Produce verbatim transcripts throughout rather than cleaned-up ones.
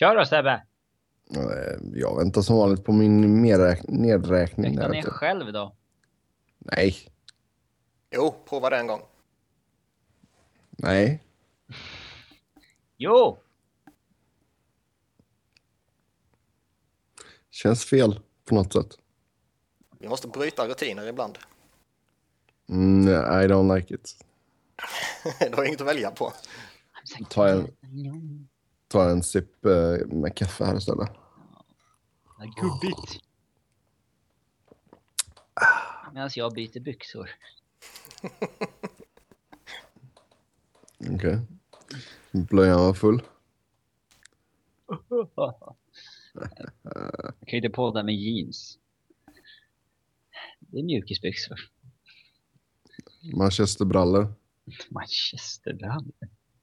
Kör då, Sebbe. Jag väntar som vanligt på min medräk- nedräkning. Räkna ner själv då. Nej. Jo, prova det en gång. Nej. Jo. Känns fel på något sätt. Vi måste bryta rutiner ibland. Mm, I don't like it. Du har inget att välja på. Ta en, ta en sipp uh, med kaffe här istället. Ja, gubbigt. Medan jag byter byxor. Okej. Okay. Blöjan var full. Jag kan ju inte på det med jeans. Det är mjukisbyxor. Manchesterbrallor. Manchesterbrallor.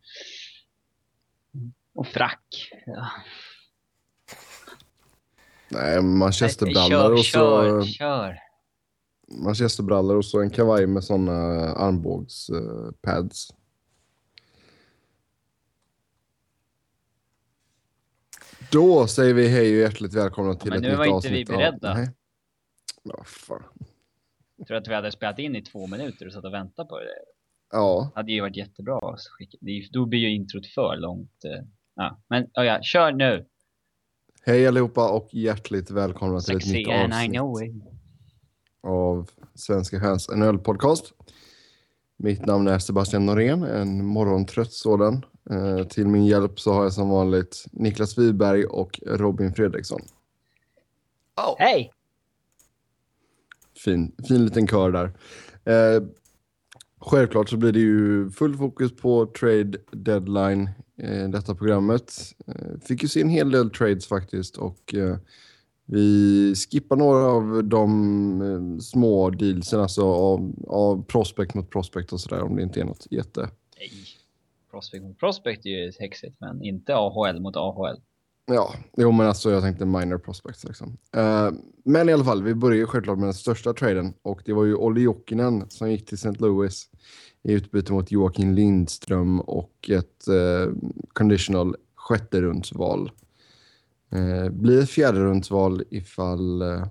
Och frack. Ja. Nej, manchesterbrallor och så... Kör, kör. Manchesterbrallor och så en kavaj med såna armbågspads. Uh, Då säger vi hej och hjärtligt välkomna till ja, ett nytt nytt avsnitt. Men nu var inte vi beredda. Av... Nej. Ja, fan. Jag tror att vi hade spelat in i två minuter och satt och väntat på det. Ja. Det hade ju varit jättebra. Då blir ju introt för långt. Ja. Men ja, ja, kör nu. Hej allihopa och hjärtligt välkomna till Sexy ett nytt avsnitt and I know it. av Svenska Fans N H L-podcast. Mitt namn är Sebastian Norén, en morgontrött sådan. Eh, till min hjälp så har jag som vanligt Niklas Wiberg och Robin Fredriksson. Oh. Hej! Fin, fin liten kör där. Eh, självklart så blir det ju full fokus på trade deadline eh, detta programmet. Eh, fick ju se en hel del trades faktiskt och eh, vi skippar några av de eh, små dealsen, alltså av, av prospect mot prospect och sådär, om det inte är något jätte. Nej, prospect mot prospect är ju häxigt, men inte A H L mot A H L. Ja, jo men alltså jag tänkte minor prospects liksom. Uh, men i alla fall, vi börjar ju självklart med den största traden och det var ju Olli Jokinen som gick till Saint Louis i utbyte mot Joakim Lindström och ett uh, conditional sjätte rundsval. Uh, blir ett fjärde rundsval ifall uh,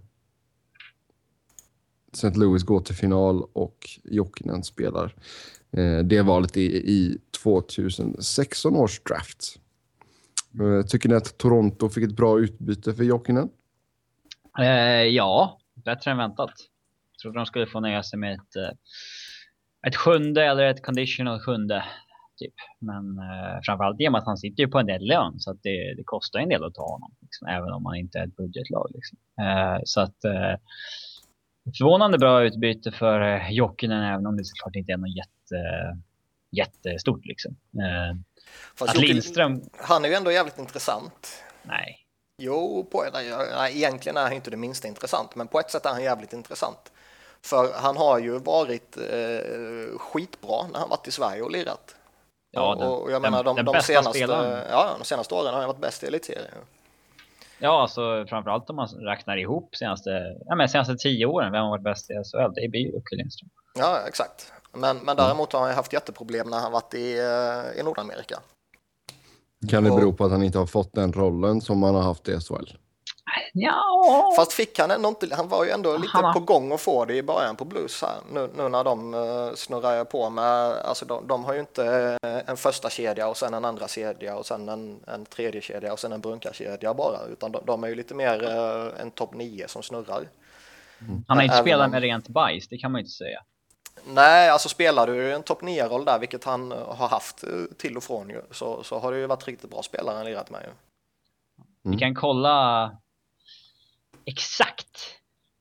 Saint Louis går till final och Jokinen spelar uh, det valet i, i tjugohundrasexton års draft. Uh, tycker ni att Toronto fick ett bra utbyte för Jokinen? Eh, ja, bättre än väntat. Jag trodde de skulle få nöja sig med ett, ett sjunde eller ett conditional sjunde. Typ. Men eh, framförallt i och med att han sitter ju på en del lön, så att det, det kostar en del att ta honom. Liksom, även om man inte är ett budgetlag. Liksom. Eh, så att eh, förvånande bra utbyte för eh, Jokinen, även om det såklart inte är något jätte, jättestort. Liksom. Eh, Fast att Jocke, Lindström... han är ju ändå jävligt intressant. Nej. Jo, på, nej, egentligen är han inte det minsta intressant, men på ett sätt är han jävligt intressant. För han har ju varit eh, skitbra när han varit i Sverige och lirat. Ja, och, den, och jag menar, de, den de, senaste, ja, de senaste åren har han varit bäst i elitserien. Ja, alltså framförallt om man räknar ihop senaste, ja, men senaste tio åren, vem har varit bäst i S H L? Det blir ju Jocke Lindström. Ja, exakt. Men, men däremot har han haft jätteproblem när han varit i, i Nordamerika. Kan det bero på att han inte har fått den rollen som han har haft i S H L? Ja. Fast fick han ändå inte, han var ju ändå lite han... på gång att få det i början på Blues här. Nu, nu när de uh, snurrar på med, alltså de, de har ju inte en första kedja och sen en andra kedja och sen en, en tredje kedja och sen en brunkarkedja bara. Utan de, de är ju lite mer uh, en topp nio som snurrar. Mm. Han har inte spelat om... med rent bajs, det kan man ju inte säga. Nej, alltså spelar du en topp nio-roll där, vilket han har haft till och från ju, så, så har det ju varit riktigt bra spelare han lirat med ju. Mm. Vi kan kolla exakt.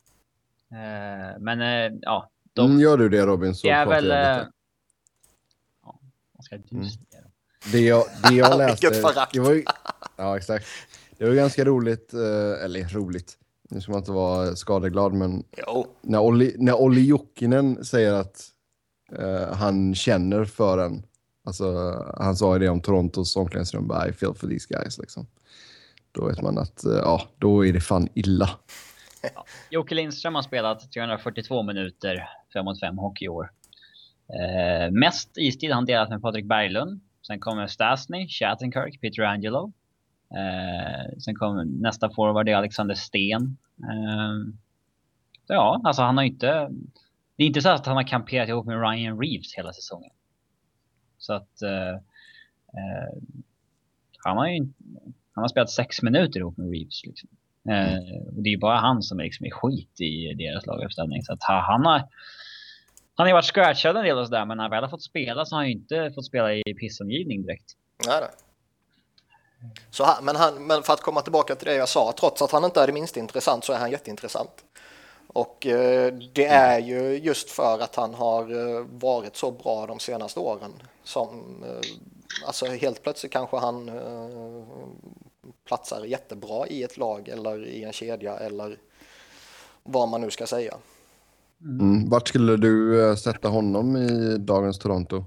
Uh, men uh, ja. De... Mm, gör du det, Robin, så det är väl... jag lite. Uh... Ja, vad ska du mm. säga då? Det jag, det jag läste... Vilket förakt. Det var ju, ja, exakt. Det var ganska roligt, uh, eller roligt. Nu ska man inte vara skadeglad, men jo. när Olli, när Olli Jokinen säger att uh, han känner för en, alltså han sa ju det om Torontos omklädningsrum, I feel for these guys liksom. Då vet man att uh, ja, då är det fan illa. Ja. Jocke Lindström har spelat trehundrafyrtiotvå minuter fem mot fem hockey i år. Uh, mest istid han delat med Patrik Berglund. Sen kommer Stastny, Shattenkirk, Peter Angelo. Eh, sen kommer nästa forward, det är Alexander Sten. Eh, så ja, alltså han har inte... Det är inte så att han har kamperat ihop med Ryan Reeves hela säsongen. Så att... Eh, eh, han har ju han har spelat sex minuter ihop med Reeves liksom. Eh, och det är ju bara han som är, liksom, är skit i deras laguppställning. Så att han har han har varit scratchad en del och sådär, men när han väl har fått spela så har han ju inte fått spela i pissomgivning direkt. Nej, nej. Så han, men, han, men för att komma tillbaka till det jag sa, trots att han inte är det minst intressant så är han jätteintressant. Och eh, det är ju just för att han har eh, varit så bra de senaste åren som eh, alltså helt plötsligt kanske han eh, platsar jättebra i ett lag eller i en kedja eller vad man nu ska säga. Mm. Vart skulle du uh, sätta honom i dagens Toronto?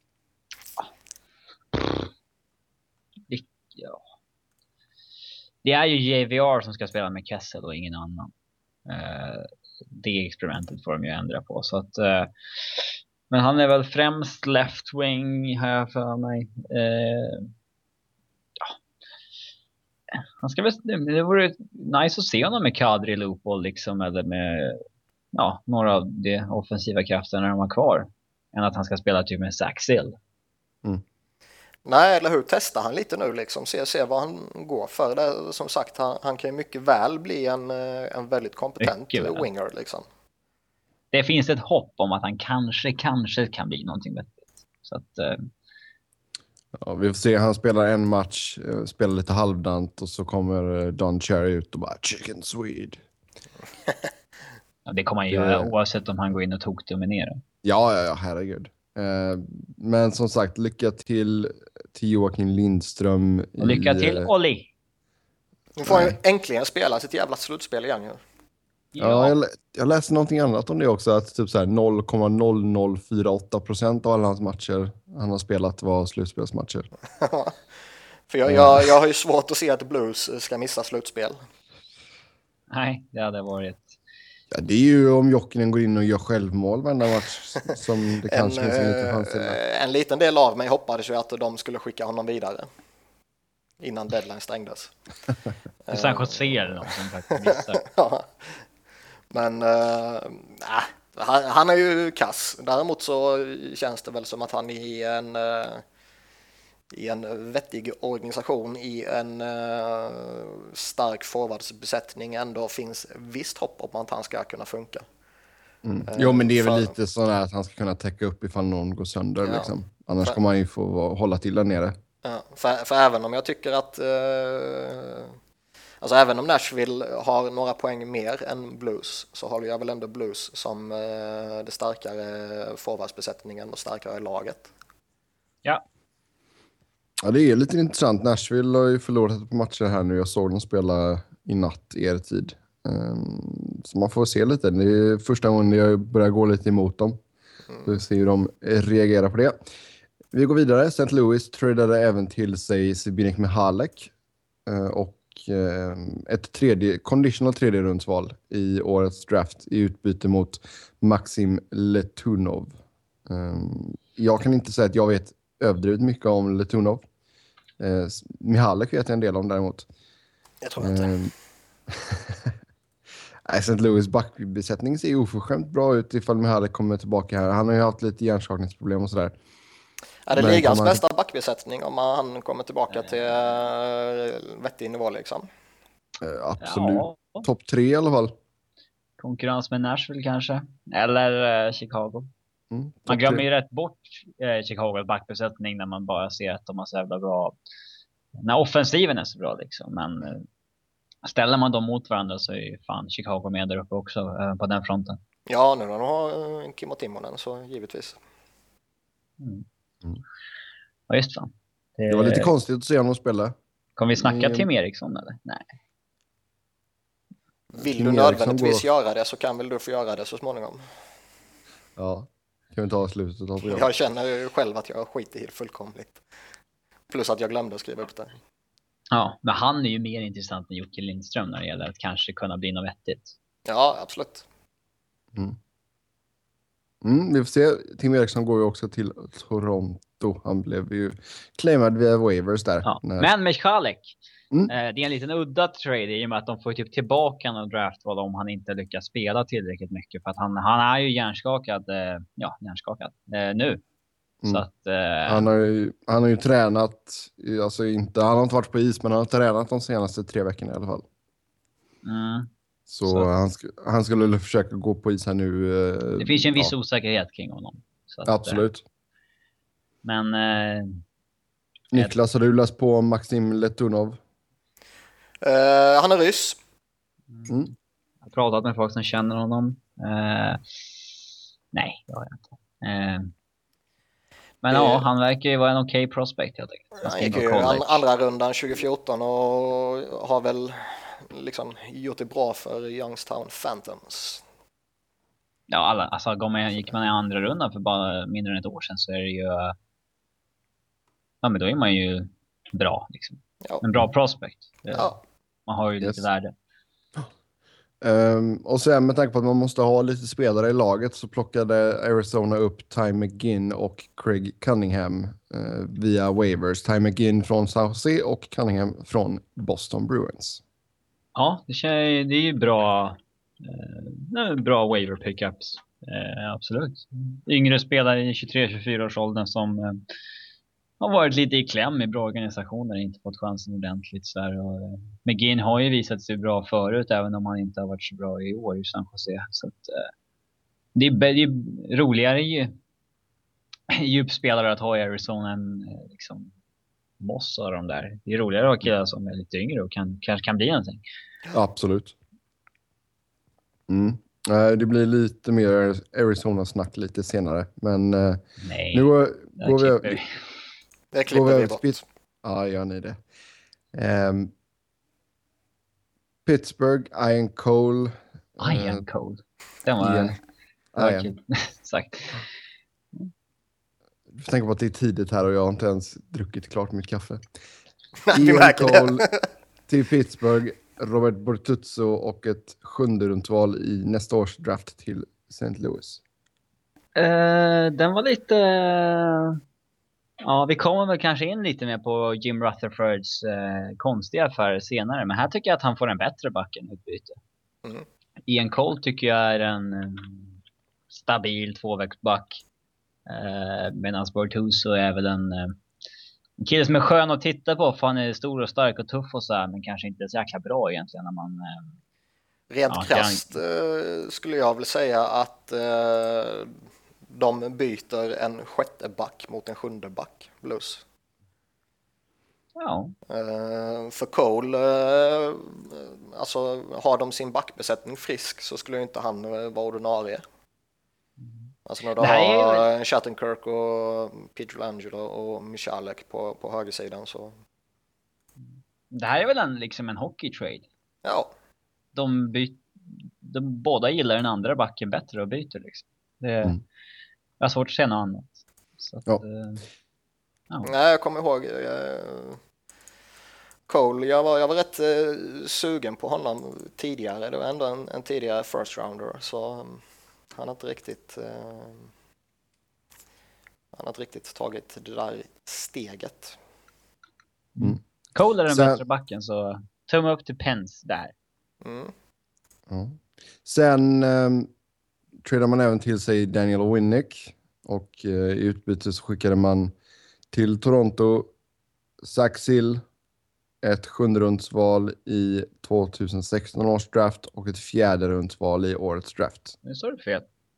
Ja. Det är ju J V R som ska spela med Kessel och ingen annan. Uh, det experimentet får de ju ändra på. Så att, uh, men han är väl främst left wing har jag för mig. Uh, ja. Han ska väl, det vore nice att se honom med Kadri Lupol liksom, eller med ja, några av de offensiva krafterna de har kvar. Än att han ska spela typ med Zach Sill. Mm. Nej, eller hur? Testar han lite nu liksom. Se, se vad han går för. Det, som sagt, han, han kan ju mycket väl bli en, en väldigt kompetent winger liksom. Det finns ett hopp om att han kanske, kanske kan bli någonting vettigt. Så att... Uh... Ja, vi får se. Han spelar en match, spelar lite halvdant och så kommer Don Cherry ut och bara Chicken Swede. Ja, det kommer han göra det... oavsett om han går in och tokdominerar. Ja, ja, ja, herregud. Eh, men som sagt, lycka till till Joakim Lindström. Och lycka i, till Olli. Nu får han ju äntligen spela sitt jävla slutspel igen ju. Ja, ja jag, jag läste någonting annat om det också. Att typ så här noll komma noll noll fyra åtta procent av alla hans matcher han har spelat var slutspelsmatcher. För jag, jag, jag har ju svårt att se att Blues ska missa slutspel. Nej, det hade varit... Ja, det är ju om Jokinen går in och gör självmål varenda match som det kanske en, finns en liten chans till. En liten del av mig hoppades ju att de skulle skicka honom vidare innan deadline stängdes. Det San Jose eller någon som faktiskt missar. Ja. Men äh, han, han är ju kass. Däremot så känns det väl som att han i en äh, i en vettig organisation, i en uh, stark forwardsbesättning ändå finns visst hopp om att han ska kunna funka. Mm. Jo, men det är väl för... lite så att han ska kunna täcka upp ifall någon går sönder. Ja. Liksom. Annars för... kommer han ju få hålla till där nere. Ja, för, för även om jag tycker att uh, alltså även om Nashville har några poäng mer än Blues så håller jag väl ändå Blues som uh, det starkare forwardsbesättningen och starkare laget. Ja. Ja, det är lite intressant. Nashville har ju förlorat ett par matcher här nu. Jag såg dem spela i natt er tid. Um, så man får se lite. Det är första gången jag börjar gå lite emot dem. Mm. Vi ser hur de reagerar på det. Vi går vidare. Saint Louis tradade även till sig Zbigniew Michalek uh, och uh, ett tredje, conditional tredje rundsval i årets draft i utbyte mot Maxim Letunov. Um, jag kan inte säga att jag vet överdrivet mycket om Letunov. Eh, Michalek vet jag en del om däremot. Jag tror inte. Eh, Saint Louis backbesättning ser ju oförskämt bra ut ifall Michalek kommer tillbaka här. Han har ju haft lite hjärnskakningsproblem och sådär. Är det Men ligans man... bästa backbesättning om han kommer tillbaka till uh, vettig nivå liksom? Eh, absolut. Ja. Topp tre i alla fall. Konkurrens med Nashville kanske. Eller uh, Chicago. Mm, man glömmer ju rätt bort eh, Chicagos backbesättning när man bara ser att de har så jävla bra, när offensiven är så bra liksom. Men eh, ställer man dem mot varandra så är ju fan Chicago med där uppe också eh, på den fronten. Ja, nu när de har eh, Kim och Timonen så givetvis. Mm. Mm. Ja, just fan. Det... det var lite konstigt att se honom spela. Kommer vi snacka mm. Tim Eriksson eller? Nej. Vill Tim du nödvändigtvis går... göra det så kan väl du få göra det så småningom. Ja. Kan vi ta slutet av programmet? Jag känner själv att jag skiter helt fullkomligt. Plus att jag glömde att skriva upp det. Ja, men han är ju mer intressant än Jocke Lindström när det gäller att kanske kunna bli något vettigt. Ja, absolut. Mm. Mm, vi får se. Tim Eriksson går ju också till Toronto. Toronto. Han blev ju claimad via waivers där. Ja. När... Men Michalek, Mm. eh, det är en liten udda trade i och med att de får typ tillbaka en draftval om han inte lyckas spela tillräckligt mycket. För att han, han är ju hjärnskakad, eh, ja, hjärnskakad eh, nu. Mm. Så att, eh, han, har ju, han har ju tränat, alltså inte, han har inte varit på is, men han har tränat de senaste tre veckorna i alla fall. mm, Så, så. Han, sk han skulle försöka gå på is här nu. Eh, det finns ju en viss ja. osäkerhet kring honom. Så att, Absolut. Eh, men... Eh, Niklas, har du läst på Maxim Letunov? Uh, han är ryss. Mm. Jag har pratat med folk som känner honom. Uh, nej, det har jag inte. Uh, men det... ja, han verkar ju vara en okej okay prospect helt enkelt. Han gick ju an andra rundan tjugo fjorton och har väl liksom gjort det bra för Youngstown Phantoms. Ja, alla, alltså går man, gick man i andra rundan för bara mindre än ett år sedan så är det ju... Ja, men då är man ju bra liksom. Ja. En bra prospect. Ja. Man har ju yes. lite värde. Um, och sen med tanke på att man måste ha lite spelare i laget så plockade Arizona upp Ty McGinn och Craig Cunningham uh, via waivers. Ty McGinn från San Jose och Cunningham från Boston Bruins. Ja, det, känns, det är ju bra uh, bra waiver pickups. Uh, absolut. Yngre spelare i tjugotre till tjugofyra års åldern som uh, har varit lite i kläm i bra organisationer, inte fått chansen ordentligt. Så här. Och McGinn har ju visat sig bra förut, även om han inte har varit så bra i år i San Jose. Så att, uh, det, är, det är roligare ju djupspelare att ha i Arizona än liksom Moss och de där. Det är roligare att ha killar som är lite yngre och kan, kanske kan bli någonting. Absolut. Mm. Det blir lite mer Arizona-snack lite senare. Men uh, Nej, nu går, går vi... Det klipper vi bort. Ja, gör ni det. Um, Pittsburgh, Ian Cole. Ian uh, Cole. Den var... Ian. Ja, Ian. Sagt. Du får tänka på att det är tidigt här och jag har inte ens druckit klart mitt kaffe. Nej, Ian Cole till Pittsburgh, Robert Bortuzzo och ett sjunde rundval i nästa års draft till Saint Louis. Uh, den var lite... Ja, vi kommer väl kanske in lite mer på Jim Rutherfords eh, konstiga affärer senare. Men här tycker jag att han får en bättre back än utbyte. Mm. Ian Cole tycker jag är en um, stabil tvåvägsback. Eh, Medan Bortuzzo är väl en, uh, en kille som är skön att titta på. För han är stor och stark och tuff och så här, men kanske inte så jäkla bra egentligen. När man, uh, Rent ja, krasst kan... uh, skulle jag väl säga att... Uh... De byter en sjätte back mot en sjunde back, Blues. Ja. Uh, för Cole, uh, alltså har de sin backbesättning frisk så skulle inte han uh, vara ordinarie. Mm. Alltså när du har är... Shattenkirk och Pietrangelo och Michalek på, på högersidan så... Det här är väl en, liksom en hockey-trade? Ja. De, byt, de båda gillar den andra backen bättre och byter liksom. Det är... Mm. Jag har svårt att se något annat. Så att, ja. Uh, ja. Nej, jag kommer ihåg uh, Cole, jag var, jag var rätt uh, sugen på honom tidigare. Det var ändå en, en tidigare first rounder. Så um, han har inte riktigt uh, han har inte riktigt tagit det där steget. Mm. Cole är den Sen... bättre backen, så tumme upp till Pence där. Mm. Ja. Sen... Um... tradade man även till sig Daniel Winnick och eh, i utbyte så skickade man till Toronto Zach Sill, ett sjunderundsval i tjugohundrasexton års draft och ett fjärderundsval i årets draft. Nu sa du fel.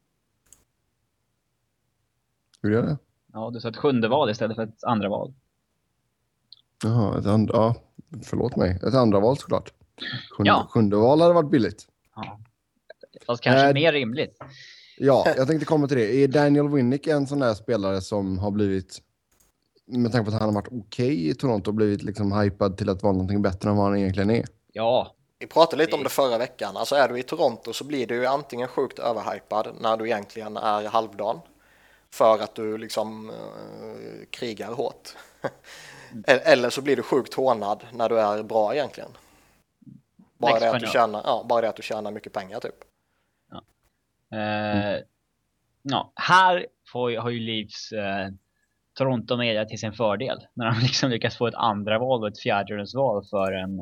Hur gör det? Ja, du sa ett sjunde val istället för ett andra val. Jaha, ett andra, ja, förlåt mig. Ett andra val såklart. Sjunde, ja. sjunde val hade varit billigt. Ja. Fast kanske äh, mer rimligt. Ja, jag tänkte komma till det. Är Daniel Winnick en sån där spelare som har blivit, med tanke på att han har varit okej okay i Toronto, blivit liksom hypad till att vara någonting bättre än vad han egentligen är? Ja. Vi pratade lite om det förra veckan. Alltså är du i Toronto så blir du ju antingen sjukt överhypad när du egentligen är halvdan. För att du liksom uh, krigar hårt. Eller så blir du sjukt hånad när du är bra egentligen. Bara det, att du tjänar, ja, bara det att du tjänar mycket pengar typ. Uh, ja, här får, har ju Leafs uh, Toronto media till sin fördel. När de liksom lyckas få ett andra val och ett fjärderumsval för en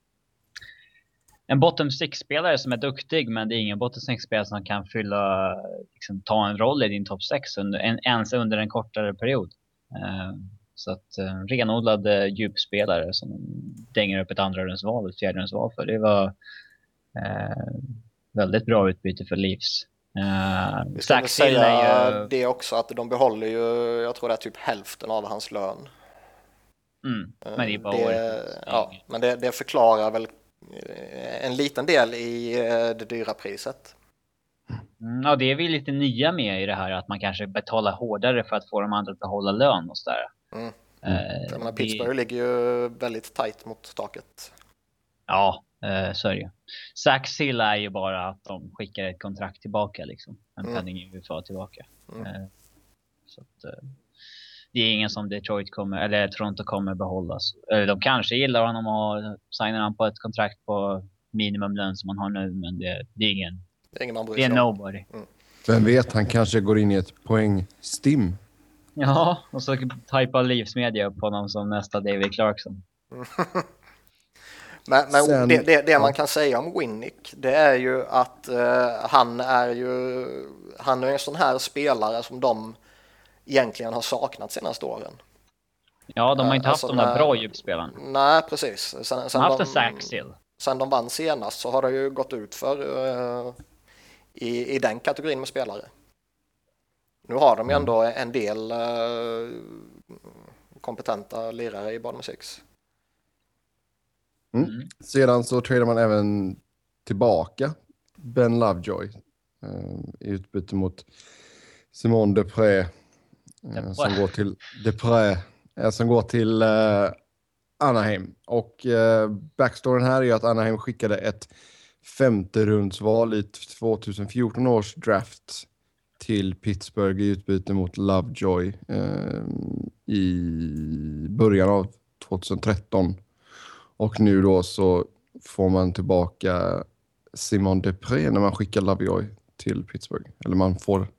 en bottom six-spelare som är duktig, men det är ingen bottom six-spelare som kan fylla, liksom, ta en roll i din topp sex under, en, ens under en kortare period. Uh, så att uh, renodlade djupspelare som dänger upp ett andra rumsval och ett fjärde rumsval för. Det var uh, väldigt bra utbyte för Leafs. Uh, Vi ska väl säga säga ju... det också, att de behåller ju, jag tror det är typ hälften av hans lön. Mm, men det är bara det, ja, men det, det förklarar väl en liten del i det dyra priset. Mm, ja, det är vi lite nya med i det här, att man kanske betalar hårdare för att få de andra att behålla lön och sådär. Mm. Uh, Jag menar, Pittsburgh det... ligger ju väldigt tajt mot taket. Ja, uh, så är det ju. Zach Sill är ju bara att de skickar ett kontrakt tillbaka liksom. En mm. penning U F A tillbaka. Mm. Uh, så att, uh, det är ingen som Detroit kommer, eller Toronto kommer behållas. Uh, de kanske gillar honom och signar han på ett kontrakt på minimumlön som man har nu, men det, det är ingen. Det är ingen man bryr sig om. Det är nobody. Mm. Vem vet, han kanske går in i ett poäng-stim. Ja, och så typar Leafs media upp honom som nästa David Clarkson. men men Sen, det, det, det man kan säga om Winnick, det är ju att uh, han är ju han är en sån här spelare som de egentligen har saknat senaste åren. Ja, de har inte uh, haft alltså de där bra djupspelarna. Nej, precis. Sen, sen de har haft de, en Zach Sill. Sen de vann senast så har det ju gått ut för uh, i, i den kategorin med spelare. Nu har de ju ändå en del uh, kompetenta lirare i bottom six. Mm. Mm. Sedan så tradar man även tillbaka Ben Lovejoy uh, i utbyte mot Simon Dupré uh, som går till Dupré uh, som går till uh, Anaheim. Och uh, backstoryn här är ju att Anaheim skickade ett femte rundsval i tjugohundrafjorton års draft till Pittsburgh i utbyte mot Lovejoy uh, i början av tjugotretton. Och nu då så får man tillbaka Simon Dupré när man skickar Lovejoy till Pittsburgh. Eller man får.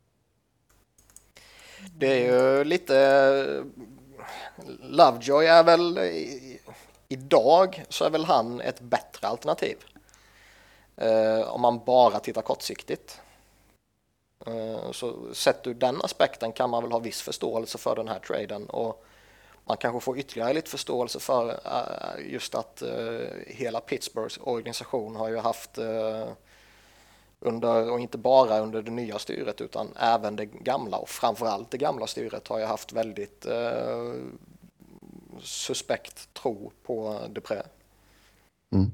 Det är ju lite... Lovejoy är väl... Idag så är väl han ett bättre alternativ. Eh, om man bara tittar kortsiktigt. Eh, så sett ur den aspekten kan man väl ha viss förståelse för den här traden. Och man kanske får ytterligare lite förståelse för uh, just att uh, hela Pittsburghs organisation har ju haft uh, under, och inte bara under det nya styret utan även det gamla, och framförallt det gamla styret har ju haft väldigt uh, suspekt tro på Dupré. Mm.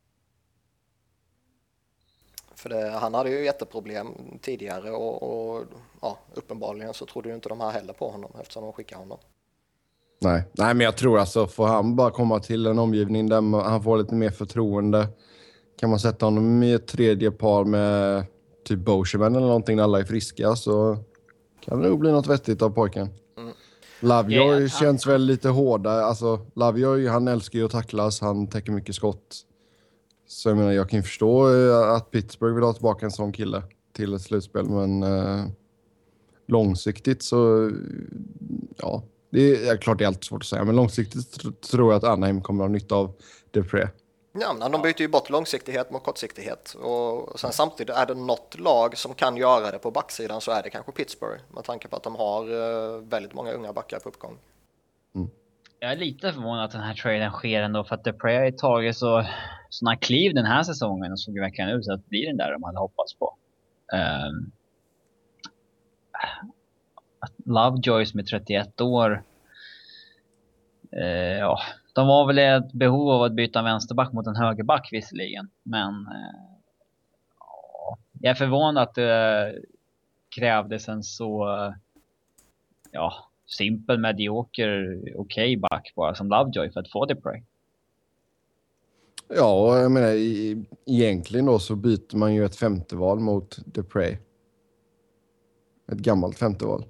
För det, han hade ju jätteproblem tidigare och, och ja, uppenbarligen så trodde ju inte de här heller på honom eftersom de skickade honom. Nej. Nej, men jag tror alltså får han bara komma till en omgivning där han får lite mer förtroende, kan man sätta honom i ett tredje par med typ Boscheman eller någonting när alla är friska, så kan det nog bli något vettigt av pojken. Mm. Lovejoy yeah, känns han... väl lite hårdare. Alltså Lovejoy, han älskar ju att tacklas, han täcker mycket skott. Så jag menar, jag kan förstå att Pittsburgh vill ha tillbaka en sån kille till ett slutspel, men eh, långsiktigt så ja. Det är klart det är alltid svårt att säga, men långsiktigt tror jag att Anaheim kommer att ha nytta av Dupré. Ja, men de byter ju bort långsiktighet mot kortsiktighet. Och sen samtidigt är det något lag som kan göra det på backsidan så är det kanske Pittsburgh. Med tanke på att de har väldigt många unga backar på uppgång. Mm. Jag är lite förvånad att den här traden sker ändå, för att Dupré har tagit så, såna kliv den här säsongen och såg verkligen ut så att det blir den där de hade hoppats på. Um, Lovejoy med trettioett år. Eh, ja, de var väl ett behov av att byta en vänsterback mot en högerback visserligen. Men eh, ja, jag är förvånad att det krävdes en så ja, simpel, medioker, okej okay back bara som Lovejoy för att få Dupré. Ja, jag menar i, egentligen då så byter man ju ett femte val mot Dupré. Ett gammalt femte val.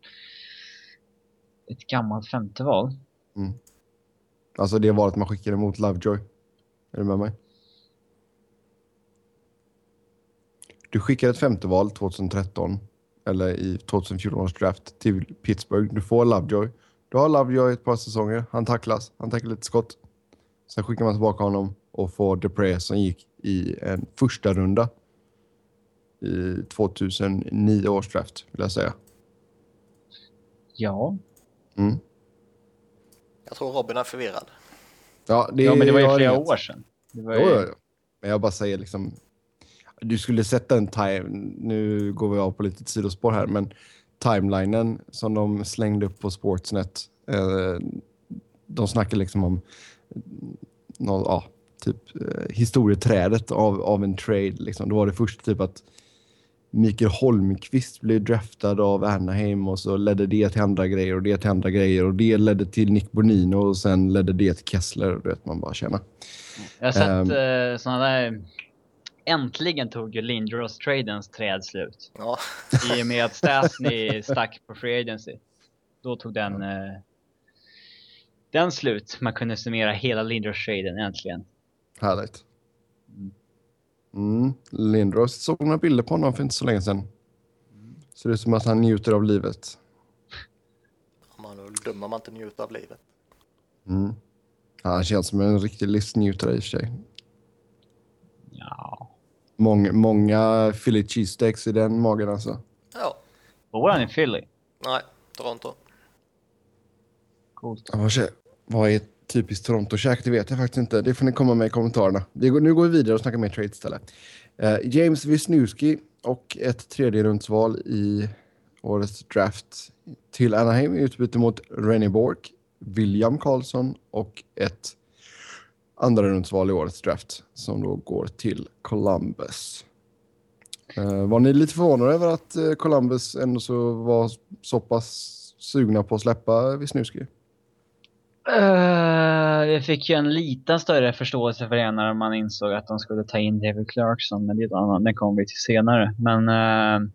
Ett gammalt femte val? Mm. Alltså det valet man skickade mot Lovejoy. Är du med mig? Du skickade ett femte val tjugotretton eller i tjugohundrafjorton års draft till Pittsburgh. Du får Lovejoy. Du har Lovejoy ett par säsonger. Han tacklas. Han tacklar lite skott. Sen skickar man tillbaka honom och får Dupree som gick i en första runda i tjugohundranio års draft, vill jag säga. Ja. Mm. Jag tror Robin är förvirrad. Ja, det, ja, men det var ju flera inget. år sedan. Det var Jo, ju... jo, jo. Men jag bara säger liksom... Du skulle sätta en time... Nu går vi av på lite sidospår här, men timelinen som de slängde upp på Sportsnet. Eh, de snackar liksom om... Nå, ja, typ eh, historieträdet av, av en trade. Liksom. Då var det först typ att Mikael Holmqvist blev draftad av Anaheim och så ledde det till andra grejer och det till andra grejer och det ledde till Nick Bonino och sen ledde det till Kessler. Du vet, man bara känner. Jag har sett Um, uh, sådana där... Äntligen tog ju Lindros-tradens träd slut. Ja. I och med att Stastny stack på free agency. Då tog den... Uh, den slut. Man kunde summera hela Lindros-traden äntligen. Härligt. Mm. Lindros såg några bilder på honom för inte så länge sedan. Så det är som att han njuter av livet. Man är dum om man inte njuter av livet. Mm. Han känns som en riktig livsnjutare i och för sig. Ja. Många, många Philly cheesesteaks i den magen alltså. Ja. Bor han i Philly? Nej, Toronto. Coolt. Ja, vad, kä- vad är typiskt Toronto-käk? Det vet jag faktiskt inte. Det får ni komma med i kommentarerna. Det går, nu går vi vidare och snackar mer trade istället. Uh, James Wisniewski och ett tredje rundsval i årets draft till Anaheim i utbyte mot Rennie Bork, William Karlsson och ett andra rundsval i årets draft som då går till Columbus. Uh, var ni lite förvånade över att uh, Columbus ändå så var så pass sugna på att släppa Wisniewski? Uh, jag fick ju en liten större förståelse för det när man insåg att de skulle ta in David Clarkson, men det är ett annat, det kommer vi till senare. Men uh,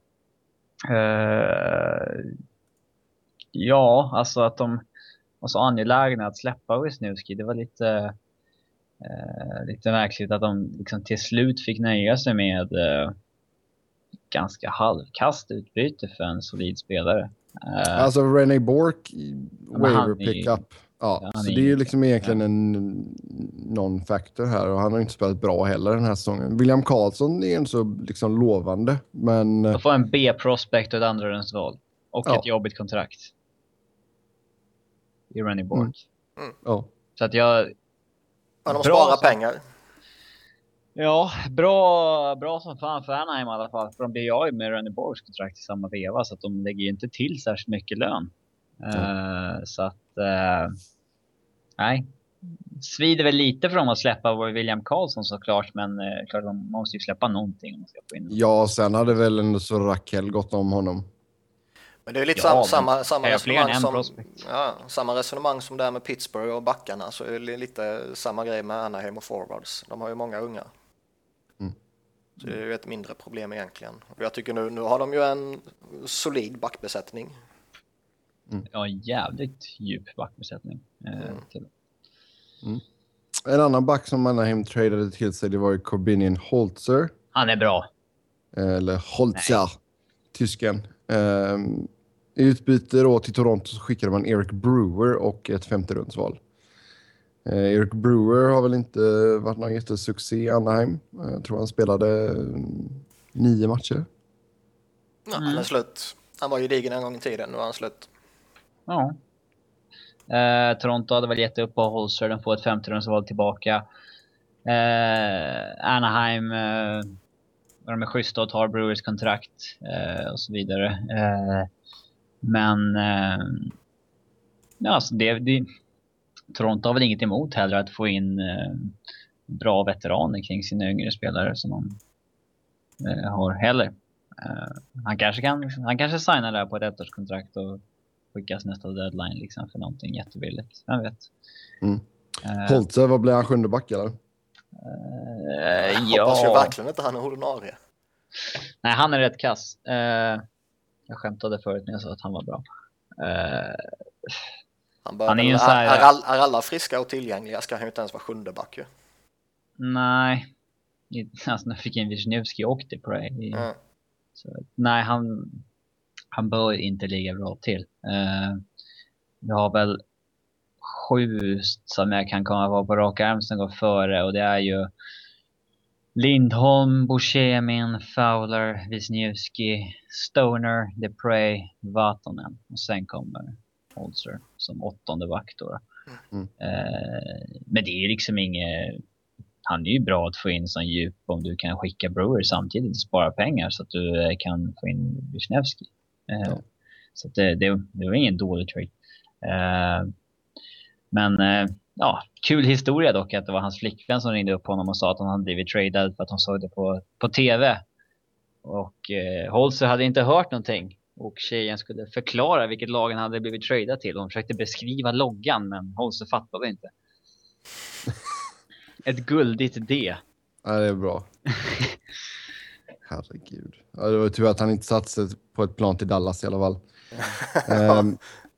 uh, ja, alltså att de var så angelägna att släppa Wisniewski, det var lite uh, lite märkligt att de liksom till slut fick nöja sig med uh, ganska halvkast utbyte för en solid spelare. Uh, alltså Rennie Bork waiver är, pickup. Ja, han så är, det är ju liksom egentligen ja. en non-factor här och han har inte spelat bra heller den här säsongen. William Karlsson är inte så liksom lovande, men... De får en B-prospect och ett andra rundsval. Och Ja. ett jobbigt kontrakt. I Rennie Bork. Mm. Mm. Ja. Så att jag... Men de Bra sparar som- pengar. Ja, bra, bra som fan för Anaheim i alla fall. För de blir ju av med Rennie Borks kontrakt i samma veva. Så att de lägger ju inte till särskilt mycket lön. Uh, så att... Uh, nej. Svider väl lite för dem att släppa William Karlsson såklart. Men uh, klart de måste ju släppa någonting om de ska få in. Ja, sen hade väl ändå så Raquel gått om honom. Men det är lite Ja, sam, men samma, samma, är jag fler än resonemang en som, prospect? ja, samma resonemang som det här med Pittsburgh och backarna. Så är det lite samma grej med Anaheim och forwards. De har ju många unga. Mm. Så det är ju ett mindre problem egentligen. Och jag tycker nu, nu har de ju en solid backbesättning. Ja, jävligt djup backbesättning. Uh, Mm. till. En annan back som Anaheim tradade till sig, det var ju Corbinian Holzer. Han är bra. Eller Holzer, tysken. Um, I utbyte då till Toronto så skickade man Eric Brewer och ett femte rundsval. Uh, Eric Brewer har väl inte varit någon jättesuccé i Anaheim. Uh, jag tror han spelade um, nio matcher. Ja, Mm. Han är slut. Han var ju digen en gång i tiden, nu är han slut. Ja. Eh, Toronto hade väl gett upp på Holzer. Den får ett femte rundsval tillbaka. Eh, Anaheim eh, de är schyssta och tar Brewers kontrakt eh, och så vidare. Eh, men eh, ja, alltså det, det, Toronto har väl inget emot heller att få in eh, bra veteraner kring sina yngre spelare som de eh, har heller. Eh, han kanske kan han kanske signar där på ett ettårskontrakt och skickas nästa deadline liksom för någonting jättebilligt. Jag vet. Mm. Uh, Holzer, vad blir han, sjunde back eller? uh, Jag hoppas ju ja. verkligen inte han är ordinarie. Nej, han är rätt kass. Uh, jag skämtade förut när jag sa att han var bra. Uh, Han bör, Han är ju är, en så här- är, all, är alla friska och tillgängliga ska han ju inte ens vara sjunde back ju. nej. Alltså, när jag fick in Wisniewski och Dupree. Mm. Så, nej, han... han bör inte ligga bra till. Uh, vi har väl sju som jag kan komma på på rak arm som går före, och det är ju Lindholm, Buscemin, Fowler, Wisniewski, Stoner, Depray, Vatanen, och sen kommer Holzer som åttonde back då. Mm. Uh, men det är ju liksom inget, han är ju bra att få in sån djup om du kan skicka Brewer samtidigt och spara pengar så att du kan få in Wisniewski. Uh, ja. Så att det, det, det var ingen dålig trade. Uh, men uh, ja, kul historia dock att det var hans flickvän som ringde upp honom och sa att han hade blivit tradad för att hon såg det på, på tv. Och uh, Holzer hade inte hört någonting. Och tjejen skulle förklara vilket lag han hade blivit tradad till. Hon försökte beskriva loggan, men Holzer fattade inte. Ett guldigt D. Ja, det är bra. Herregud. Ja, det var tur att han inte satt sig på ett plan till Dallas i alla fall. um,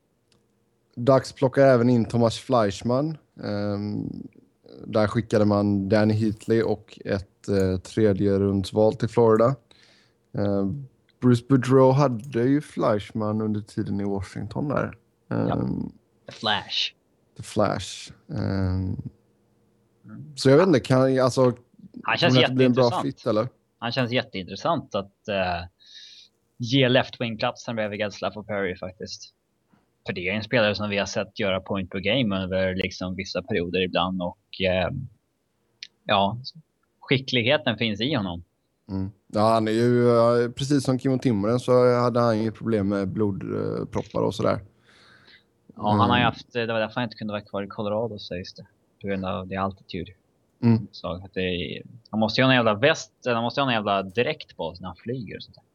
Dags plockar även in Thomas Fleischmann. Um, där skickade man Danny Heatley och ett uh, tredje rundsval till Florida. Um, Bruce Boudreau hade ju Fleischmann under tiden i Washington där. Um, ja. The Flash. The Flash. Um, Så jag vet inte, kan alltså han känns det bli en bra jätteintressant. fit eller? Han känns jätteintressant att uh, ge left wing platsen bredvid Getzlaf och Perry faktiskt. För det är en spelare som vi har sett göra point per game över liksom vissa perioder ibland, och uh, ja, skickligheten finns i honom. Mm. Ja, han är ju precis som Kimmo Timonen, så hade han ju problem med blodproppar och sådär. Ja, mm. han har ju haft, det var därför han inte kunde vara kvar i Colorado, sägs det. På grund av det altitud. Mm. Så att det, han måste ju ha en jävla väst, han måste ju ha en jävla direkt på när han flyger och sånt där.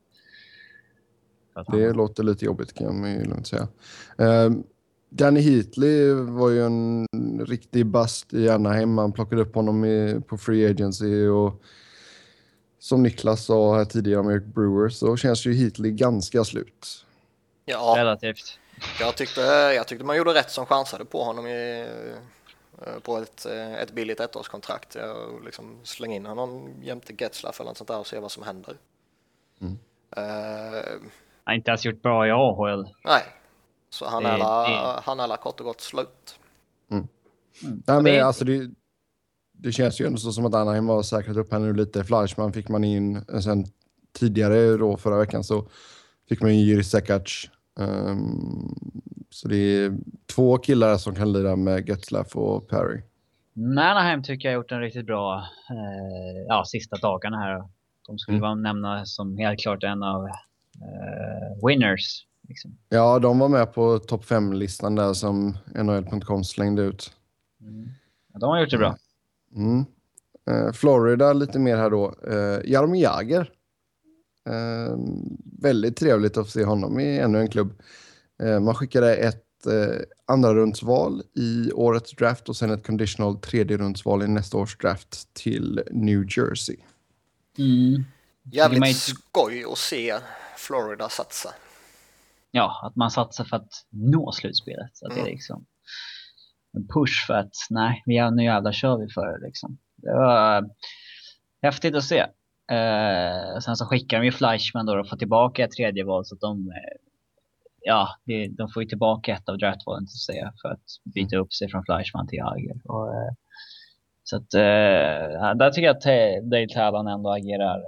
Det han... låter lite jobbigt kan man ju lugnt säga. Um, Danny Heatley var ju en riktig bust i Anaheim. Man plockade upp honom i, på free agency, och som Niklas sa här tidigare med Brewers, så känns ju Heatley ganska slut. Ja, relativt. Jag tyckte, jag tyckte man gjorde rätt som chansade på honom i, på ett, ett billigt ettårskontrakt. Jag liksom släng in honom jämte Getzlaf eller något sånt där och se vad som händer. Mm. Uh, han har inte ens gjort bra i A H L. Nej, så han, det, är, la, det... han är la kort och gott slut. Mm. Mm. Nej, men det... alltså det, det känns ju ändå så som att Anaheim har säkrat upp här nu lite. Fleischmann fick man in sen tidigare då förra veckan, så fick man in Jiri Sekac. Um, så det är två killar som kan lira med Getzlaf och Perry. Anaheim tycker jag har gjort en riktigt bra eh, ja, sista dagarna här. De skulle mm. vara nämna som helt klart en av eh, winners. Liksom. Ja, de var med på topp fem-listan där som N H L punkt com slängde ut. Mm. Ja, de har gjort det bra. Mm. Eh, Florida lite mer här då. Eh, Jaromir Jagr. Eh, väldigt trevligt att se honom i ännu en klubb. Eh, man skickade ett eh, andra rundsval i årets draft och sen ett conditional tredje rundsval i nästa års draft till New Jersey. Mm. Jävligt man... skoj att se Florida satsa. Ja, att man satsar för att nå slutspelet. Så att mm. det är liksom en push för att nej, vi är, nu jävla kör vi för det liksom. Det var häftigt att se. Uh, sen så skickar de ju Fleischmann då och får tillbaka ett tredje val, så att de ja, det, de får ju tillbaka ett av draftvalen så att säga, för att byta upp sig från Fleischmann till Jagr. Och, uh, så att uh, där tycker jag att Dale Talon ändå agerar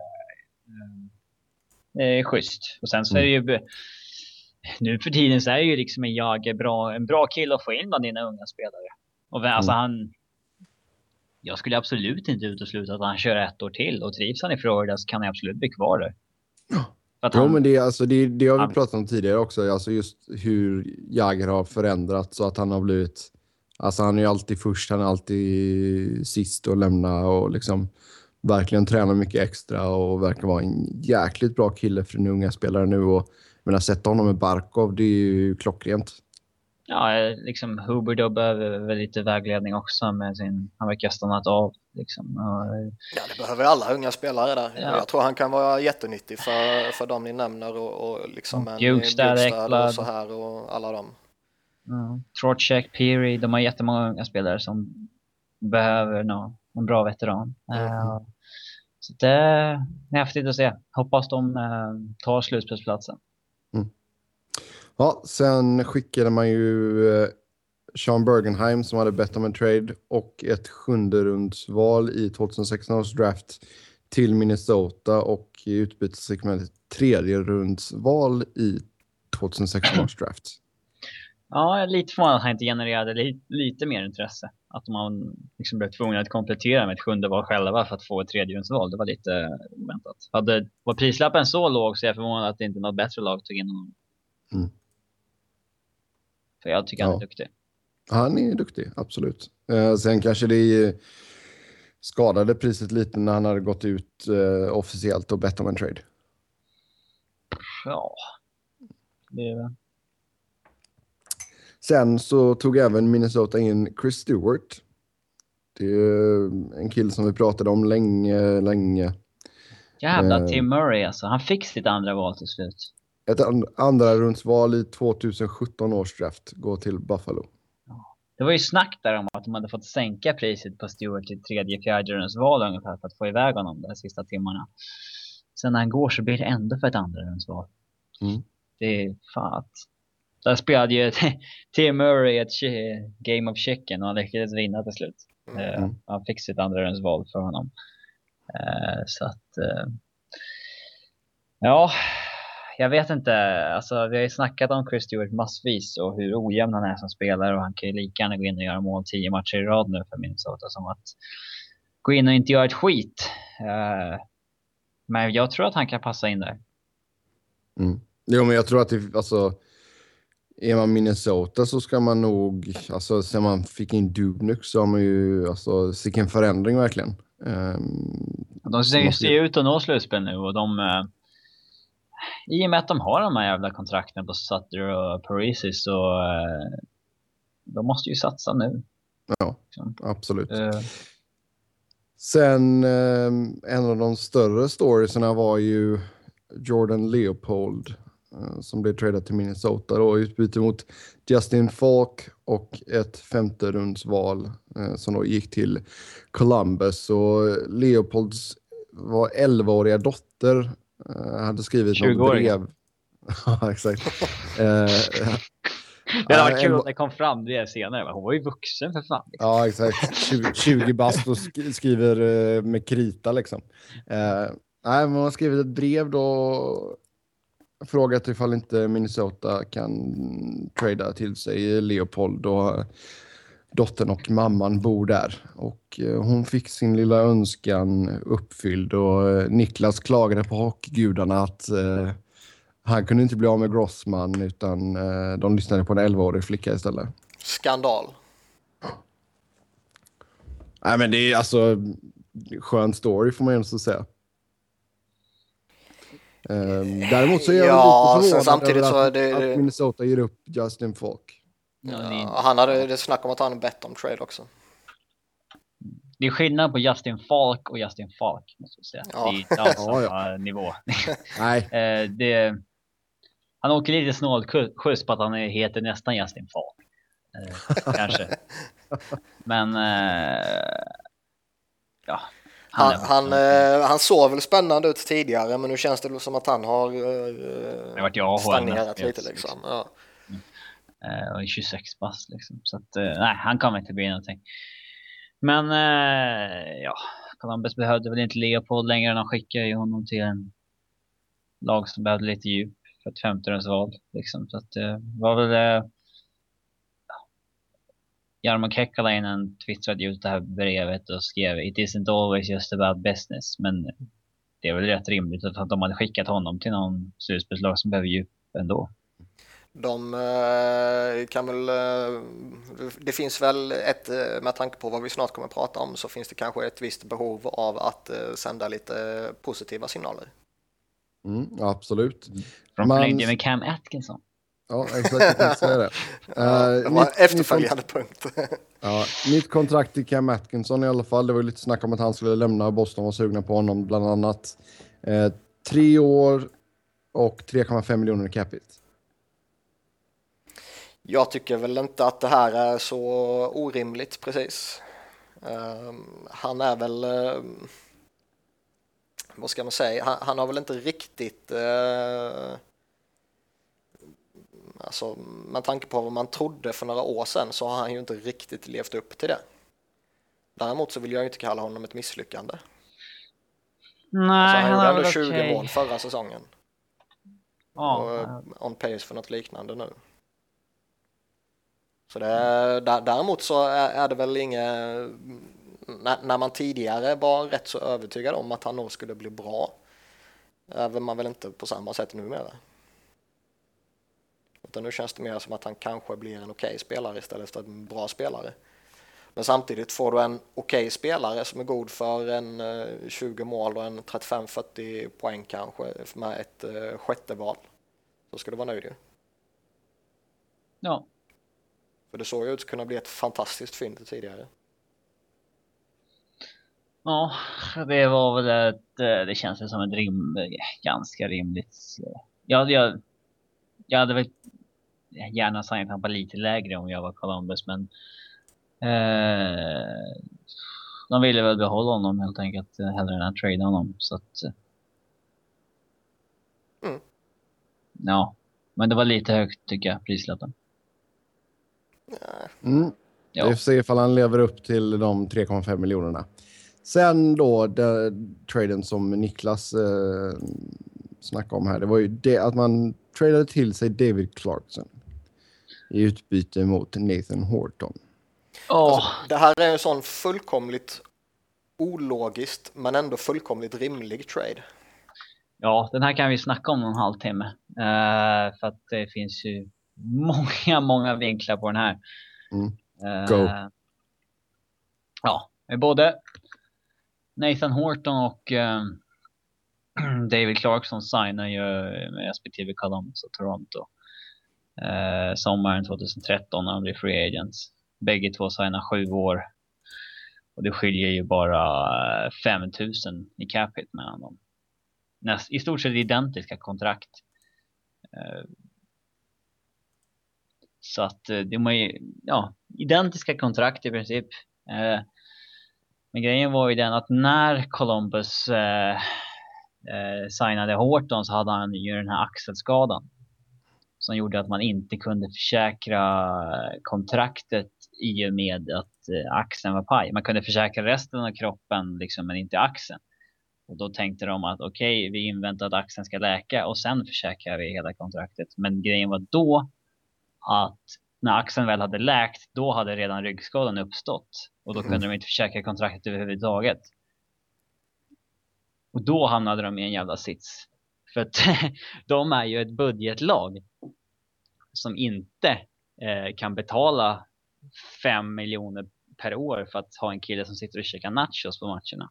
uh, uh, schysst. Och sen så är det ju nu för tiden så är ju liksom en Jagr bra, en bra kille att få in bland dina unga spelare. Och alltså mm. han jag skulle absolut inte utesluta att han kör ett år till, och trivs han i Florida så kan han absolut bli kvar där. Ja, han, men det, alltså, det, det har vi han, pratat om tidigare också. Alltså just hur Jagr har förändrats så att han har blivit... Alltså han är ju alltid först, han är alltid sist att lämna och liksom verkligen tränar mycket extra och verkar vara en jäkligt bra kille för en unga spelare nu. Och men att sätta honom med Barkov, det är ju klockrent. Ja, liksom Huber behöver väl lite vägledning också med sin, han verkar stannat av liksom. Ja, det behöver alla unga spelare där. Ja. Jag tror han kan vara jättenyttig för, för dem ni nämner och, och liksom en Bjugstad och så här och alla dem. Mm. Trocheck, Peary, de har jättemånga unga spelare som behöver no, en bra veteran. Mm. Uh, så det är häftigt att se. Hoppas de uh, tar slutspelsplatsen. Mm. Ja, sen skickade man ju eh, Sean Bergenheim som hade bett om en trade och ett sjunde rundsval i tjugohundrasexton års draft till Minnesota och i utbyte fick man ett tredje rundsval i tjugohundrasexton års draft. Ja, jag är lite förvånad att han inte genererade li- lite mer intresse. Att man liksom blev tvungen att komplettera med ett sjunde val själva för att få ett tredje rundsval. Det var lite oväntat. Hade, var prislappen så låg så är jag förvånad att det inte något bättre lag tog in honom. Mm. För jag tycker Ja. han är duktig. Han är duktig, absolut. Eh, sen kanske det skadade priset lite när han hade gått ut eh, officiellt och bett om en trade. Ja. Det är... Sen så tog även Minnesota in Chris Stewart. Det är en kill som vi pratade om länge, länge. Jävla Eh. Tim Murray alltså. Han fick sitt andra val till slut. Ett and- andra rundsval i tjugosjutton års draft går till Buffalo. Det var ju snack där om att de hade fått sänka priset på Stewart till tredje, fjärde rundsval ungefär för att få iväg honom de sista timmarna. Sen när han går så blir det ändå för ett andra rundsval. Mm. Det är fan. Där spelade ju Tim Murray ett game of chicken och han lyckades vinna till slut. Mm. Uh, han fick sitt andra rundsval för honom. Uh, så att... Uh, ja... Jag vet inte, alltså vi har ju snackat om Chris Stewart massvis och hur ojämn han är som spelare och han kan ju lika gärna gå in och göra mål tio matcher i rad nu för Minnesota som att gå in och inte göra ett skit. Uh, men jag tror att han kan passa in där. Mm. Jo, men jag tror att det, alltså, är man Minnesota så ska man nog, alltså sen man fick in Dubnyk så har man ju, alltså, vilken förändring verkligen. Um, de ser ju se ut att nå slutspel nu och de... Uh, I och med att de har de här jävla kontrakten på Sutter och Parisi så eh, de måste ju satsa nu. Ja, så. Absolut. Uh. Sen eh, en av de större storiesarna var ju Jordan Leopold eh, som blev tradad till Minnesota då, i utbyte mot Justin Falk och ett femte rundsval eh, som då gick till Columbus. Och Leopolds var elvaåriga dotter Uh, hade skrivit något brev. Ja, exakt. uh, det var uh, kul att det kom fram det senare. Hon var ju vuxen för fan. Liksom. Ja, exakt. tjugo, tjugo bast och sk- skriver uh, med krita liksom. Uh, nej, men man har skrivit ett brev då. Frågat ifall inte Minnesota kan trada till sig Leopold och dottern och mamman bor där. Och eh, hon fick sin lilla önskan uppfylld och eh, Niklas klagade på hockeygudarna att eh, han kunde inte bli av med Grossman utan eh, de lyssnade på en elvaårig flicka istället. Skandal. Nej, men det är alltså skön story får man ju så säga. Um, däremot så är jag ja, lite samtidigt så är det... att Minnesota ger upp Justin Falk. Ja, han hade det snack om att han bett om trade också. Det är skillnad på Justin Falk och Justin Falk måste jag säga. Ja. Det är inte alls samma ja, ja. nivå. Nej. det, han åker lite snålskjuts på att han heter nästan Justin Falk. Kanske. Men ja. Han, han, han, han såg väl spännande ut tidigare men nu känns det som att han har uh, stagnerat lite liksom. Ja. Uh, och tjugosex bast liksom. Så att, uh, nej, han kommer inte bli någonting. Men uh, ja, Columbus behövde väl inte Leopold längre. De skickade ju honom till en lag som behövde lite djup för ett femtonde-val liksom. Så att det uh, var väl uh, Jarmo Kekkalainen twittrade ut det här brevet och skrev It isn't always just about business. Men det är väl rätt rimligt att de hade skickat honom till någon slutspelslag som behöver djup ändå. De eh, kan väl, eh, det finns väl ett, med tanke på vad vi snart kommer att prata om så finns det kanske ett visst behov av att eh, sända lite positiva signaler. Mm, absolut. Från Man... förlängde med Cam Atkinson. Ja, exakt. Jag säga det. Ja, det var nytt, efterföljande nytt punkt. Ja, nytt kontrakt till Cam Atkinson i alla fall. Det var lite snack om att han skulle lämna Boston och sugna på honom bland annat. Eh, tre år och tre komma fem miljoner i capita. Jag tycker väl inte att det här är så orimligt precis. Uh, han är väl, uh, vad ska man säga, han, han har väl inte riktigt, uh, Alltså, med tanke på vad man trodde för några år sedan så har han ju inte riktigt levt upp till det. Däremot så vill jag ju inte kalla honom ett misslyckande. Nej, alltså, han, han gjorde är ändå väl tjugo okej. mål förra säsongen. Ja, Och on pace för något liknande nu. Så det, däremot så är, är det väl inget... När, när man tidigare var rätt så övertygad om att han nog skulle bli bra, är man väl inte på samma sätt numera. Utan nu känns det mer som att han kanske blir en okej spelare istället för en bra spelare. Men samtidigt får du en okej spelare som är god för en tjugo mål och en trettiofem fyrtio poäng kanske med ett uh, sjätte val. Så ska du vara nöjd ju. ja. För det såg ju ut att kunna bli ett fantastiskt fynd tidigare. Ja, det var väl ett, det känns väl som ett rim, ganska rimligt. Jag, jag, jag hade väl gärna signat han på lite lägre om jag var Columbus, men eh, de ville väl behålla honom helt enkelt hellre än att trada honom. Så att, mm. ja, men det var lite högt tycker jag, prislappen. Mm. Ja. Vi får se ifall han lever upp till de tre komma fem miljonerna. Sen då, den traden som Niklas eh, snackade om här, det var ju det att man tradade till sig David Clarkson i utbyte mot Nathan Horton. Oh. Alltså, det här är en sån fullkomligt ologiskt men ändå fullkomligt rimlig trade. Ja, den här kan vi snacka om en halvtimme. Uh, för att det finns ju många, många vinklar på den här. Mm. Go. Uh, ja, både Nathan Horton och uh, David Clarkson signar ju med respektive Columbus och Toronto uh, sommaren tjugohundratretton när de blir free agents. Bägge två signar sju år. Och det skiljer ju bara fem tusen i cap hit mellan dem. Näst, i stort sett identiska kontrakt. Uh, så att det var ju, ja, identiska kontrakt i princip. Uh, men grejen var ju den att när Columbus uh, uh, signade Horton så hade han ju den här axelskadan. Som gjorde att man inte kunde försäkra kontraktet i och med att uh, axeln var paj. Man kunde försäkra resten av kroppen liksom, men inte axeln. Och då tänkte de att okej, okay, vi inväntar att axeln ska läka och sen försäkrar vi hela kontraktet. Men grejen var då att när axeln väl hade läkt, då hade redan ryggskadan uppstått. Och då kunde mm. de inte försäkra kontraktet överhuvudtaget. Och då hamnade de i en jävla sits. För att de är ju ett budgetlag som inte eh, kan betala fem miljoner per år för att ha en kille som sitter och käkar nachos på matcherna.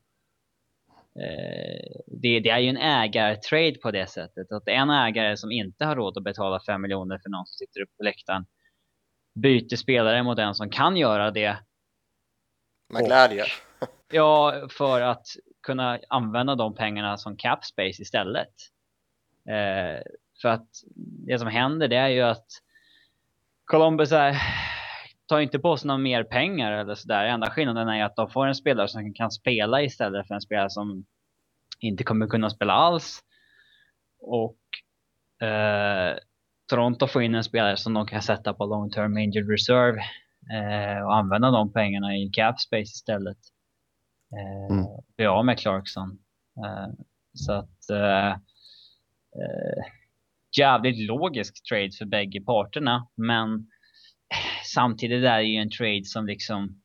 Det, det är ju en ägartrade på det sättet att en ägare som inte har råd att betala fem miljoner för någon som sitter uppe på läktaren byter spelare mot en som kan göra det med glädje. Och, ja, för att kunna använda de pengarna som cap space istället. Eh, för att det som händer det är ju att Columbus är, tar inte på sig några mer pengar eller sådär. Enda skillnaden är att de får en spelare som kan spela istället för en spelare som inte kommer kunna spela alls. Och eh, Toronto får in en spelare som de kan sätta på long term injured reserve eh, och använda de pengarna i cap space istället. Eh, mm. Vi har med Clarkson. Eh, så att eh, eh, jävligt logisk trade för bägge parterna, men samtidigt är det ju en trade som liksom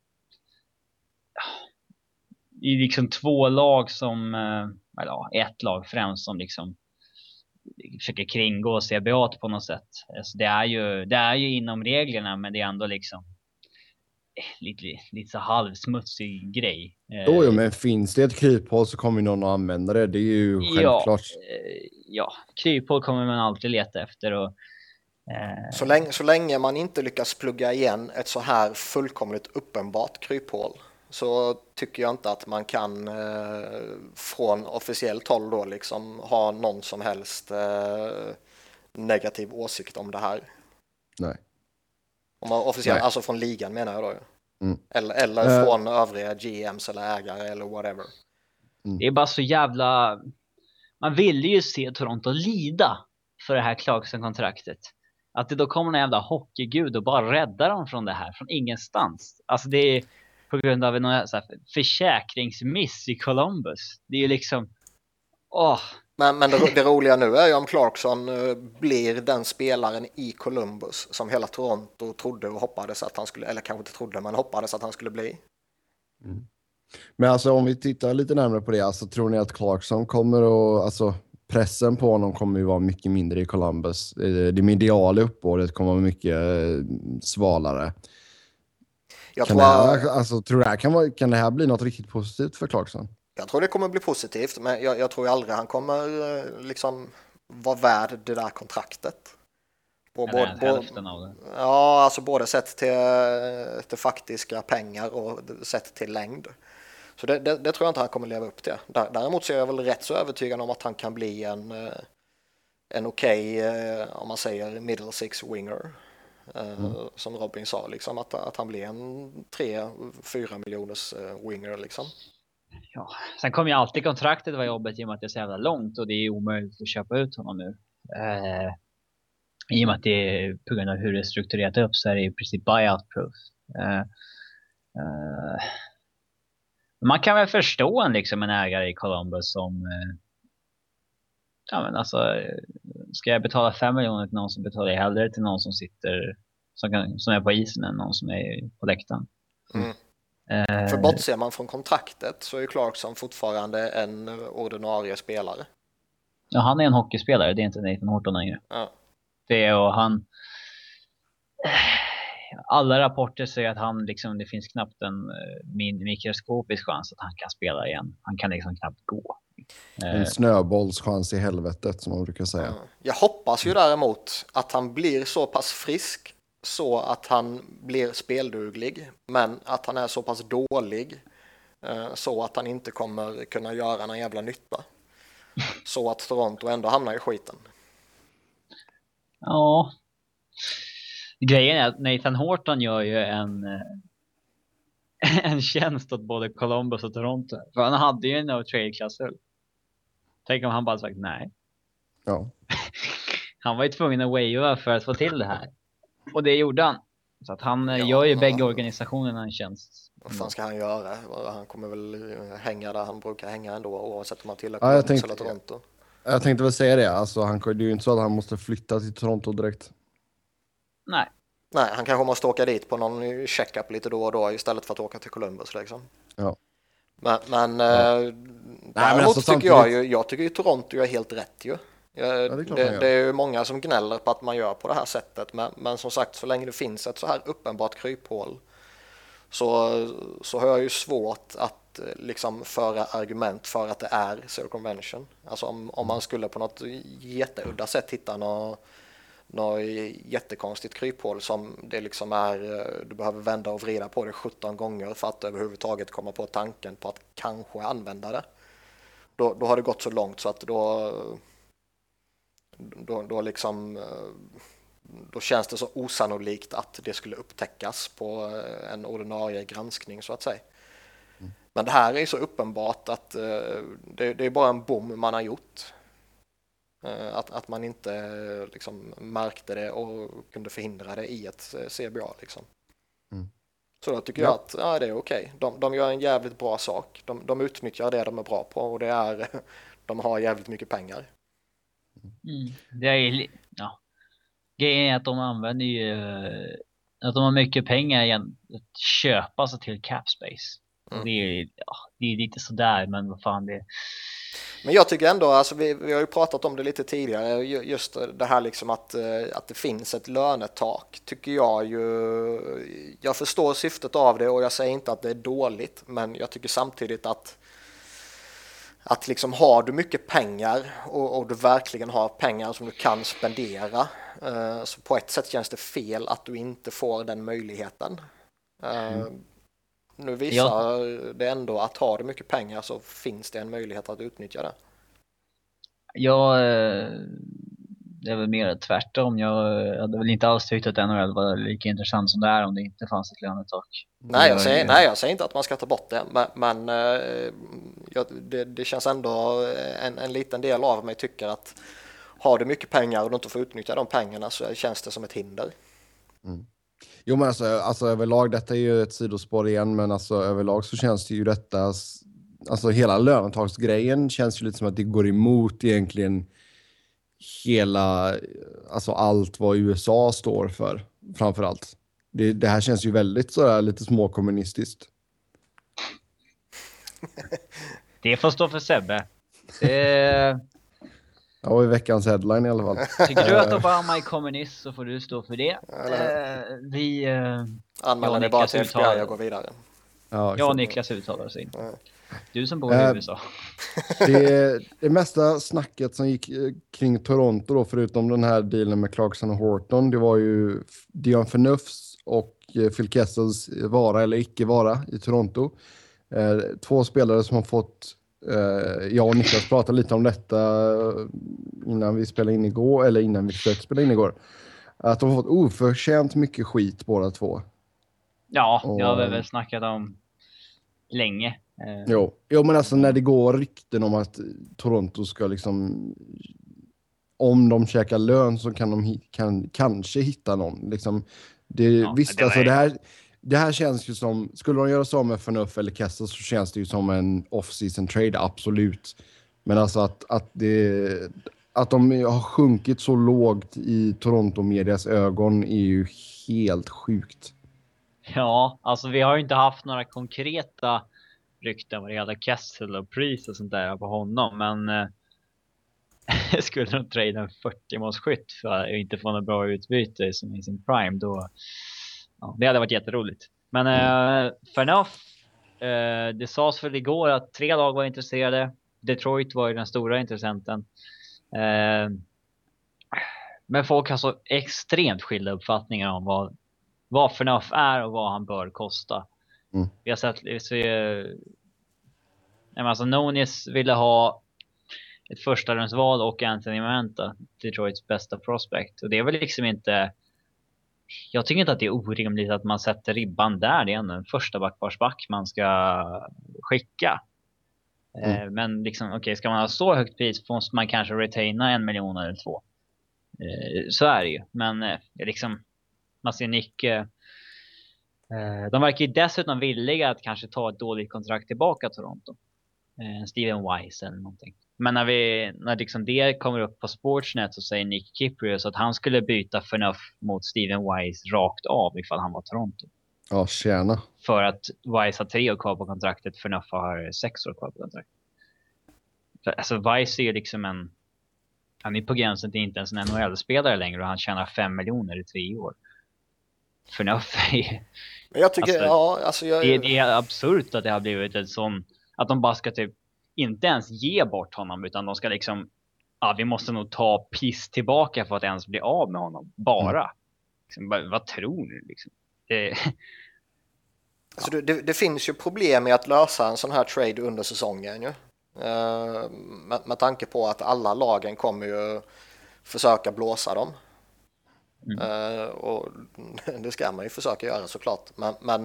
i liksom två lag som eller ett lag främst som liksom försöker kringgå C B A på något sätt. Alltså det är ju det är ju inom reglerna, men det är ändå liksom lite lite så halvsmutsig grej. Jo, jo, men finns det ett kryphål så kommer någon att använda det. Det är ju självklart. Ja, ja kryphål kommer man alltid leta efter och Så länge, så länge man inte lyckas plugga igen ett så här fullkomligt uppenbart kryphål så tycker jag inte att man kan eh, från officiellt håll då liksom ha någon som helst eh, negativ åsikt om det här. Nej. Om man officiellt, Nej. Alltså från ligan menar jag då. Mm. Eller, eller uh. från övriga G M's eller ägare eller whatever. Mm. Det är bara så jävla... Man ville ju se Toronto lida för det här Clarkson-kontraktet. Att det då kommer en jävla hockeygud och bara räddar dem från det här, från ingenstans. Alltså det är på grund av en så här försäkringsmiss i Columbus. Det är ju liksom, åh. Men, men det, det roliga nu är ju om Clarkson uh, blir den spelaren i Columbus som hela Toronto trodde och hoppades att han skulle, eller kanske inte trodde, men hoppades att han skulle bli. Mm. Men alltså om vi tittar lite närmare på det, alltså tror ni att Clarkson kommer att, alltså pressen på honom kommer ju vara mycket mindre i Columbus. Det mediala uppbådet kommer vara mycket svalare. Jag kan, tror, det här, alltså, tror det här kan, vara, kan det här bli något riktigt positivt för Clarkson? Jag tror det kommer bli positivt, men jag, jag tror aldrig han kommer liksom vara värd det där kontraktet. På både, hälften av det. Ja, alltså både sett till, till faktiska pengar och sett till längd. Så det, det, det tror jag inte han kommer leva upp till. Däremot så är jag väl rätt så övertygad om att han kan bli en, en okej, okay, om man säger middle six winger. Mm. Som Robin sa, liksom, att, att han blir en tre fyra miljoners winger liksom. Ja, sen kommer ju alltid kontraktet vara jobbet i och med att det är så jävla långt och det är omöjligt att köpa ut honom nu. Eh, I och med att det är på grund av hur det är strukturerat upp så är det i princip buyout proof. Eh, eh, man kan väl förstå en, liksom, en ägare i Columbus som eh, ja men alltså ska jag betala fem miljoner till någon som betalar jag hellre till någon som sitter som, kan, som är på isen än någon som är på läktaren. Mm. Eh, För bortser man från kontraktet så är Clarkson fortfarande en ordinarie spelare. Ja, han är en hockeyspelare, det är inte Nathan Horton längre. Ja. Det är och han alla rapporter säger att han liksom, det finns knappt en min, mikroskopisk chans att han kan spela igen. Han kan liksom knappt gå. En snöbollschans i helvetet som man brukar säga. Jag hoppas ju däremot att han blir så pass frisk så att han blir spelduglig, men att han är så pass dålig så att han inte kommer kunna göra någon jävla nytta. Så att Toronto ändå hamnar i skiten. Ja. Grejen är att Nathan Horton gör ju en en tjänst åt både Columbus och Toronto. För han hade ju en no trade klausul. Tänk om han bara sagt nej. Ja. Han var ju tvungen att waiva för att få till det här. Och det gjorde han. Så att han ja, gör ju ja. bägge organisationerna en tjänst. Vad fan ska han göra? Han kommer väl hänga där han brukar hänga ändå oavsett om han tillhör ja, Columbus tänkte, eller Toronto. Jag, jag tänkte väl säga det. Alltså, han, det är ju inte så att han måste flytta till Toronto direkt. Nej. Nej, han kanske måste åka dit på någon check-up lite då och då istället för att åka till Columbus liksom. Ja. Men, men ja. äh, Nej, däremot men alltså, tycker samtidigt... jag ju, jag tycker ju Toronto är helt rätt ju. Jag, ja, det, är det, det är ju många som gnäller på att man gör på det här sättet, men, men som sagt, så länge det finns ett så här uppenbart kryphål så, så har jag ju svårt att liksom föra argument för att det är circumvention. Alltså om, om man skulle på något jätteudda sätt hitta något något jättekonstigt kryphål som det liksom är, du behöver vända och vrida på det sjutton gånger för att överhuvudtaget komma på tanken på att kanske använda det. Då, då har det gått så långt så att då då, då liksom då känns det så osannolikt att det skulle upptäckas på en ordinarie granskning så att säga. Mm. Men det här är så uppenbart att det, det är bara en bom man har gjort. Att, att man inte liksom märkte det och kunde förhindra det i ett C B A liksom. Mm. Så då tycker ja. jag att ja, det är okej. Okay. De, de gör en jävligt bra sak. De, de utnyttjar det de är bra på och det är de har jävligt mycket pengar. Mm. Det är ja. Grejen är att de använder ju att de har mycket pengar igen att köpa sig till cap space. Mm. Och det är ja, det är lite sådär, men vad fan det är. Men jag tycker ändå, alltså vi, vi har ju pratat om det lite tidigare, just det här liksom att, att det finns ett lönetak tycker jag ju, jag förstår syftet av det och jag säger inte att det är dåligt, men jag tycker samtidigt att att liksom har du mycket pengar och, och du verkligen har pengar som du kan spendera, eh, så på ett sätt känns det fel att du inte får den möjligheten. Eh, mm. Nu visar ja. det ändå att har du mycket pengar så finns det en möjlighet att utnyttja det. Ja, det är väl mer tvärtom. Jag hade väl inte alls tyckt att N H L var lika intressant som det är om det inte fanns ett lönetak. Nej, jag säger, nej, jag säger inte att man ska ta bort det, men, men ja, det, det känns ändå en, en liten del av mig tycker att har du mycket pengar och du inte får utnyttja de pengarna så känns det som ett hinder. Mm. Jo, men alltså, alltså överlag, detta är ju ett sidospår igen, men alltså överlag så känns det ju detta, alltså hela lönetagsgrejen känns ju lite som att det går emot egentligen hela, alltså allt vad U S A står för, framförallt. Det, det här känns ju väldigt sådär lite småkommunistiskt. Det får stå för Sebbe. Det... Ja, i veckans headline i alla fall. Tycker du att Obama är kommunist så får du stå för det. Eh, vi... Eh, Anmäla dig bara till F B I och gå vidare. Ja, ja, Niklas uttalar sig. Mm. Du som bor i eh, U S A. Det, det mesta snacket som gick kring Toronto då, förutom den här dealen med Clarkson och Horton, det var ju Dion Phaneufs och Phil Kessels vara eller icke vara i Toronto. Eh, två spelare som har fått, eh, jag och Niklas pratade lite om detta innan vi spelade in igår, eller innan vi försökte spela in igår. Att de har fått oförtjänt mycket skit båda två. Ja, och, det har vi väl snackat om länge. Eh. Jo. jo, men alltså när det går rykten om att Toronto ska liksom, om de käkar lön så kan de kan, kanske hitta någon. Liksom, det, Ja, visst, det, alltså det här, det här känns ju som, skulle de göra så med Phaneuf eller Kessel så känns det ju som en off-season trade, absolut. Men alltså att, att, det, att de har sjunkit så lågt i Toronto-medias ögon är ju helt sjukt. Ja, alltså vi har ju inte haft några konkreta rykten vad det gäller Kessel och pris och sånt där på honom, men eh, skulle de trada en fyrtio-målsskytt för att inte få något bra utbyte som i sin prime, då ja, det hade varit jätteroligt. Men eh, Phaneuf, eh, det sades väl igår att tre lag var intresserade. Detroit var ju den stora intressenten. Eh, men folk har så extremt skilda uppfattningar om vad vad Phaneuf är och vad han bör kosta. Mm. Vi har sett så, eh, alltså Nonis ville ha ett första rundsval och Anthony Manta, Detroits bästa prospect. Och det är väl liksom inte, jag tycker inte att det är orimligt att man sätter ribban där. Det är en första backparsback man ska skicka. Mm. Eh, men liksom, okej, okay, ska man ha så högt pris måste man kanske retaina en miljon eller två. Eh, så är det ju. Men eh, liksom man ser Nick, eh, de verkar ju dessutom villiga att kanske ta ett dåligt kontrakt tillbaka Toronto. Eh, Steven Weiss eller någonting. Men när vi när liksom det kommer upp på Sportsnet så säger Nick Kypreos att han skulle byta Phaneuf mot Steven Weiss rakt av ifall han var Toronto. Ja, tjäna. För att Weiss har tre år kvar på kontraktet, Phaneuf har sex år kvar på kontraktet. För, alltså Weiss är ju liksom en, han är på gränsen till inte ens en N H L-spelare längre och han tjänar fem miljoner i tre år. Phaneuf är... Jag tycker, alltså, ja, alltså jag... det, det är absurt att det har blivit ett sån, att de bara ska typ inte ens ge bort honom, utan de ska liksom, ja, vi måste nog ta piss tillbaka för att ens bli av med honom. Bara. Mm. Liksom, vad, vad tror du liksom? Det... Alltså, det, det finns ju problem med att lösa en sån här trade under säsongen ju. Uh, med, med tanke på att alla lagen kommer ju försöka blåsa dem. Mm. Uh, och det ska man ju försöka göra såklart. Men, men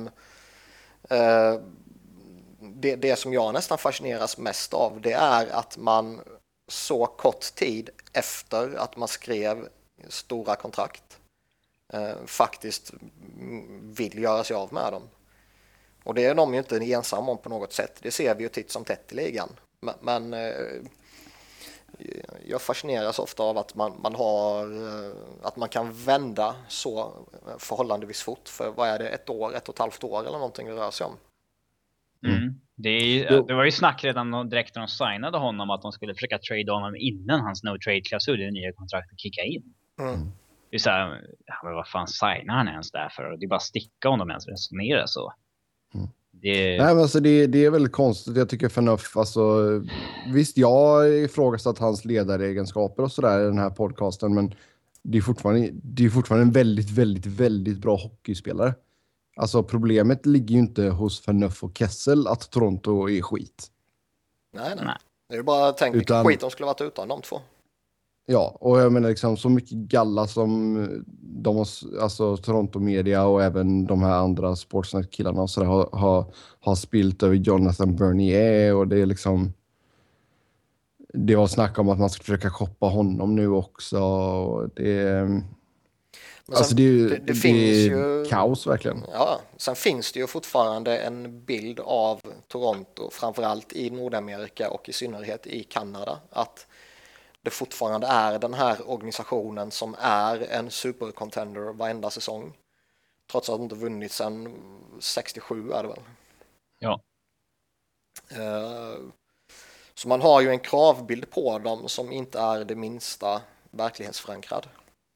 uh, det, det som jag nästan fascineras mest av, det är att man så kort tid efter att man skrev stora kontrakt uh, faktiskt vill göra sig av med dem. Och det är de ju inte ensamma om på något sätt. Det ser vi ju titt som tätt i ligan. Men, men uh, jag fascineras ofta av att man, man har att man kan vända så förhållandevis fort. För vad är det, ett år, ett och ett halvt år eller någonting det rör sig om. Mm. Det, är ju, det var ju snack redan direkt när de signade honom att de skulle försöka trade honom innan hans no trade klausul i det nya kontraktet kickar in. Mm. Det är så här, men vad fan signar han ens där för? Det är bara sticka om de ens resonerar så. Mm. Det... Nej, men alltså det, det är väldigt konstigt. Jag tycker Phaneuf, alltså, visst, jag har ifrågasatt hans ledaregenskaper och sådär i den här podcasten, men det är fortfarande, det är fortfarande en väldigt, väldigt, väldigt bra hockeyspelare. Alltså problemet ligger ju inte hos Phaneuf och Kessel att Toronto är skit. Nej, nej. nej. Det är ju bara att tänka vilken skit de skulle varit utan de två. Ja, och jag menar liksom så mycket galla som de har, alltså Toronto Media och även de här andra Sportsnet-killarna och sådär har, har, har spilt över Jonathan Bernier, och det är liksom det var snack om att man ska försöka shoppa honom nu också. Det, alltså sen, det, är ju- det, det det finns är ju kaos verkligen. Ja, sen finns det ju fortfarande en bild av Toronto, framförallt i Nordamerika och i synnerhet i Kanada, att det fortfarande är den här organisationen som är en supercontender varenda säsong. Trots att de inte vunnit sedan sextiosju är det väl. Ja. Eh, Så man har ju en kravbild på dem som inte är det minsta verklighetsförankrad.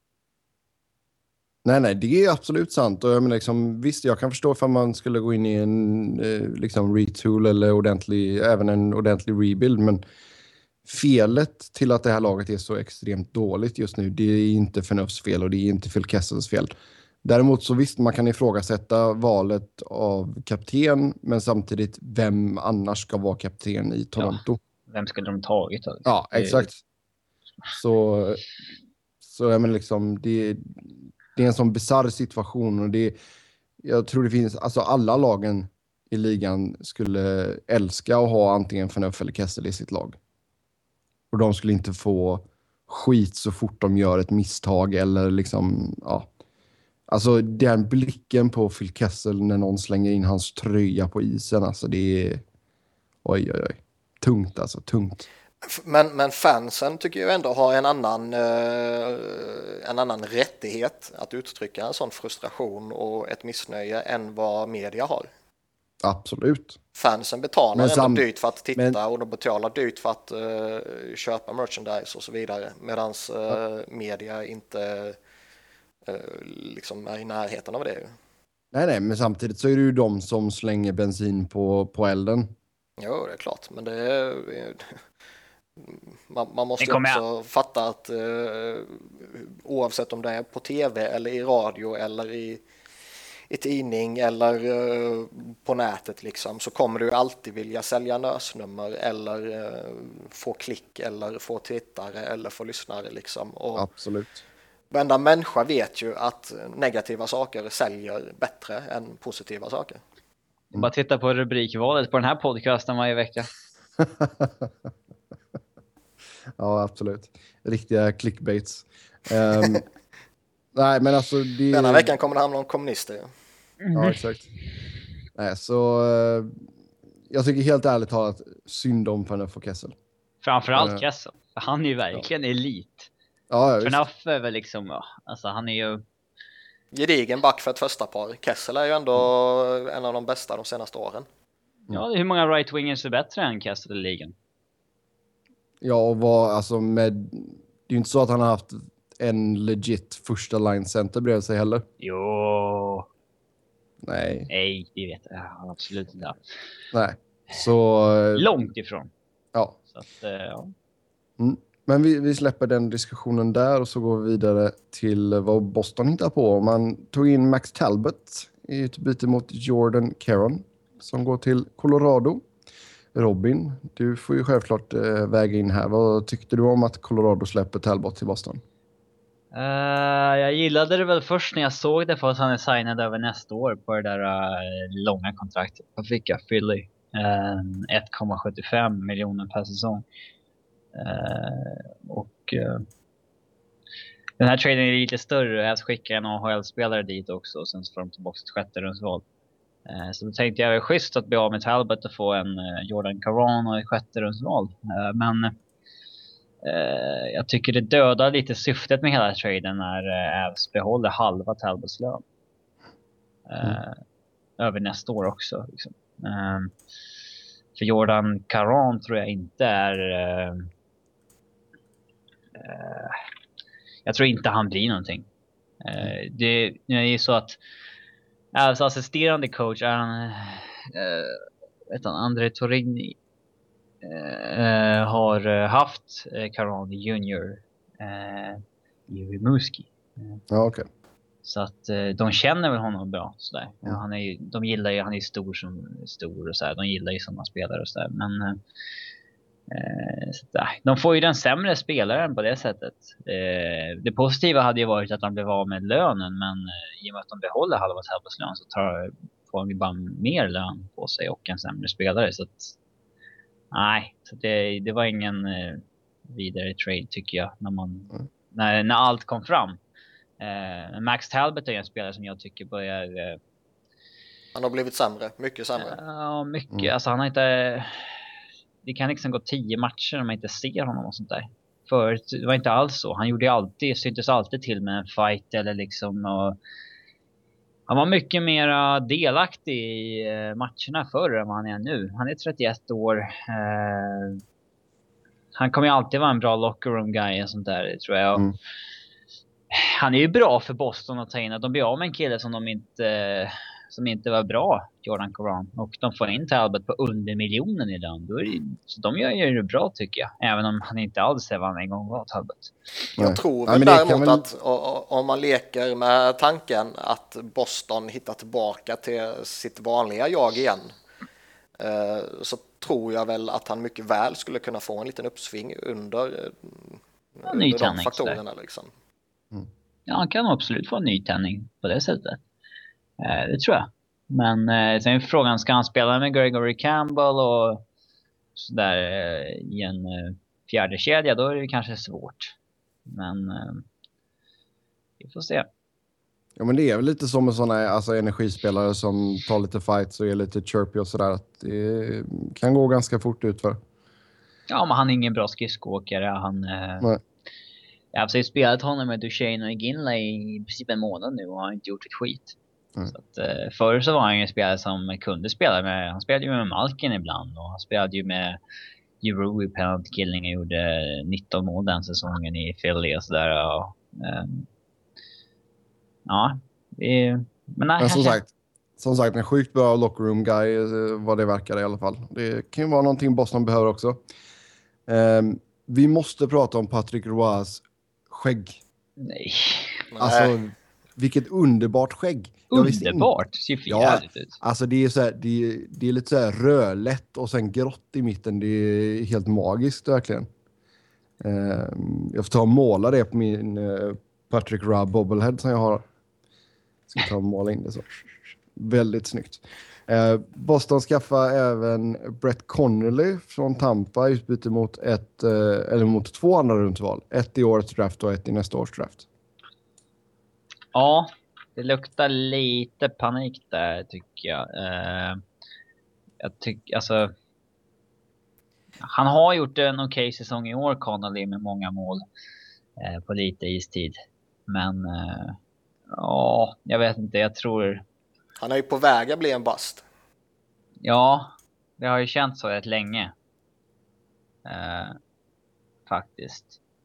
Nej, nej, det är absolut sant. Och jag menar, liksom, visst, jag kan förstå om man skulle gå in i en eh, liksom retool eller ordentlig, även en ordentlig rebuild, men felet till att det här laget är så extremt dåligt just nu, det är inte Phaneufs fel och det är inte Phil Kessels fel. Däremot så visst, man kan ifrågasätta valet av kapten, men samtidigt, vem annars ska vara kapten i Toronto? Ja, vem skulle de tagit då? Ja, exakt. Så, så jag menar liksom, det, det är en sån bizarr situation och det, jag tror det finns, alltså alla lagen i ligan skulle älska att ha antingen Phaneuf eller Kessel i sitt lag. Och de skulle inte få skit så fort de gör ett misstag eller liksom, ja. Alltså den blicken på Phil Kessel när någon slänger in hans tröja på isen, alltså det är, oj oj oj, tungt alltså, tungt. Men, men fansen tycker jag ändå har en annan, eh, en annan rättighet att uttrycka en sån frustration och ett missnöje än vad media har. Absolut. Fansen betalar Men sam- ändå dyrt för att titta men- och de betalar dyrt för att eh, köpa merchandise och så vidare. Medan eh, media inte eh, liksom är i närheten av det. Ju. Nej, nej, men samtidigt så är det ju de som slänger bensin på, på elden. Jo, det är klart, men det är... Man, man måste Det kommer också fatta att eh, oavsett om det är på tv eller i radio eller i, i tidning eller eh, på nätet liksom, så kommer du alltid vilja sälja lösnummer eller eh, få klick eller få tittare eller få lyssnare liksom. Och Absolut. varenda människa vet ju att negativa saker säljer bättre än positiva saker. Mm. Bara titta på rubrikvalet på den här podcasten varje vecka. Ja, absolut. Riktiga clickbaits. Um, nej, men alltså... Det... Denna veckan kommer det handla om kommunister. Mm. Ja, exakt. Nej, så... Uh, jag tycker helt ärligt talat synd om Phaneuf och Kessel. Framförallt Uh, Kessel. Han är ju verkligen ja. elit. Ja, ja, Phaneuf är väl liksom... Ja, alltså han är ju... Gedigen back för ett första par. Kessel är ju ändå mm. en av de bästa de senaste åren. Ja, hur många right-wingers är bättre än Kessel i ligan? Ja, och vad, alltså med... Det är ju inte så att han har haft en legit första line center bredvid sig heller. Jo. Nej. Nej, det vet jag. Ja, absolut inte. Nej. Så... Långt ifrån. Ja. Så att, ja. Mm. Men vi, vi släpper den diskussionen där och så går vi vidare till vad Boston hittar på. Man tog in Max Talbot i ett byte mot Jordan Caron som går till Colorado. Robin, du får ju självklart äh, väga in här. Vad tyckte du om att Colorado släpper Talbot till Boston? Uh, jag gillade det väl först när jag såg det för att han är signad över nästa år på det där uh, långa kontraktet. Vad fick jag? Philly. Uh, ett komma sjuttiofem miljoner per säsong. Uh, och uh, den här traden är lite större. Jag skickar en A H L-spelare dit också och sen så får de tillbaka ett sjätte rundsval. Uh, så då tänkte jag, det är schysst att bli av med Talbot och få en uh, Jordan Caron och ett sjätte rundsval. Uh, men uh, jag tycker det dödar lite syftet med hela traden när uh, Avs behåller halva Talbots lön. Uh, mm. Över nästa år också. Liksom. Uh, för Jordan Caron tror jag inte är... Uh, uh, jag tror inte han blir någonting. Uh, det, det är ju så att Avs assisterande coach är han, uh, vet han, André Torigny uh, har haft uh, Caron junior uh, i Rimouski. Uh, ja, okej. Okay. Så att uh, de känner väl honom bra sådär. Mm. Ja, han är ju, de gillar ju, han är stor som stor och så här. De gillar ju sådana spelare och sådär. Men uh, uh, så där. De får ju den sämre spelaren på det sättet. Uh, det positiva hade ju varit att de blev av med lönen, men uh, i och med att de behåller halva Talbots lön så tar, får de ju bara mer lön på sig och en sämre spelare. Så att Nej, så det, det var ingen eh, vidare trade tycker jag när man mm. när, när allt kom fram. Eh, Max Talbot är en spelare som jag tycker börjar eh, han har blivit sämre, mycket sämre. Ja, uh, mycket. Mm. Alltså han har inte det kan liksom gå tio matcher om man inte ser honom och sånt där. Förut det var inte alls så. Han gjorde alltid syntes alltid till med en fight eller liksom och han var mycket mer delaktig i matcherna förr än vad han är nu. Han är trettioett år. Uh, han kommer ju alltid vara en bra locker room guy och sånt där, tror jag. Mm. Han är ju bra för Boston att ta in att de blir av med en kille som de inte som inte var bra, Jordan Caron, och de får in Talbot på under miljonen i lön. Då är det, så de gör ju det bra tycker jag, även om han inte alls är vad han en gång var, Talbot. Jag tror väl ja, däremot väl... att om man leker med tanken att Boston hittar tillbaka till sitt vanliga jag igen, så tror jag väl att han mycket väl skulle kunna få en liten uppsving under, ja, under de faktorerna liksom. Mm. Ja, han kan absolut få en nytändning på det sättet. Eh, det tror jag. Men eh, sen är frågan, ska han spela med Gregory Campbell och sådär eh, i en eh, fjärde kedja, då är det kanske svårt. Men eh, vi får se. Ja, men det är väl lite som med sådana alltså, energispelare som tar lite fights och är lite chirpy och sådär. Att det kan gå ganska fort ut för. Ja, men han är ingen bra skridskoåkare. Han... Eh, Nej. Jag har spelat honom med Duchene och Ginla i princip en månad nu och har inte gjort ett skit. Mm. Så att, eh, förr så var han ju en spelare som kunde spela med, han spelade ju med Malkin ibland och han spelade ju med Giroux i penalty killing och gjorde nitton mål den säsongen i Philly och sådär. Och, eh, ja, det, men, nej, men som sagt, som sagt en sjukt bra locker room guy vad det verkar i alla fall. Det kan ju vara någonting Boston behöver också. Eh, vi måste prata om Patrick Roys skägg. Nej. Alltså, vilket underbart skägg. Underbart? Ser för ja, jävligt ut. Alltså det är, så här, det, är, det är lite så här rödlätt och sen grått i mitten. Det är helt magiskt verkligen. Uh, jag får ta och måla det på min uh, Patrick Roy bobblehead som jag har. Ska ta och måla in det så. Väldigt snyggt. Uh, Boston skaffar även Brett Connolly från Tampa i utbyte mot ett uh, eller mot två andra rundsval. Ett i årets draft och ett i nästa års draft. Ja, det luktar lite panik där tycker jag. Uh, jag tycker alltså han har gjort en okej okay säsong i år, Connolly, med många mål uh, på lite istid. Men uh, ja, jag vet inte, jag tror han är ju på väg att bli en bust. Ja, det har ju känts så rätt länge. Uh, faktiskt.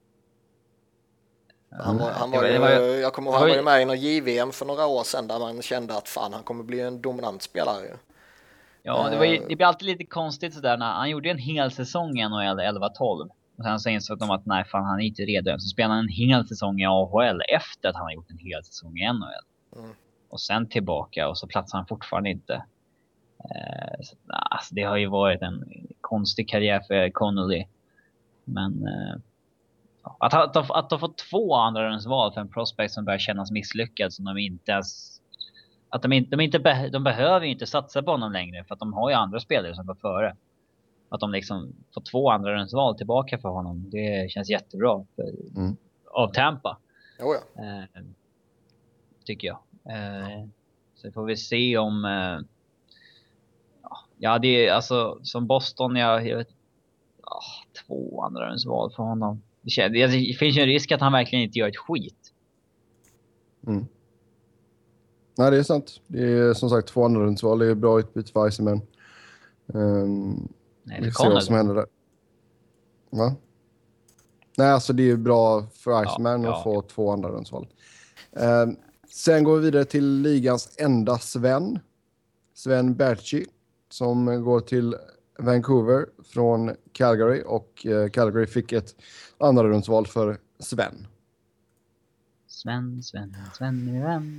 Han var, han var ju, jag kommer ihåg han var ju med i någon J V M för några år sedan där man kände att fan, han kommer bli en dominant spelare. Ja, det, var ju, det blir alltid lite konstigt sådär när han gjorde en hel säsong i N H L elva tolv. Och sen så insåg de att nej fan, han är inte redo än. Så spelade han en hel säsong i A H L efter att han har gjort en hel säsong i N H L. Mm. Och sen tillbaka och så platsar han fortfarande inte. Eh, så, alltså, det har ju varit en konstig karriär för Connolly. Men... Eh, Att, att, de, att de får två andra rundsval för en prospect som börjar kännas misslyckad, som de inte ens, att de inte, de inte be, de behöver ju inte satsa på honom längre för att de har ju andra spelare som går före. Att de liksom får två andra rundsval tillbaka för honom, det känns jättebra för, mm. av Tampa. Oh ja. eh, tycker jag. Eh, så får vi se om eh, ja, det är alltså som Boston, jag, jag vet, oh, två andra rundsval för honom. Det finns ju en risk att han verkligen inte gör ett skit. Mm. Nej, det är sant. Det är som sagt två andra rundsval. Det är bra utbyte för Iceman. Um, Nej, vi får se vad som händer där. Va? Nej, alltså det är bra för Iceman ja, att ja. få två andra rundsval. Um, sen går vi vidare till ligans enda Sven. Sven Berchi. Som går till Vancouver från Calgary. Och uh, Calgary fick ett andra rundsval för Sven. Sven, Sven, Sven, min vän.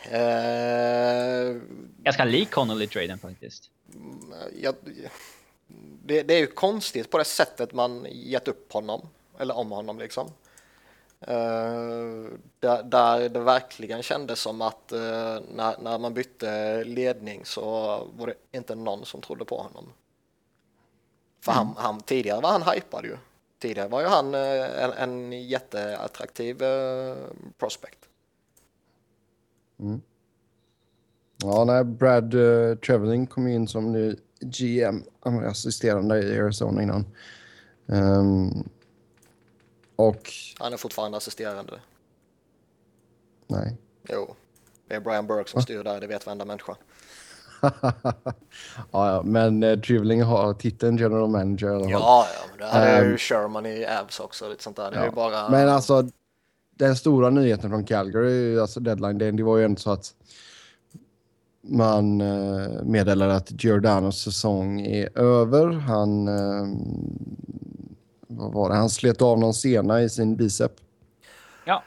Uh, Ganska lik Connolly-traden faktiskt. Ja, det, det är ju konstigt på det sättet man gett upp honom. Eller om honom liksom. Uh, där, där det verkligen kändes som att uh, när, när man bytte ledning så var det inte någon som trodde på honom. För Mm. han, han, tidigare var han hypad ju. Tidigare var ju han eh, en, en jätteattraktiv eh, prospect. Mm. Ja, när Brad uh, Treveling kom in som ny G M, han var assisterande i Arizona innan. Um, och... Han är fortfarande assisterande. Nej. Jo, det är Brian Burke som styr där, det vet varenda människa. ja, ja, men uh, Treveling har titeln general manager i alla fall. Ja, ja, men det hade Um, ju Sherman i Avs också, lite sånt där. Det är ja. ju bara... Men alltså, den stora nyheten från Calgary, alltså deadline, det, det var ju inte så att man uh, meddelade att Giordanos säsong är över. Han, uh, vad var det? Han slet av någon sena i sin bicep. Ja.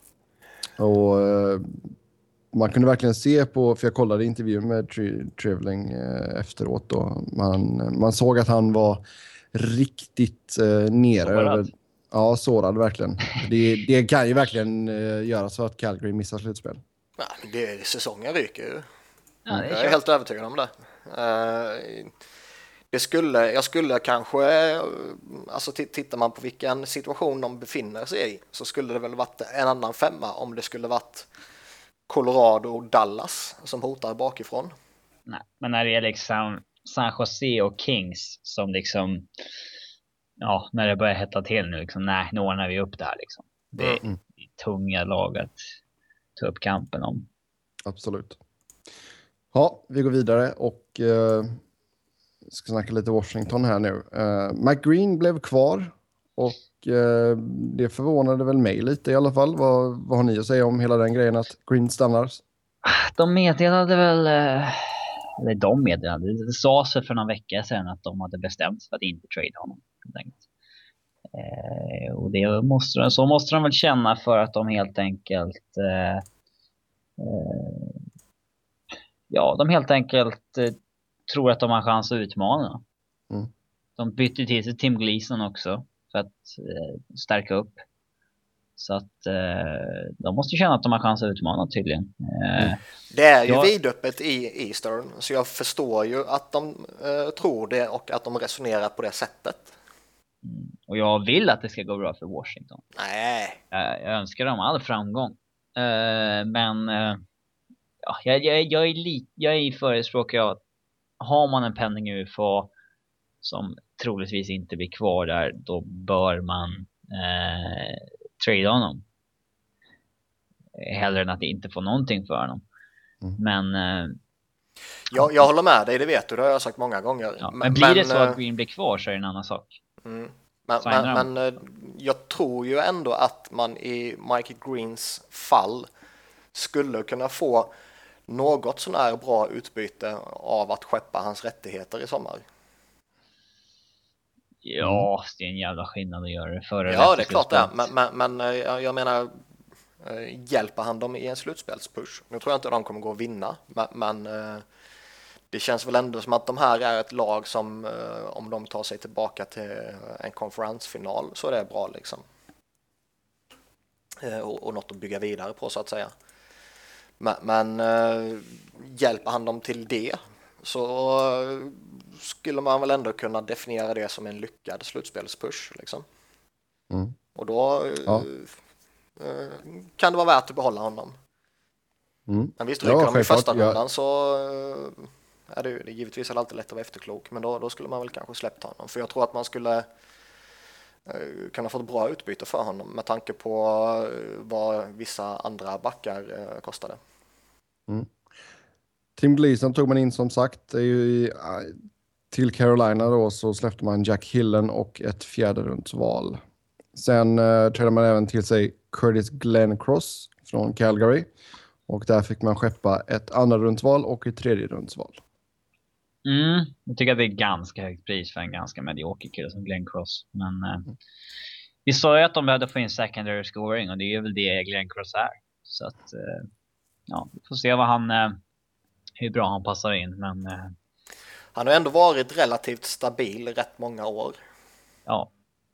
Och uh, man kunde verkligen se på, för jag kollade intervjun med Tre- Treveling uh, efteråt då. Man, man såg att han var riktigt uh, nere. Sårad. Över, ja, sårad verkligen. Det, det kan ju verkligen uh, göra så att Calgary missar slutspel. Ja, det, säsongen ryker ju. Ja, det är Jag är klart. helt övertygad om det. Uh, det skulle, jag skulle kanske, uh, alltså t- tittar man på vilken situation de befinner sig i, så skulle det väl varit en annan femma om det skulle varit Colorado och Dallas som hotar bakifrån. Nej, men när det är liksom San Jose och Kings som liksom, ja, när det börjar hetta till nu liksom, nej, nu ordnar vi upp det här liksom. Det är, Mm. det är tunga lag att ta upp kampen om. Absolut. Ja, vi går vidare och uh, ska snacka lite Washington här nu. Uh, McGreen blev kvar och uh, det förvånade väl mig lite i alla fall. Vad, vad har ni att säga om hela den grejen att Green stannar? De meddelade väl, eh, eller de meddelade, det sa sig för någon vecka sedan att de hade bestämt sig för att inte trade honom. helt enkelt. Eh, och det måste, så måste de väl känna för att de helt enkelt eh, eh, ja, de helt enkelt eh, tror att de har chans att utmana. Mm. De bytte till sig Tim Gleason också för att eh, stärka upp. Så att eh, de måste känna att de har chans att utmana tydligen. Eh, Mm. Det är ju jag... vidöppet i Eastern, så jag förstår ju att de eh, tror det och att de resonerar på det sättet. Mm. Och jag vill att det ska gå bra för Washington. Nej. Jag, jag önskar dem all framgång. Eh, men eh, ja, jag, jag, jag är lite, jag är förespråkare att har man en pending U F A som troligtvis inte blir kvar där, då bör man eh, trade honom. Hellre än att inte få någonting för honom. Mm. Men eh, jag, jag håller med dig, det vet du, det har jag sagt många gånger. Ja, men, men blir men, det så att Green blir kvar så är det en annan sak. Mm. Men, men, men jag tror ju ändå att man i Mike Greens fall skulle kunna få något sån här bra utbyte av att skeppa hans rättigheter i sommar. Ja, mm. det är en jävla skillnad att göra det före. Ja, det är klart det. Men, men, men jag menar, hjälper han dem i en slutspelspush? Nu tror jag inte de kommer gå och vinna, men, men det känns väl ändå som att de här är ett lag som, om de tar sig tillbaka till en konferensfinal, så är det bra liksom. Och, och något att bygga vidare på så att säga. Men, men hjälper han dem till det, så skulle man väl ändå kunna definiera det som en lyckad slutspelspush liksom. Mm. Och då ja. kan det vara värt att behålla honom. Mm. Men visst, rycker ja, de i första rundan ja. så är det ju det är givetvis alltid lätt att vara efterklok, men då, då skulle man väl kanske släppt honom. För jag tror att man skulle kunna få ett bra utbyte för honom med tanke på vad vissa andra backar kostade. Mm. Tim Gleason tog man in som sagt i, till Carolina då, så släppte man Jack Hillen och ett fjärde rundsval. Sen uh, trädde man även till sig Curtis Glencross från Calgary och där fick man skeppa ett andra rundsval och ett tredje rundsval. Mm, jag tycker att det är ganska högt pris för en ganska medioker kille som Glencross. Men uh, mm. vi sa ju att de behövde få in secondary scoring och det är väl det Glencross är. Så att uh, ja, vi får se vad han uh, hur bra han passar in, men uh, han har ändå varit relativt stabil rätt många år. Ja.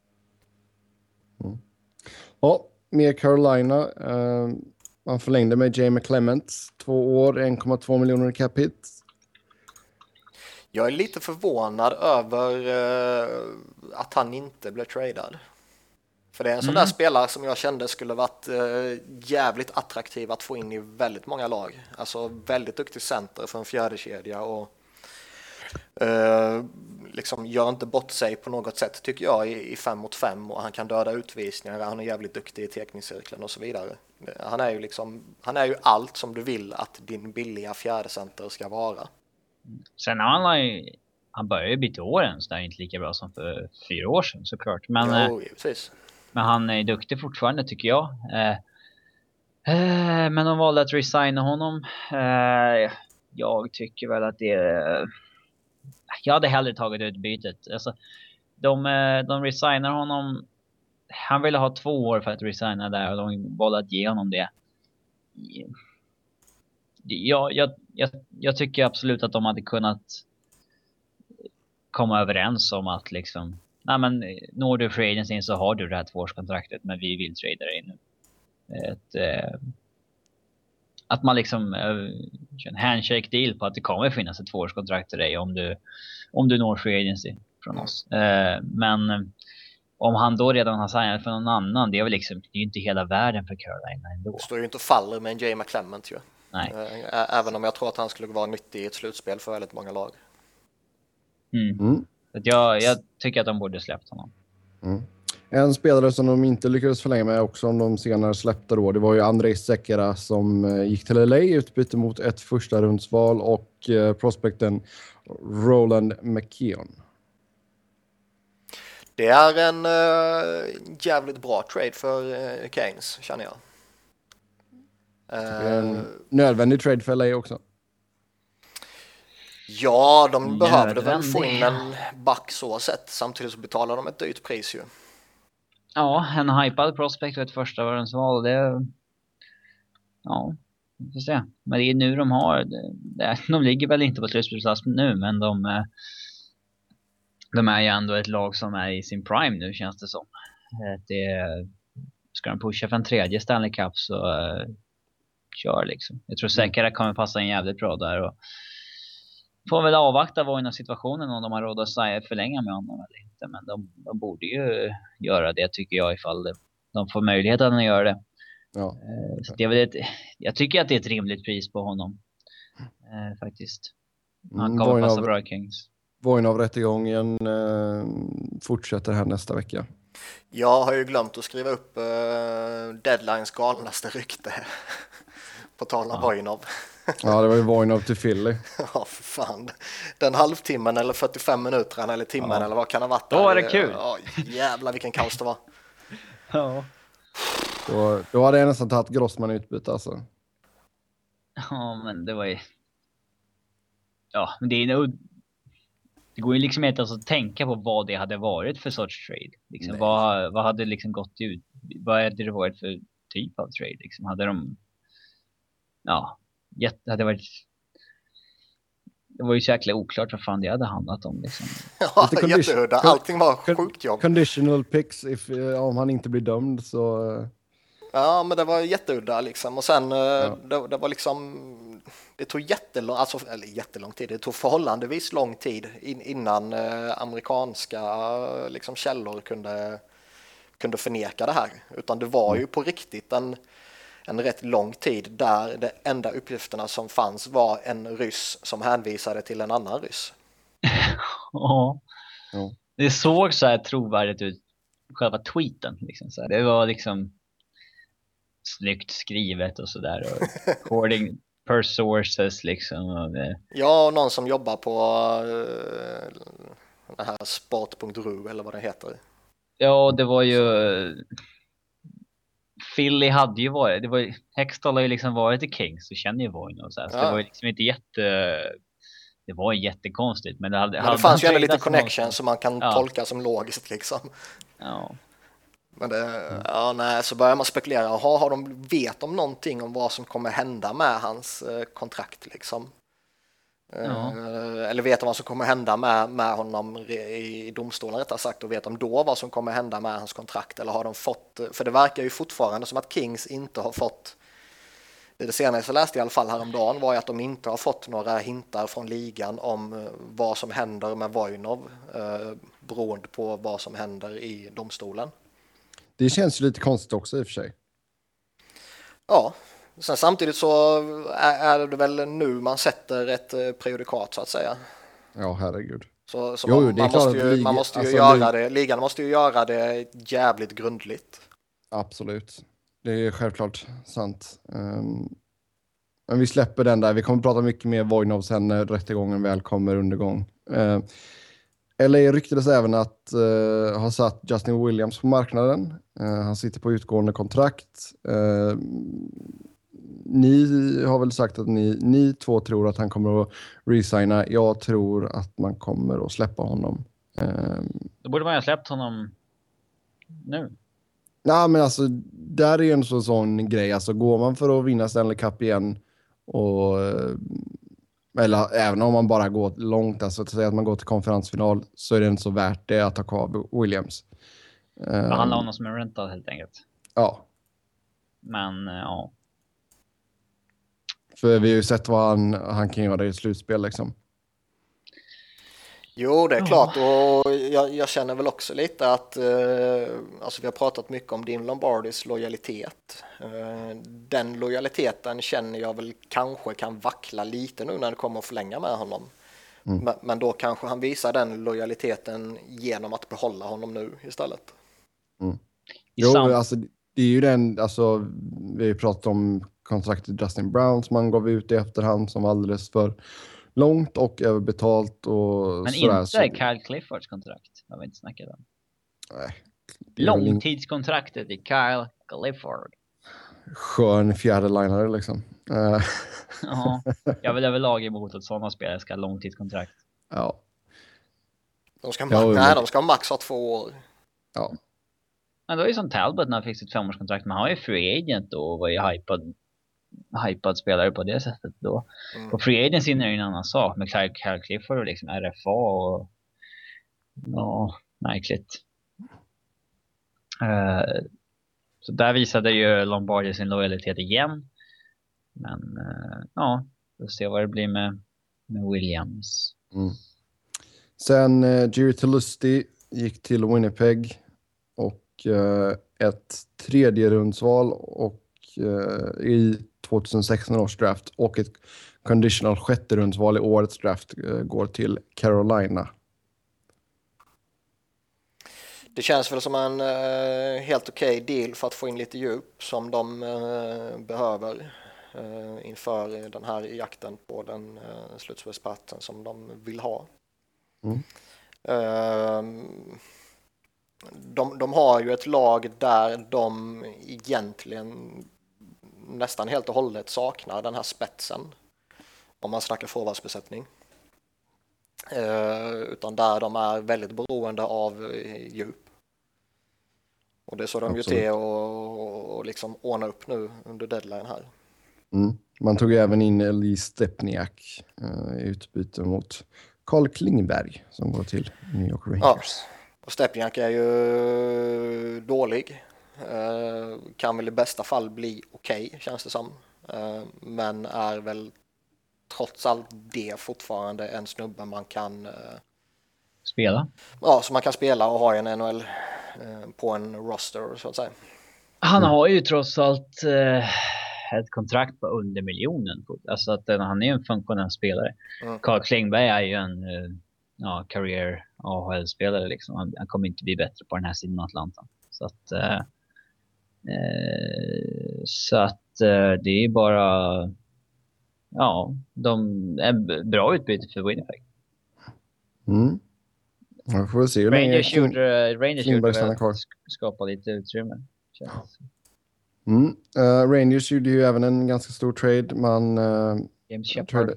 Mm. Ja, med Carolina uh, man förlängde med Jamie Clements två år, en komma två miljoner i cap hit. Jag är lite förvånad över uh, att han inte blev tradad. För det är en sån Mm. där spelare som jag kände skulle varit uh, jävligt attraktiv att få in i väldigt många lag. Alltså väldigt duktig center för en fjärde kedja och uh, liksom gör inte bort sig på något sätt tycker jag i, i fem mot fem och han kan döda utvisningar, han är jävligt duktig i teknikcirkeln och så vidare. Han är ju liksom, han är ju allt som du vill att din billiga fjärde center ska vara. Sen han har ju, han börjar ju byta åren så det är inte lika bra som för fyra år sedan såklart. Men, Jo, givetvis. men han är duktig fortfarande tycker jag. Eh, eh, men de valde att resigna honom. Eh, jag tycker väl att det är... Jag hade hellre tagit ut bytet. Alltså, de, de resignar honom. Han ville ha två år för att resigna där och de valde att ge honom det. Jag, jag, jag, jag tycker absolut att de hade kunnat komma överens om att liksom, nej men når du free agency så har du det här tvåårskontraktet men vi vill trada dig nu. Ett, eh, att man liksom eh, en handshake deal på att det kommer finnas ett tvåårskontrakt till dig om du, om du når free agency från oss. Eh, men om han då redan har signat för någon annan, det är väl liksom, det är ju inte hela världen för Carolina ändå. Det står ju inte och faller med en Jay McClement ju. Nej. Även om jag tror att han skulle vara nyttig i ett slutspel för väldigt många lag. Mm. Mm. Så att jag, jag tycker att de borde släppt honom. Mm. En spelare som de inte lyckades förlänga med också om de senare släppte då, det var ju Andrei Sekera som gick till L A i utbyte mot ett första rundsval och eh, prospekten Roland McKeon. Det är en uh, jävligt bra trade för uh, Keynes, känner jag. Uh, en nödvändig trade för L A också. Ja, de Nödvändig. behövde väl få in en back så sett. Samtidigt så betalar de ett dyrt pris ju. Ja, en hypad prospect och ett första rundsval, det... Ja, vi får se. Men det är nu de har... Det, det, de ligger väl inte på slutspelsplats nu, men de... De är ju ändå ett lag som är i sin prime nu, känns det som. Det, ska de pusha för en tredje Stanley Cup så uh, kör liksom. Jag tror säkert att det kommer passa in jävligt bra där. Och får väl avvakta vad inom situationen om de har råd att säga förlänga med honom eller inte. Men de, de borde ju göra det tycker jag ifall det, de får möjligheten att göra det. Ja. Uh, så det är väl ett, jag tycker att det är ett rimligt pris på honom. Uh, faktiskt. Han kommer mm, passa av... bra i Kings. Voinov-rättegången eh, fortsätter här nästa vecka. Jag har ju glömt att skriva upp eh, Deadlines galnaste rykte på tal om Voinov. Ja, det var ju Voinov till Philly. Ja, för fan. Den halvtimmen eller fyrtiofem minuter eller timmen ja. eller vad kan det ha varit? Då var det kul. Ja, jävlar vilken kaos det var. Ja. Då, då hade jag nästan tagit Grossman utbyte alltså. Ja, men det var ju... Ja, men det är nog... Det går ju liksom inte att tänka på vad det hade varit för sorts trade. Liksom, vad, vad hade liksom gått ut? Vad hade det varit för typ av trade? Liksom, hade de... Ja, jätte, hade varit... Det var ju så jäkla oklart vad fan det hade handlat om. Liksom. Ja, jätteudda. Allting var sjukt jobb. Conditional picks if, om han inte blir dömd så... Ja, men det var jätteudda liksom. Och sen ja. det, det var liksom... Det tog jättelång, alltså, eller jättelång tid, det tog förhållandevis lång tid in, innan eh, amerikanska liksom, källor kunde, kunde förneka det här. Utan det var ju på riktigt en, en rätt lång tid där de enda uppgifterna som fanns var en ryss som hänvisade till en annan ryss. Ja, ja. Det såg så här trovärdigt ut, själva tweeten. Liksom, så här. Det var liksom snyggt skrivet och sådär. According... per sources liksom. Och det... Ja, och någon som jobbar på uh, den här sport punkt ru eller vad det heter. Ja, det var ju... Philly hade ju varit... Det var... Hextall har ju liksom varit i Kings och känner ju Voinov och så här. Så ja. Det var ju liksom inte jätte... Det var jättekonstigt. Men det, hade, men det hade fanns ju ändå lite connection någon... som man kan ja. tolka som logiskt liksom. Ja. Men det, mm. ja, nej, så börjar man spekulera. Har, har de, vet de någonting om vad som kommer hända med hans eh, kontrakt liksom? Ja. Eh, eller vet de vad som kommer hända med, med honom i domstolen rättare sagt, och vet de då vad som kommer hända med hans kontrakt, eller har de fått, för det verkar ju fortfarande som att Kings inte har fått Det senaste jag läste i alla fall häromdagen var ju att de inte har fått några hintar från ligan om vad som händer med Vojnov eh, beroende på vad som händer i domstolen. Det känns ju lite konstigt också i och för sig. Ja, sen samtidigt så är det väl nu man sätter ett prejudikat så att säga. Ja, herregud. Så, så jo, man, det är man, klart måste ju, liga, man måste ju alltså, göra liga, det, ligan måste ju göra det jävligt grundligt. Absolut. Det är självklart sant. Um, men vi släpper den där. Vi kommer prata mycket mer Vojnov sen när rättegången väl kommer under gång. Uh, L A ryktades även att uh, ha satt Justin Williams på marknaden. Uh, han sitter på utgående kontrakt. Uh, ni har väl sagt att ni, ni två tror att han kommer att resigna. Jag tror att man kommer att släppa honom. Uh, Då borde man ju ha släppt honom nu. Nej, men alltså där är ju en sån, sån grej. Alltså går man för att vinna Stanley Cup igen och eller även om man bara går långt, alltså att säga att man går till konferensfinal, så är det inte så värt det att ta kvar Williams. Behandla um, honom som en rental helt enkelt. Ja. Men ja. För vi har ju sett vad han, han kan göra i ett slutspel liksom. Jo, det är klart, och jag, jag känner väl också lite att eh, alltså vi har pratat mycket om Dean Lombardis lojalitet. Eh, den lojaliteten känner jag väl kanske kan vackla lite nu när det kommer att förlänga med honom. Mm. Men, men då kanske han visar den lojaliteten genom att behålla honom nu istället. Mm. Jo, alltså det är ju den, alltså vi har ju pratat om kontraktet Justin Brown som man gav ut i efterhand som var alldeles för långt och överbetalt och men sådär. Men inte så... Kyle Cliffords kontrakt. Jag vill inte snacka om. Nej. Långtidskontraktet i Kyle Clifford. Skön fjärdelinare liksom. Ja, jag vill överlag emot att sådana spelare ska ha långtidskontrakt. Ja. De ska, ja, nej, de ska max ha två år. Ja. Men då är det som Talbot när han fick sitt femårskontrakt. Men han var ju free agent då och var ju hypad. hypad spelare på det sättet då. Mm. På free agency är det en annan sak med Kyle, Kyle Clifford och liksom R F A och ja, märkligt. Uh, så där visade ju Lombardi sin lojalitet igen. Men uh, ja, vi får se vad det blir med, med Williams. Mm. Sen uh, Jerry Telusti gick till Winnipeg och uh, ett tredje rundsval och uh, i tjugohundrasexton års draft och ett conditional sjätte rundsval i årets draft uh, går till Carolina. Det känns väl som en uh, helt okej okay deal för att få in lite djup som de uh, behöver uh, inför den här jakten på den uh, slutspelsplatsen som de vill ha. Mm. Uh, de, de har ju ett lag där de egentligen nästan helt och hållet saknar den här spetsen om man snackar forwardsbesättning. Uh, utan där de är väldigt beroende av uh, djup. Och det är så de gör till och, och liksom ordna upp nu under deadline här. Mm. Man tog ju även in Elise Stepniak uh, i utbyte mot Carl Klingberg som går till New York Rangers. Ja, och Stepniak är ju dålig. Uh, kan väl i bästa fall bli okej, okay, känns det som. Uh, men är väl trots allt det fortfarande en snubbe man kan uh, spela. Ja, så man kan spela och ha en N H L uh, på en roster så att säga. Han har ju trots allt uh, ett kontrakt på under miljonen. Alltså att uh, han är en funktionell spelare. Mm. Carl Klingberg är ju en uh, ja, career A H L-spelare liksom. Han, han kommer inte bli bättre på den här sidan av Atlanten. Så att uh, uh, så att uh, det är bara ja, de är bra utbyte för Winnipeg. Mm. Jag får se hur Rangers gjorde Rangers gjorde väl skapa lite utrymme. Mm. Uh, Rangers gjorde ju även en ganska stor trade. Man uh, James Shepard.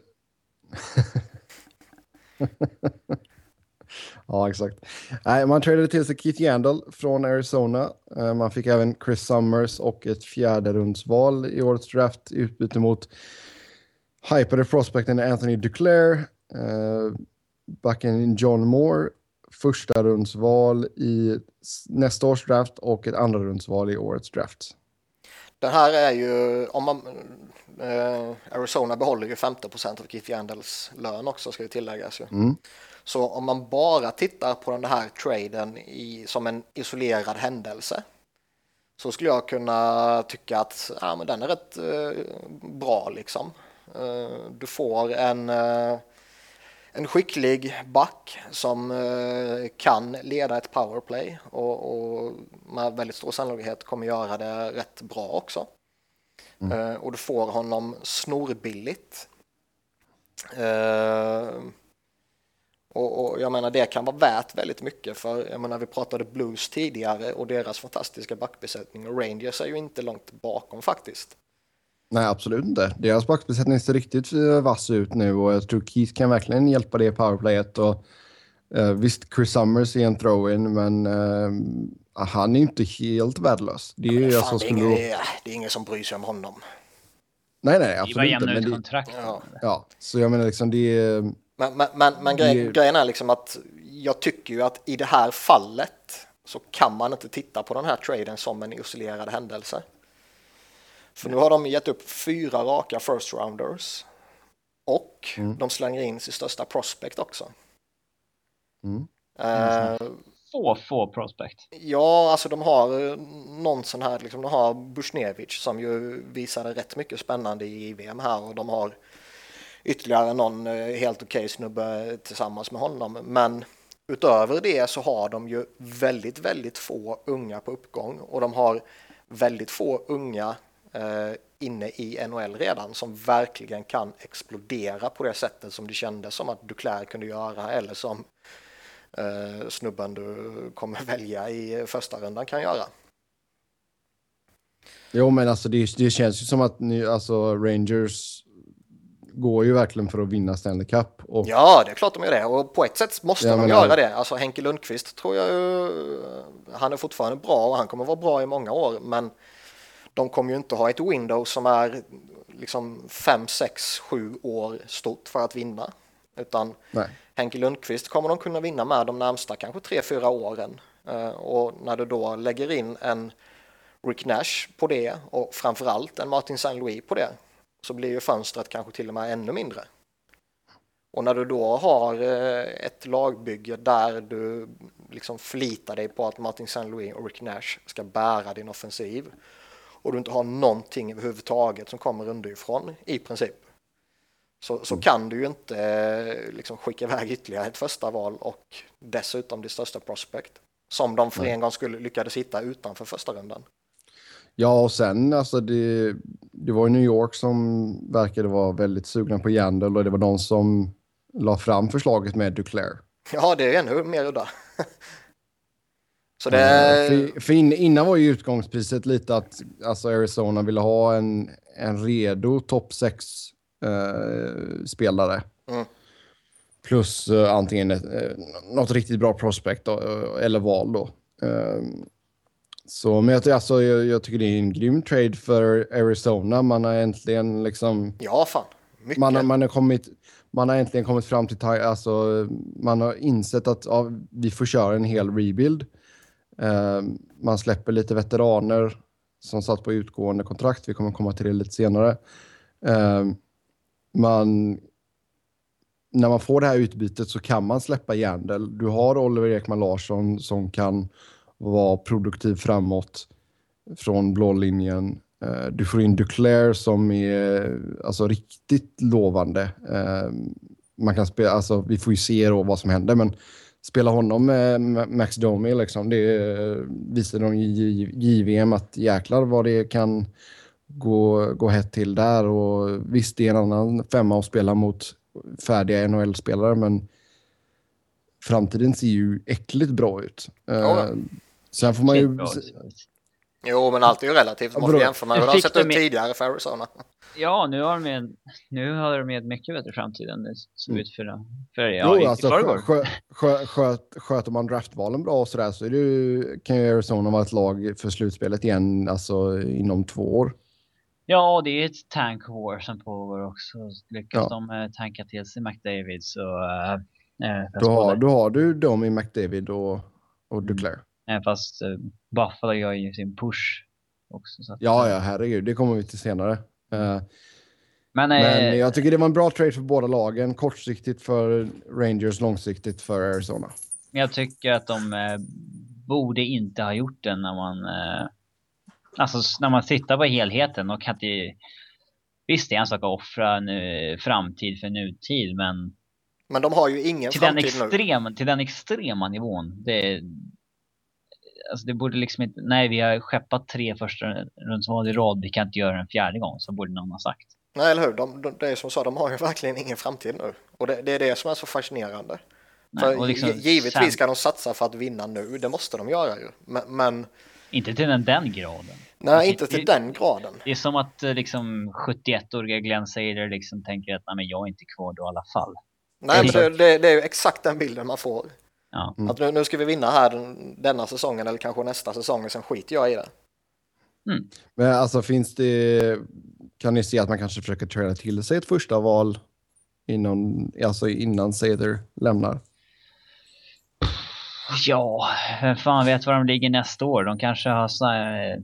Ja, exakt. Nej, man tradade till sig Keith Yandel från Arizona. Uh, man fick även Chris Summers och ett fjärde rundsval i årets draft i utbyte mot hypade prospecten Anthony Duclair, uh, backen John Moore, första rundsval i nästa års draft och ett andra rundsval i årets draft. Den här är ju, om man, eh, Arizona behåller ju femtio procent av Keith Yandles lön också, ska ju tilläggas ju. Mm. Så om man bara tittar på den här traden i, som en isolerad händelse, så skulle jag kunna tycka att ja, men den är rätt eh, bra liksom. Eh, du får en, eh, en skicklig back som eh, kan leda ett powerplay och, och med väldigt stor sannolikhet kommer göra det rätt bra också. Mm. Eh, och du får honom snorbilligt. Eh, Och, och jag menar det kan vara värt väldigt mycket, för jag menar vi pratade Blues tidigare och deras fantastiska backbesättning, och Rangers är ju inte långt bakom faktiskt. Nej, absolut inte. Deras backbesättning ser riktigt vass ut nu och jag tror Keith kan verkligen hjälpa det i powerplayet. Och, uh, visst, Chris Summers är en throw-in, men uh, han är inte helt värdelös. Det är, ju fan, alltså, det, är ingen, det är ingen som bryr sig om honom. Nej, nej, absolut inte. Det var jämna ut kontrakt. Ja. ja, så jag menar liksom det är... Men, men, men, men grej, det... grejen är liksom att jag tycker ju att i det här fallet så kan man inte titta på den här traden som en isolerad händelse. För nu har de gett upp fyra raka first rounders och mm. de slänger in sin största prospect också. Mm. Uh, få, få prospect. Ja, alltså de har någon sån här, liksom, de har Bushnevich som ju visade rätt mycket spännande i V M här, och de har ytterligare någon helt okej snubbe tillsammans med honom. Men utöver det så har de ju väldigt, väldigt få unga på uppgång, och de har väldigt få unga eh, inne i N H L redan som verkligen kan explodera på det sättet som det kändes som att Duclair kunde göra, eller som eh, snubben du kommer välja i första rundan kan göra. Jo, men alltså det, det känns ju som att ni, alltså Rangers går ju verkligen för att vinna Stanley Cup. Och... Ja, det är klart de gör det. Och på ett sätt måste ja, de men, göra det. Alltså Henke Lundqvist tror jag ju, han är fortfarande bra och han kommer vara bra i många år. Men de kommer ju inte ha ett window som är liksom fem, sex, sju år stort för att vinna. Utan nej. Henke Lundqvist kommer de kunna vinna med de närmsta kanske tre, fyra åren. Och när du då lägger in en Rick Nash på det och framförallt en Martin Saint Louis på det, så blir ju fönstret kanske till och med ännu mindre. Och när du då har ett lagbygge där du liksom förlitar dig på att Martin Saint Louis och Rick Nash ska bära din offensiv, och du inte har någonting överhuvudtaget som kommer underifrån i princip, så, så kan du ju inte liksom skicka iväg ytterligare ett första val och dessutom det största prospect som de för en gång skulle lyckades hitta utanför första rundan. Ja, och sen alltså det, det var ju New York som verkade vara väldigt sugna på Yandel, och det var de som la fram förslaget med Duclair. Ja, det är ännu mer udda. Så det... för, för in, innan var ju utgångspriset lite att alltså Arizona ville ha en, en redo topp sex eh, spelare. Mm. Plus eh, antingen ett, eh, något riktigt bra prospect då, eller val då. Eh, Så, men jag, alltså, jag, jag tycker det är en grym trade för Arizona. Man har äntligen liksom... Ja, fan. Mycket. Man, har, man, har kommit, man har äntligen kommit fram till... Alltså, man har insett att ja, vi får köra en hel rebuild. Uh, man släpper lite veteraner som satt på utgående kontrakt. Vi kommer komma till det lite senare. Uh, man... När man får det här utbytet så kan man släppa Yandel. Du har Oliver Ekman Larsson som kan... var produktiv framåt från blå linjen. Du får in Duclair som är alltså riktigt lovande. Man kan spela, alltså vi får ju se då vad som händer, men spela honom med Max Domi liksom, det visar de i J V M att jäklar vad det kan gå, gå hett till där, och visst det är en annan femma att spela mot färdiga N H L-spelare, men framtiden ser ju äckligt bra ut. Ja. Sen får man ju... Jo, men allt är ju relativt. Man måste jämföra med hur det har sett ut med... tidigare för Arizona. Ja, nu har de med, nu har de med mycket bättre framtiden. Det ser ut för, för ja, jo, alltså, skö, skö, skö, sköter man draftvalen bra och sådär, så är det ju, kan ju Arizona vara ett lag för slutspelet igen alltså, inom två år. Ja, det är ett tank war som pågår också. Lyckas ja. de tanka till sig McDavid så... Äh, då, har, då har du dem i McDavid och, och Duclair. Mm. Fast uh, Buffalo gör ju sin push också. Så att, Ja, ja, herregud. Det kommer vi till senare. Uh, men, men eh, jag tycker det var en bra trade för båda lagen. Kortsiktigt för Rangers, långsiktigt för Arizona. jag tycker att de eh, borde inte ha gjort det när man... Eh, alltså när man tittar på helheten och kan inte... Visst, det är en sak att offra nu, framtid för nutid, men... Men de har ju ingen till den framtid extrem, nu. Till den extrema nivån. Det, alltså det borde liksom inte... Nej, vi har skeppat tre första rundsval i rad. Vi kan inte göra en fjärde gång, så borde någon ha sagt. Nej, eller hur? De, de, det är som så, de har ju verkligen ingen framtid nu. Och det, det är det som är så fascinerande. Nej, för och liksom, givetvis sen, ska de satsa för att vinna nu. Det måste de göra ju. Men... men inte till den, den graden. nej, alltså, inte till det, den graden. Det är som att liksom sjuttioett-åriga Glenn Sader liksom tänker att nej, men jag är inte kvar då i alla fall. Nej, men det, det, det är ju exakt den bilden man får. Ja. Att nu, nu ska vi vinna här den, denna säsongen eller kanske nästa säsong, sen skiter jag i det. Mm. Men alltså finns det... Kan ni se att man kanske försöker träna till sig ett första val innan, alltså innan Sather lämnar? Ja, vem fan vet var de ligger nästa år. De kanske har så här,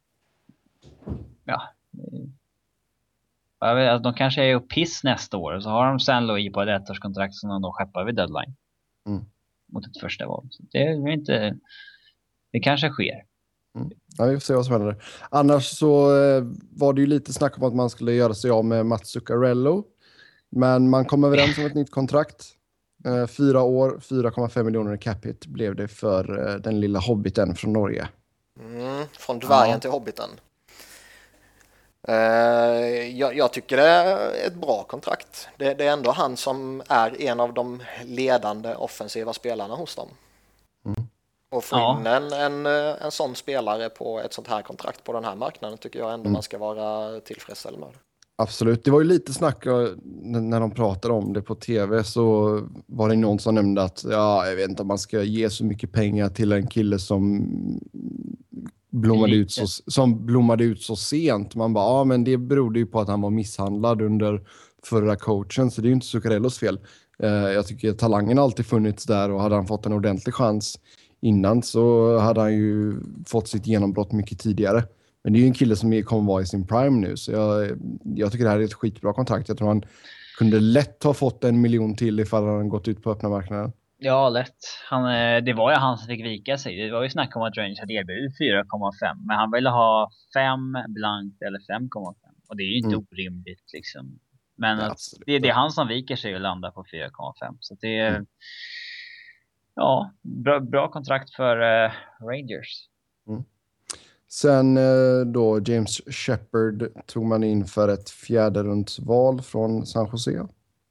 ja, jag vet, de kanske är upp piss nästa år. Så har de San Louis på ett ettårskontrakt som de då skeppar vid deadline. Mm. Mot ett första val. Så det är inte... Det kanske sker. Mm. Ja, vi får se vad som händer. Annars så eh, var det ju lite snack om att man skulle göra sig av med Mats Zuccarello. Men man kom överens om ett nytt kontrakt. Eh, fyra år, fyra komma fem miljoner i capita blev det för eh, den lilla hobbiten från Norge. Mm, från dvärgen Ja. till hobbiten. Uh, jag, jag tycker det är ett bra kontrakt. Det, det är ändå han som är en av de ledande offensiva spelarna hos dem. Mm. Och få Ja. in en, en, en sån spelare på ett sånt här kontrakt på den här marknaden tycker jag ändå Mm. man ska vara tillfredsställd med. Absolut. Det var ju lite snack eh, när de pratade om det på tv, så var det någon som nämnde att ja, jag vet inte om man ska ge så mycket pengar till en kille som blommade, ut så, som blommade ut så sent. Man bara, ja men det berodde ju på att han var misshandlad under förra coachen, så det är ju inte Zuccarellos fel. Eh, jag tycker att talangen alltid funnits där, och hade han fått en ordentlig chans innan så hade han ju fått sitt genombrott mycket tidigare. Men det är ju en kille som kommer vara i sin prime nu, så jag, jag tycker det här är ett skitbra kontrakt. Jag tror han kunde lätt ha fått en miljon till ifall han gått ut på öppna marknaden. Ja, lätt. Han, det var ju han som fick vika sig. Det var ju snack om att Rangers hade erbjudit fyra komma fem. Men han ville ha fem blankt eller fem komma fem. Och det är ju inte Mm. orimligt liksom. Men Ja, att absolut. det, det är han som viker sig och landar på fyra komma fem. Så det är Mm. ja, bra, bra kontrakt för uh, Rangers. Mm. Sen eh, då James Shepard tog man in för ett fjärde rundsval från San Jose.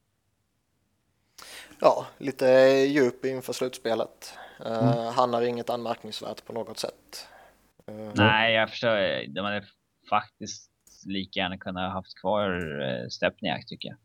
Ja, lite djup inför slutspelet. Uh, Mm. han har inget anmärkningsvärt på något sätt. Uh, Nej, jag förstår. De hade faktiskt lika gärna kunnat ha haft kvar uh, Stepniak tycker jag.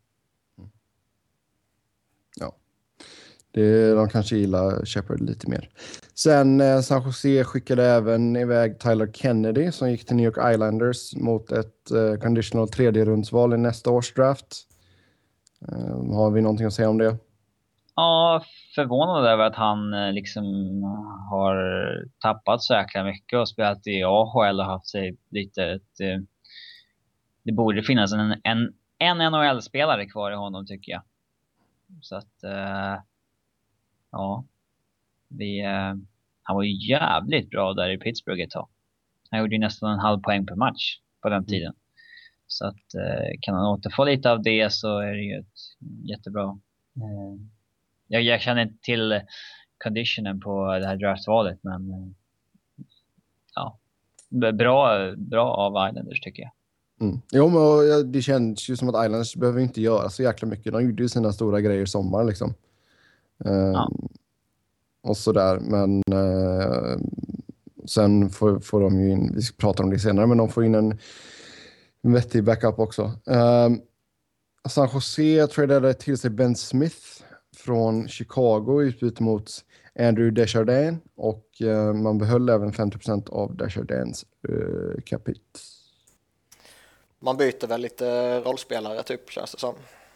Ja. Det, de kanske gillar Shepard lite mer. Sen eh, San Jose skickade även iväg Tyler Kennedy som gick till New York Islanders mot ett eh, conditional tredje rundsval i nästa års draft. Eh, har vi någonting att säga om det? Ja, förvånad över att han eh, liksom har tappat så jäkla mycket och spelat i A H L och haft sig lite ett, eh, det borde finnas en, en, en N H L-spelare kvar i honom tycker jag. Så att eh, ja, vi, eh, han var ju jävligt bra där i Pittsburgh ett tag. Han gjorde ju nästan en halv poäng per match på den tiden. Så att eh, kan han återfå lite av det så är det ju ett jättebra. Eh, jag, jag känner inte till conditionen på det här draftvalet, men eh, ja, bra, bra av Islanders tycker jag. Mm. Jo, men och, ja, det känns ju som att Islanders behöver inte göra så jäkla mycket. De gjorde ju sina stora grejer i sommar liksom. Eh, Ja. Och sådär, men eh, sen får, får de ju in, vi ska prata om det senare, men de får in en, en vettig backup också. Um, San Jose tradade till sig Ben Smith från Chicago i utbyte mot Andrew Desjardins, och uh, man behöll även femtio procent av Desjardins uh, capita. man byter väl lite rollspelare typ, känns det som.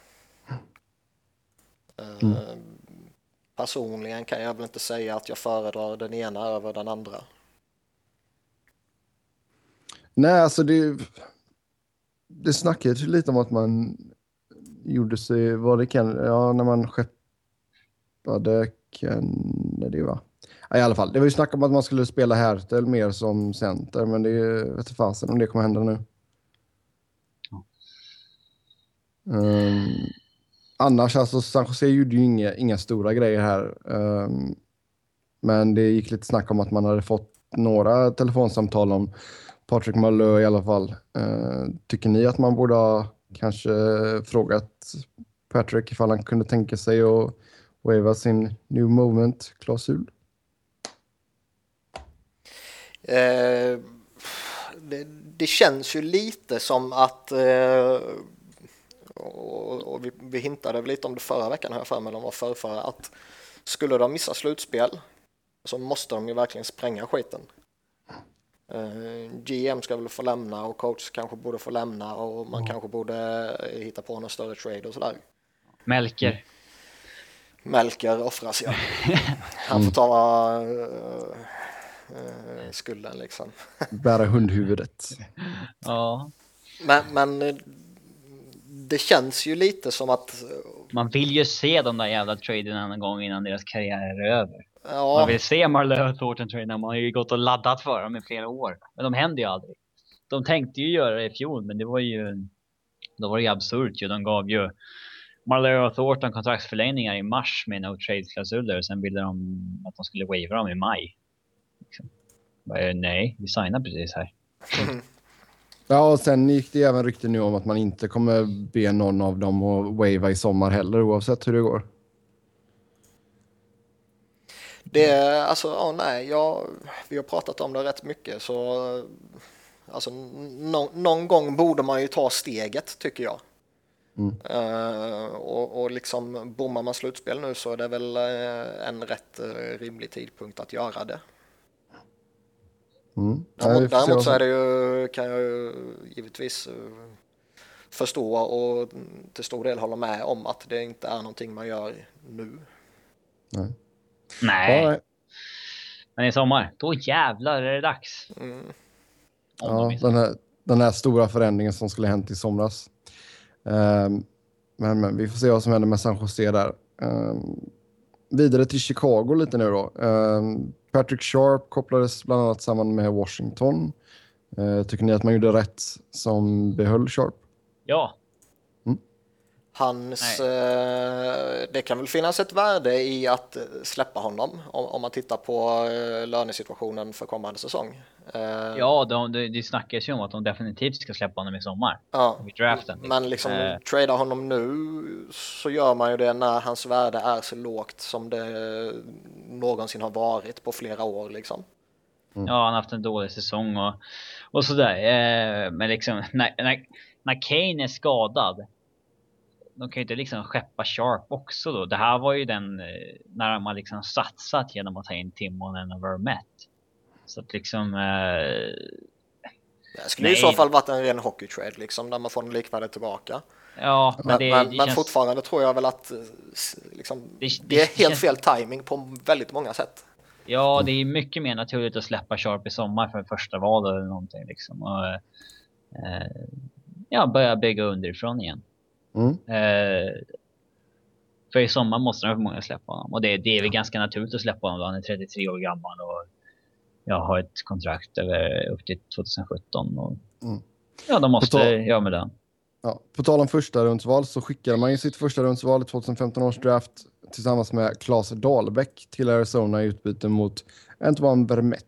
Mm. Uh, personligen kan jag väl inte säga att jag föredrar den ena över den andra. Nej, alltså det, det snackades ju lite om att man gjorde sig, vad det kan, ja, när man skeppade Kennedy, va? Ja, i alla fall, det var ju snack om att man skulle spela Hertel mer som center, men det vet inte fasen om det kommer hända nu. Um, annars, alltså San Jose gjorde ju inga, inga stora grejer här. Um, men det gick lite snack om att man hade fått några telefonsamtal om Patrick Marleau i alla fall. Uh, tycker ni att man borde ha kanske frågat Patrick ifall han kunde tänka sig att waiva sin new movement-klausul? Eh, det, det känns ju lite som att eh, och, och vi, vi hintade lite om det förra veckan här för mig, eller var för, för att skulle de missa slutspel så måste de ju verkligen spränga skiten. Uh, G M ska väl få lämna och coach kanske borde få lämna och man mm. kanske borde hitta på någon större trade och sådär. Melker. Mm. Melker offras, ja. Han får ta uh, uh, skulden liksom. Bära hundhuvudet. Ja. Men, men det känns ju lite som att man vill ju se de där jävla traderna någon gång innan deras karriär är över. Ja. Man vill se Marleau och Thornton traderna. Man har ju gått och laddat för dem i flera år. Men de händer ju aldrig. De tänkte ju göra det i fjol, men det var ju då var det ju absurt ju. De gav ju Marleau och Thornton kontraktsförlängningar i mars med no trade-klausuler. Sen ville de att de skulle waiva dem i maj. Liksom. Bara, nej, vi signar precis här. Ja, och sen gick det även rykten nu om att man inte kommer be någon av dem att waiva i sommar heller, oavsett hur det går. Det är, alltså, ja, nej, jag, vi har pratat om det rätt mycket, så alltså, no, någon gång borde man ju ta steget, tycker jag. Mm. Uh, och, och liksom bommar man slutspel nu så är det väl uh, en rätt uh, rimlig tidpunkt att göra det. Mm. Däremot, däremot så är det ju, kan jag ju givetvis uh, förstå och till stor del hålla med om att det inte är någonting man gör nu. Nej. Nej. Ja, men i sommar, då jävlar är det dags. Mm. Ja, den här, den här stora förändringen som skulle hänt i somras. Um, men, men vi får se vad som händer med San Jose där. Um, vidare till Chicago lite nu då. Um, Patrick Sharp kopplades bland annat samman med Washington. Uh, tycker ni att man gjorde rätt som behöll Sharp? Ja. Mm. Hans, eh, det kan väl finnas ett värde i att släppa honom om, om man tittar på eh, lönesituationen för kommande säsong. Eh, ja, de, de, de snackas ju om att de definitivt ska släppa honom i sommar. Ja, i draften. Men liksom eh. trada honom nu så gör man ju det när hans värde är så lågt som det någonsin har varit på flera år liksom. Mm. Ja, han har haft en dålig säsong och, och sådär. Eh, men liksom, när, när, när Kane är skadad, de kan ju inte liksom skeppa Sharp också då. Det här var ju den när man liksom satsat genom att ta in Timonen och Vermette. Så att liksom... Eh, det skulle nej. I så fall varit en ren hockeytrade liksom, där man får en likvärde tillbaka. Ja, men, men, det, men, det men känns... fortfarande tror jag väl att liksom, det, det, det är helt känns... fel timing på väldigt många sätt. Ja, det är mycket mer naturligt att släppa Sharp i sommar för första val eller någonting liksom. Och, eh, ja, börja bygga underifrån igen. Mm. Eh, för i sommar måste de förmodligen släppa honom. Och det, det är väl ganska naturligt att släppa honom då. Han är trettiotre år gammal och jag har ett kontrakt över, upp till tjugohundrasjutton. Och, mm. Ja, de måste tal- göra med den. Ja, på tal om första rundsval så skickade man ju sitt första rundsval i tjugohundrafemton års draft tillsammans med Claes Dahlbäck till Arizona i utbyte mot Antoine Vermette.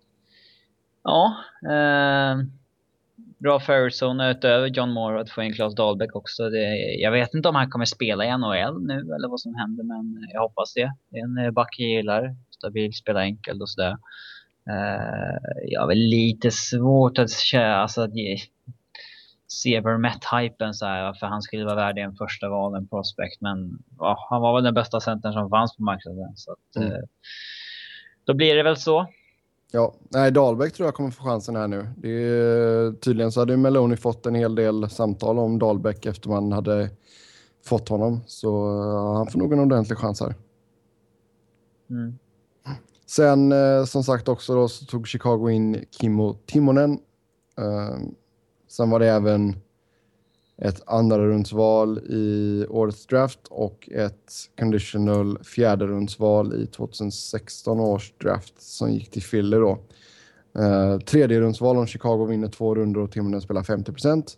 Ja, eh, bra för Arizona utöver John Moore att få in Claes Dahlbäck också. Det, jag vet inte om han kommer spela i N H L nu eller vad som händer, men jag hoppas det. Det är en back jag gillar. Stabil, spela enkelt och sådär. Uh, jag har väl lite svårt att köra, alltså att ge, se Vermette-hypen så här, för han skulle vara värd i en första val, en prospect, men ja, han var väl den bästa centern som fanns på marknaden, så att, mm. uh, då blir det väl så. Ja, nej, Dahlbäck tror jag kommer få chansen här nu. Det är, tydligen så hade Meloni fått en hel del samtal om Dahlbäck efter man hade fått honom, så uh, han får nog en ordentlig chans här. Mm. Sen eh, som sagt också då, så tog Chicago in Kimmo Timonen Uh, sen var det även ett andra rundsval i årets draft och ett conditional fjärde rundsval i tjugohundrasexton års draft som gick till Philly då. Uh, tredje rundsval om Chicago vinner två rundor och Timonen spelar femtio procent.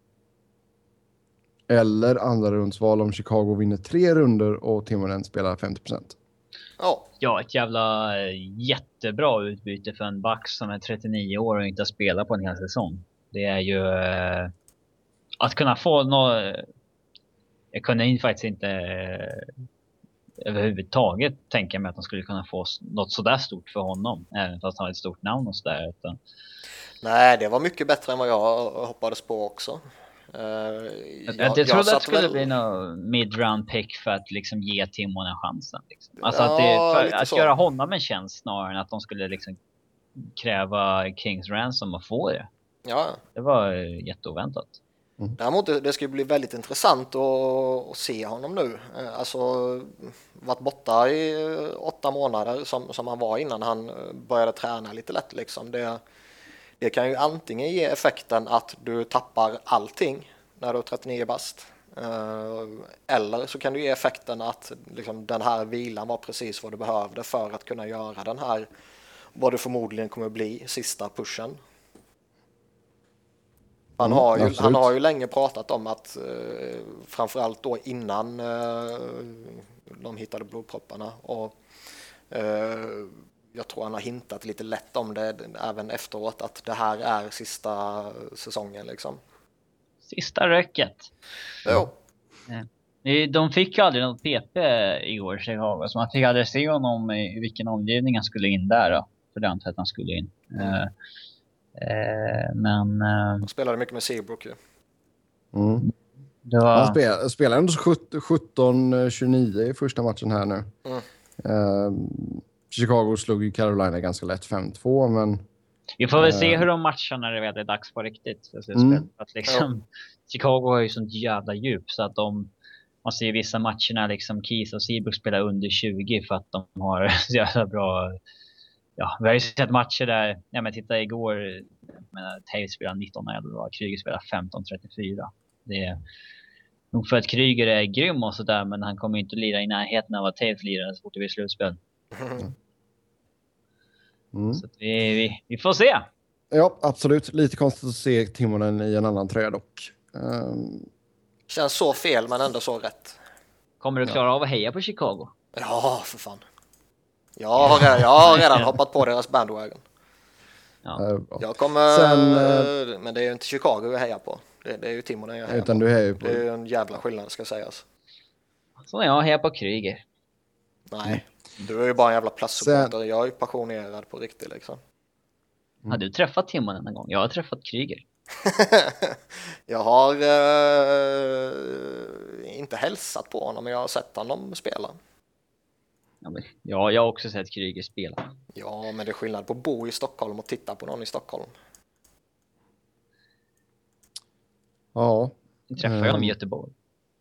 Eller andra rundsval om Chicago vinner tre rundor och Timonen spelar femtio procent. Ja. Ja, ett jävla jättebra utbyte för en back som är trettionio år och inte har spelat på en hel säsong. Det är ju eh, att kunna få något. Jag kunde inte faktiskt inte eh, överhuvudtaget tänka mig att de skulle kunna få något sådär stort för honom, även fast han har ett stort namn och sådär. Utan... Nej, det var mycket bättre än vad jag hoppades på också. Uh, jag, jag, jag trodde att det skulle väl... bli någon mid-round pick för att liksom ge Timonen chansen. Liksom. Alltså ja, att, det, för, att så. göra honom en tjänst snarare än att de skulle liksom kräva Kings ransom och få det. Ja. Det var jätteoväntat. Mm. Däremot det ska bli väldigt intressant att, att se honom nu. Alltså varit borta i åtta månader som, som han var innan han började träna lite lätt liksom. Det, det kan ju antingen ge effekten att du tappar allting när du är trettionio bast. Eller så kan du ge effekten att liksom, den här vilan var precis vad du behövde för att kunna göra den här, vad det förmodligen kommer bli, sista pushen. Han har, ju, han har ju länge pratat om att eh, framförallt då innan eh, de hittade blodpropparna och eh, jag tror han har hintat lite lätt om det även efteråt att det här är sista säsongen liksom. Sista röcket. Jo. Ja. De fick ju aldrig något P P i år, Chicago, så man fick aldrig se honom i vilken omgivning han skulle in där då, för det antar att han skulle in. Mm. Uh, uh, men... Uh, han spelade mycket med Seabrook ju. Mm. Var... Han spel, spelade ändå sjutton tjugonio i första matchen här nu. Mm. Uh, Chicago slog ju Carolina ganska lätt fem två, men... Vi får väl uh, se hur de matchar när det väl är dags på riktigt. Mm. Att liksom, ja. Chicago har ju sånt jävla djup så att de... Man ser vissa matcherna liksom Keith och Seabrook spelar under tjugo för att de har så jävla bra... Ja, vi har ju sett matcher där... Ja, men titta igår... Taves spelar nitton elva och Kryger spelar femton trettiofyra. Det är... Nog för att Kryger är grym och sådär, men han kommer inte lira i närheten av vad Taves lirar så fort det blir slutspel. Mm. Mm. Så vi, vi, vi får se. Ja, absolut. Lite konstigt att se Timonen i en annan tröja dock. Um... Känns så fel men ändå så rätt. Kommer du klara ja. av att heja på Chicago? Ja, för fan. Jag har redan, jag har redan hoppat på deras bandwagon. Ja. Uh, jag kommer... Sen, uh... Men det är ju inte Chicago jag hejar på. Det, det är ju Timonen jag hejar utan på. Du hejar på. Det är ju en jävla skillnad ska sägas. Så jag hejar på Kryger. Nej, du är ju bara en jävla plastsupporter. Sen... Jag är ju passionerad på riktigt liksom. Mm. Har du träffat Timonen en gång? Jag har träffat Kryger. Jag har uh, inte hälsat på honom, men jag har sett honom spela. Ja, men, ja, jag har också sett Kryger spela. Ja, men det är skillnad på att bo i Stockholm och titta på någon i Stockholm. Ja. Jag träffar jag honom i Göteborg.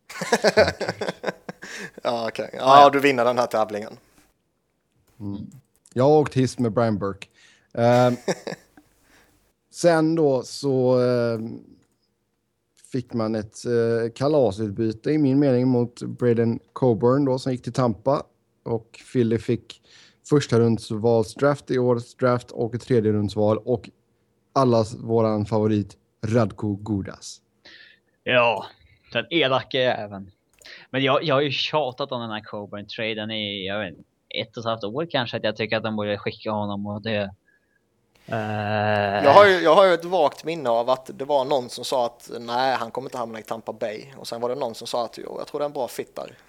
Ja, okej. Okay. Ja, du vinner den här tävlingen. Mm. Jag har åkt hiss med Brian Burke. Uh, sen då så uh, fick man ett uh, kalasutbyte i min mening mot Braden Coburn då som gick till Tampa. Och Philly fick första rundsvalsdraft i årets draft och ett tredje rundsval och allas våran favorit Radko Gudas. Ja, den elaka även. Men jag, jag har ju tjatat om den här Coburn-traden i jag vet, ett och ett halvt år kanske att jag tycker att de borde skicka honom och det... Uh... Jag, har ju, jag har ju ett vagt minne av att det var någon som sa att nej, han kommer inte hamna i Tampa Bay. Och sen var det någon som sa att jo, jag tror det är en bra fit där.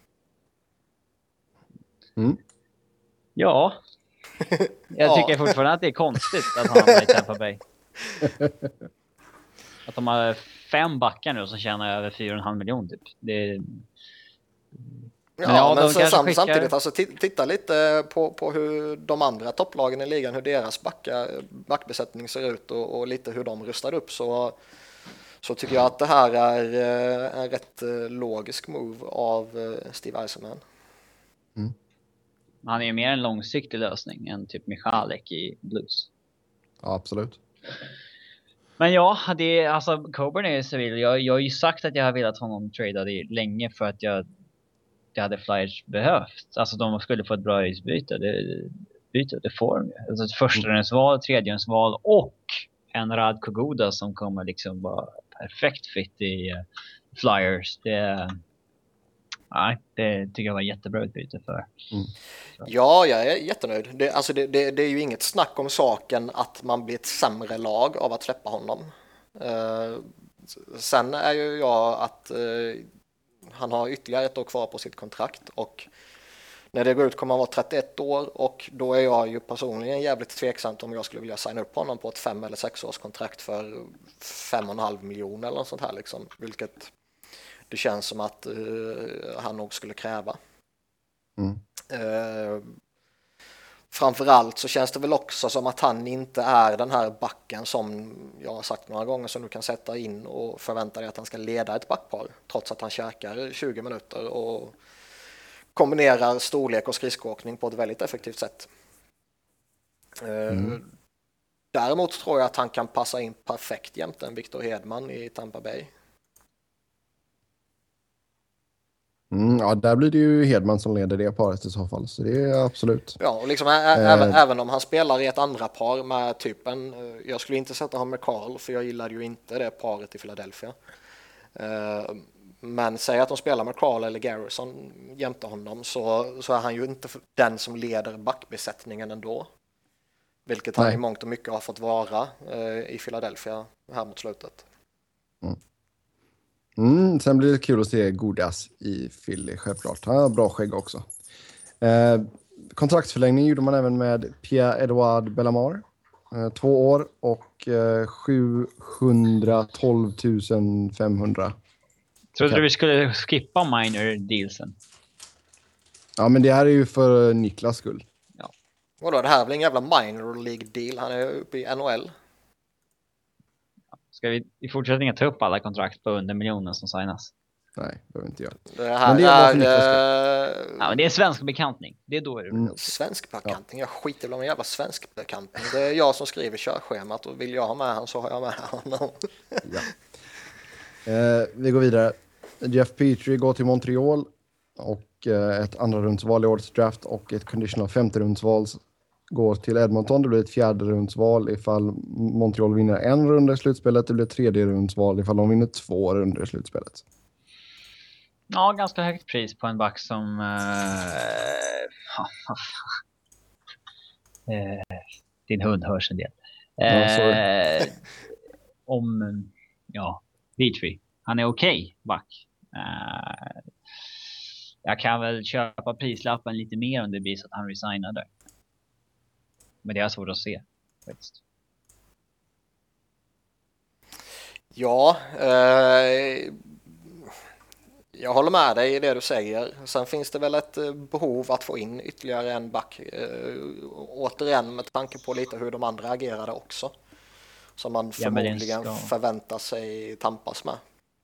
Mm. Ja. Jag tycker ja. fortfarande att det är konstigt att han hamnar i Tampa Bay. Att de har fem backar nu som tjänar över fyra och en halv miljon typ. Det är... Men ja, ja, men sen, sam, skickar... samtidigt, alltså titta lite på, på hur de andra topplagen i ligan, hur deras backa, backbesättning ser ut och, och lite hur de rustar upp så, så tycker jag att det här är en rätt logisk move av Steve Eisenman. Mm. Han är ju mer en långsiktig lösning än typ Michalek i Blues. Ja, absolut. Men ja, det är alltså Coburn är så vill. Jag, jag har ju sagt att jag har velat honom tradad länge för att jag det hade Flyers behövt. Alltså de skulle få ett bra isbyte. Det, byte, det får de ju. Alltså ett första-rundsval, tredje-rundsval och en Radko Gudas som kommer liksom vara perfekt fit i uh, Flyers. Det, nej, det tycker jag var jättebra utbyte för. Mm. Ja, jag är jättenöjd. Det, alltså det, det, det är ju inget snack om saken att man blir ett sämre lag av att släppa honom. Uh, sen är ju jag att uh, han har ytterligare ett år kvar på sitt kontrakt och när det går ut kommer han vara trettioett år och då är jag ju personligen jävligt tveksamt om jag skulle vilja signa upp honom på ett fem eller sex års kontrakt för fem och en halv miljon eller något sånt här liksom, vilket det känns som att uh, han nog skulle kräva. Mm. Uh, framförallt så känns det väl också som att han inte är den här backen som jag har sagt några gånger som du kan sätta in och förvänta dig att han ska leda ett backpar trots att han käkar tjugo minuter och kombinerar storlek och skridskoåkning på ett väldigt effektivt sätt. Mm. Däremot tror jag att han kan passa in perfekt jämte en Victor Hedman i Tampa Bay. Mm, ja, där blir det ju Hedman som leder det paret i så fall, så det är absolut. Ja, och liksom, ä- eh. även, även om han spelar i ett andra par med typen, jag skulle inte sätta honom med Carl för jag gillade ju inte det paret i Philadelphia. Eh, men säg att de spelar med Carl eller Garrison jämte honom så, så är han ju inte den som leder backbesättningen ändå. Vilket han Nej. i mångt och mycket har fått vara eh, i Philadelphia här mot slutet. Mm. Mm, sen blir det kul att se Gudas i Philly, självklart. Han har bra skägg också. Eh, kontraktsförlängning gjorde man även med Pierre-Edouard Bellemare. Eh, två år och eh, sjuhundratolv tusen femhundra. Trodde okay. du vi skulle skippa minor dealsen? Ja, men det här är ju för Niklas skull. Ja. Vadå, det här är väl en jävla minor league deal? Han är uppe i N H L. Ska vi i fortsättningen ta upp alla kontrakt på under miljonen som signas? Nej, det behöver inte jag. Det här men det är... är Äh, ja, men det är en svensk bekantning. Det är då är det mm. Svensk bekantning? Ja. Jag skiter väl om en jävla svensk bekantning. Det är jag som skriver körschemat och vill jag ha med honom så har jag med honom. ja. eh, vi går vidare. Jeff Petrie går till Montreal och eh, ett andra rundsval i årets draft och ett conditional femte rundsval går till Edmonton. Det blir ett fjärde rundsval ifall Montreal vinner en runda i slutspelet. Det blir ett tredje rundsval ifall de vinner två runder i slutspelet. Ja, ganska högt pris på en back som... Uh, uh, din hund hörs en del. Uh, ja, om... Ja, Petrie. Han är okej, okay, back. Uh, jag kan väl köpa prislappen lite mer om det blir så att han resignar där. Men det är svårt att se, faktiskt. Ja, eh, jag håller med dig i det du säger. Sen finns det väl ett behov att få in ytterligare en back. Eh, återigen med tanke på lite hur de andra agerade också. Som man förmodligen ja, ska... förväntar sig tampas med.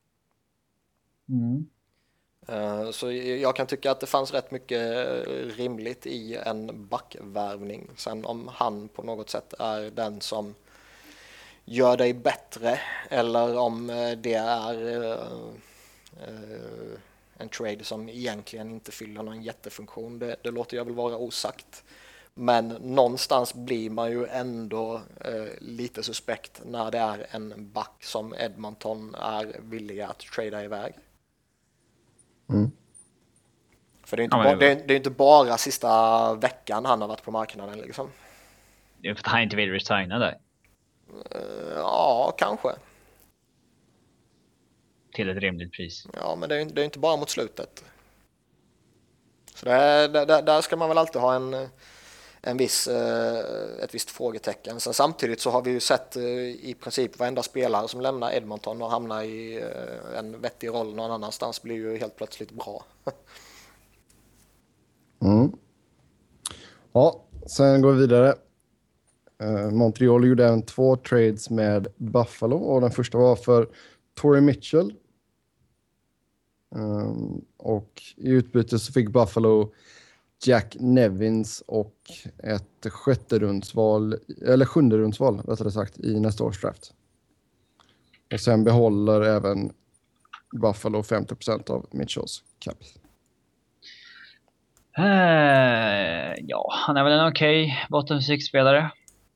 Mm. Uh, så jag kan tycka att det fanns rätt mycket rimligt i en backvärvning. Sen om han på något sätt är den som gör dig bättre eller om det är uh, uh, en trade som egentligen inte fyller någon jättefunktion, det, det låter jag väl vara osagt. Men någonstans blir man ju ändå uh, lite suspekt när det är en back som Edmonton är villiga att trada iväg. Mm. För det är, inte ja, bara, det, är, det är inte bara sista veckan han har varit på marknaden liksom. Det är för att han inte vill resigna där. Uh, ja, kanske. Till ett rimligt pris. Ja, men det är, det är inte bara mot slutet. Så det, det, där ska man väl alltid ha en, en viss, ett visst frågetecken. Sen samtidigt så har vi ju sett i princip varenda spelare som lämnar Edmonton och hamnar i en vettig roll någon annanstans blir ju helt plötsligt bra. Mm. Ja, sen går vi vidare. Uh, Montreal gjorde även två trades med Buffalo och den första var för Torrey Mitchell. Um, och i utbyte så fick Buffalo Jack Nevins och ett sjätte rundsval, eller sjunde rundsval rättare sagt, i nästa års draft. Och sen behåller även Buffalo femtio procent av Mitchells cap. Uh, ja, han är väl en okej okay bottom six-spelare.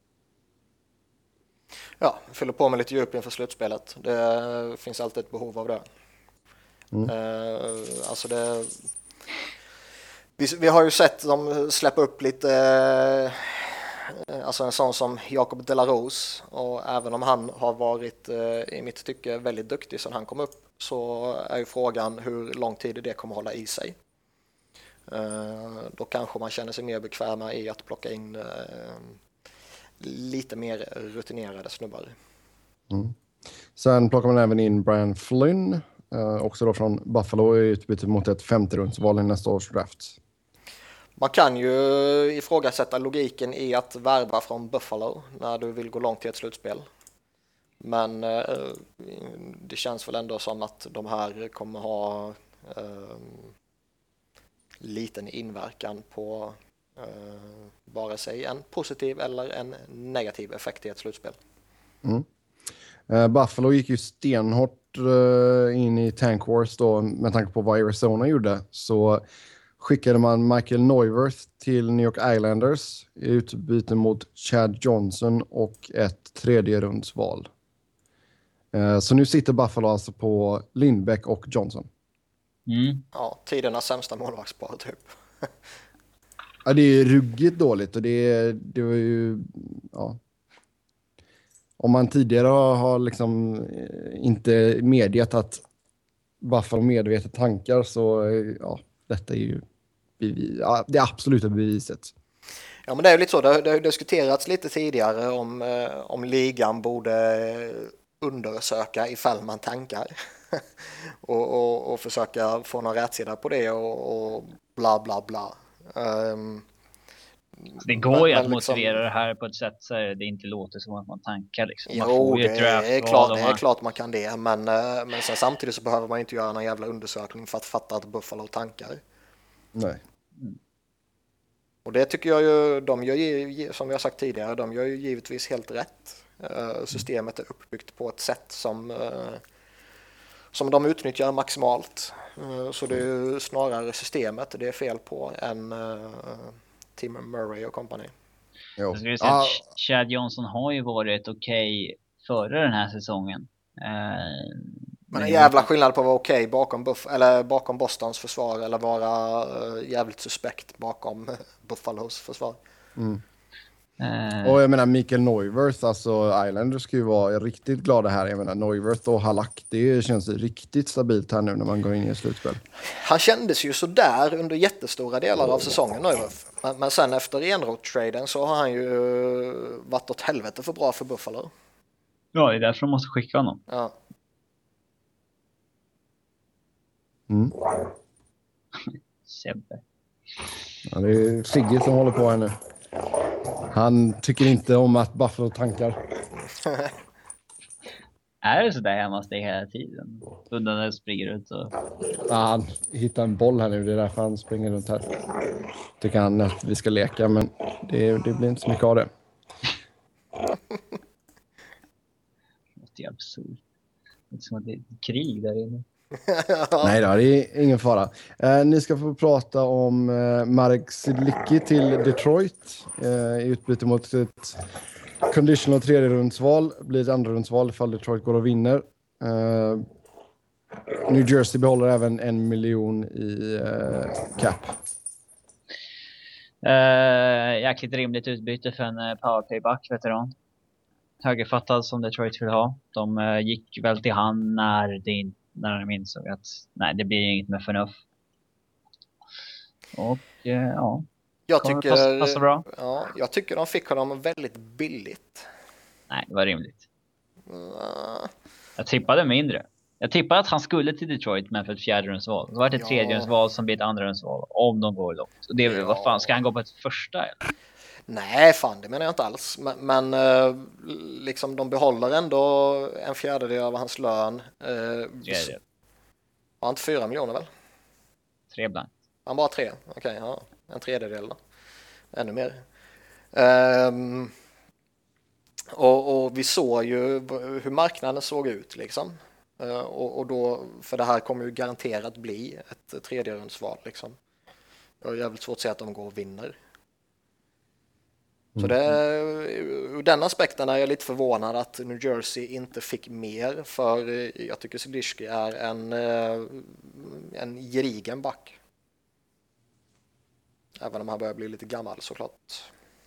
Ja, fyller på med lite djup inför slutspelet. Det finns alltid ett behov av det. Mm. Uh, alltså det... Vi, vi har ju sett dem släppa upp lite... Uh, alltså en sån som Jacob De La Rose. Och även om han har varit uh, i mitt tycke väldigt duktig sedan han kom upp, så är ju frågan hur lång tid det kommer hålla i sig. Uh, då kanske man känner sig mer bekväma i att plocka in uh, lite mer rutinerade snubbar. Mm. Sen plockar man även in Brian Flynn, uh, också då från Buffalo, i utbyte mot ett femte-rundsval i nästa års draft. Man kan ju ifrågasätta logiken i att värva från Buffalo när du vill gå långt i ett slutspel. Men uh, det känns väl ändå som att de här kommer ha uh, liten inverkan på uh, vare sig en positiv eller en negativ effekt i ett slutspel. Mm. Uh, Buffalo gick ju stenhårt uh, in i Tank Wars då, med tanke på vad Arizona gjorde. Så skickade man Michael Neuwirth till New York Islanders i utbyte mot Chad Johnson och ett tredje rundsval. Uh, så nu sitter Buffalo alltså på Lindbäck och Johnson. Mm. Ja, tidernas sämsta målvaktspar typ. Ja, det är ruggigt dåligt och det, det var ju... Ja. Om man tidigare har liksom inte medgett att Buffalo medvetet tankar, så ja, detta är ju bevis, ja, det absoluta beviset. Ja, men det är ju lite så, det har, det har diskuterats lite tidigare om, eh, om ligan borde undersöka ifall man tankar och, och, och försöka få någon rätsida på det och, och bla bla bla. Um, det går ju att liksom motivera det här på ett sätt så det inte låter som att man tankar. Liksom. Man jo, får ju det, draft är klart, man... det är klart man kan det, men, men sen samtidigt så behöver man inte göra någon jävla undersökning för att fatta att Buffalo tankar. Nej. Mm. Och det tycker jag ju, de gör, som jag sagt tidigare, de gör ju givetvis helt rätt. Uh, systemet är uppbyggt på ett sätt som, uh, som de utnyttjar maximalt. Uh, så det är ju snarare systemet det är fel på än uh, Tim Murray och company. Jag skulle säga ah. att Chad Johnson har ju varit okej okay före den här säsongen. Uh, men en jävla skillnad på att vara okej okay bakom, Buff- eller bakom Bostons försvar eller vara uh, jävligt suspekt bakom Buffalos försvar. Mm. Uh. Och jag menar Michael Neuwirth, alltså Islanders ska ju vara riktigt glada här. Jag menar Neuwirth och Halak, det känns riktigt stabilt här nu när man går in i ett slutspel. Han kändes ju så där under jättestora delar av säsongen Neuwirth. Men, men sen efter Enroth-traden så har han ju varit åt helvete för bra för Buffalo. Ja, det är därför de måste skicka honom. Ja. Mm. Sebbe. Ja, det är Sigge som håller på här nu. Han tycker inte om att Buffalo tankar. Är det så där hemma hos dig hela tiden? Undan när springer ut och... Ja, han hittar en boll här nu. Det är därför han springer runt här. Tycker han att vi ska leka, men det, det blir inte så mycket av det. Det är absurt. Det är som att det är krig där inne. Nej då, det är ingen fara. Eh, ni ska få prata om eh, Marek Sidlicki till Detroit eh, i utbyte mot ett conditional tredje rundsval. Blir ett andra rundsval ifall Detroit går och vinner. Eh, New Jersey behåller även en miljon i eh, cap. Uh, jäkligt rimligt utbyte för en uh, powerplayback veteran. Högerfattad som Detroit vill ha. De uh, gick väl till han när det inte när de insåg att nej, det blir inget med förnuft. Och eh, ja. Jag tycker, pass, passar bra. Ja, jag tycker de fick honom väldigt billigt. Nej, det var rimligt. Mm. Jag tippade mindre. Jag tippade att han skulle till Detroit men för ett fjärde rundsval. Så var det ett ja. tredje rundsval som blir ett andra rundsval om de går långt. Och det är, ja. Vad fan, ska han gå på ett första eller? Nej, fan, det menar jag inte alls. Men, men liksom de behåller ändå en fjärdedel av hans lön. Tredjedel. Har han inte fyra miljoner väl? Tre blankt. Han bara tre, okej, okay, ja. En tredjedel då. Ännu mer. Um, Och, och vi såg ju hur marknaden såg ut liksom. Uh, och, och då, för det här kommer ju garanterat bli ett tredje rundsval liksom. Jag har jävligt svårt att säga att de går och vinner. Så det, ur den aspekten är jag lite förvånad att New Jersey inte fick mer, för jag tycker Sydisky är en, en gedigen back. Även om han börjar bli lite gammal såklart.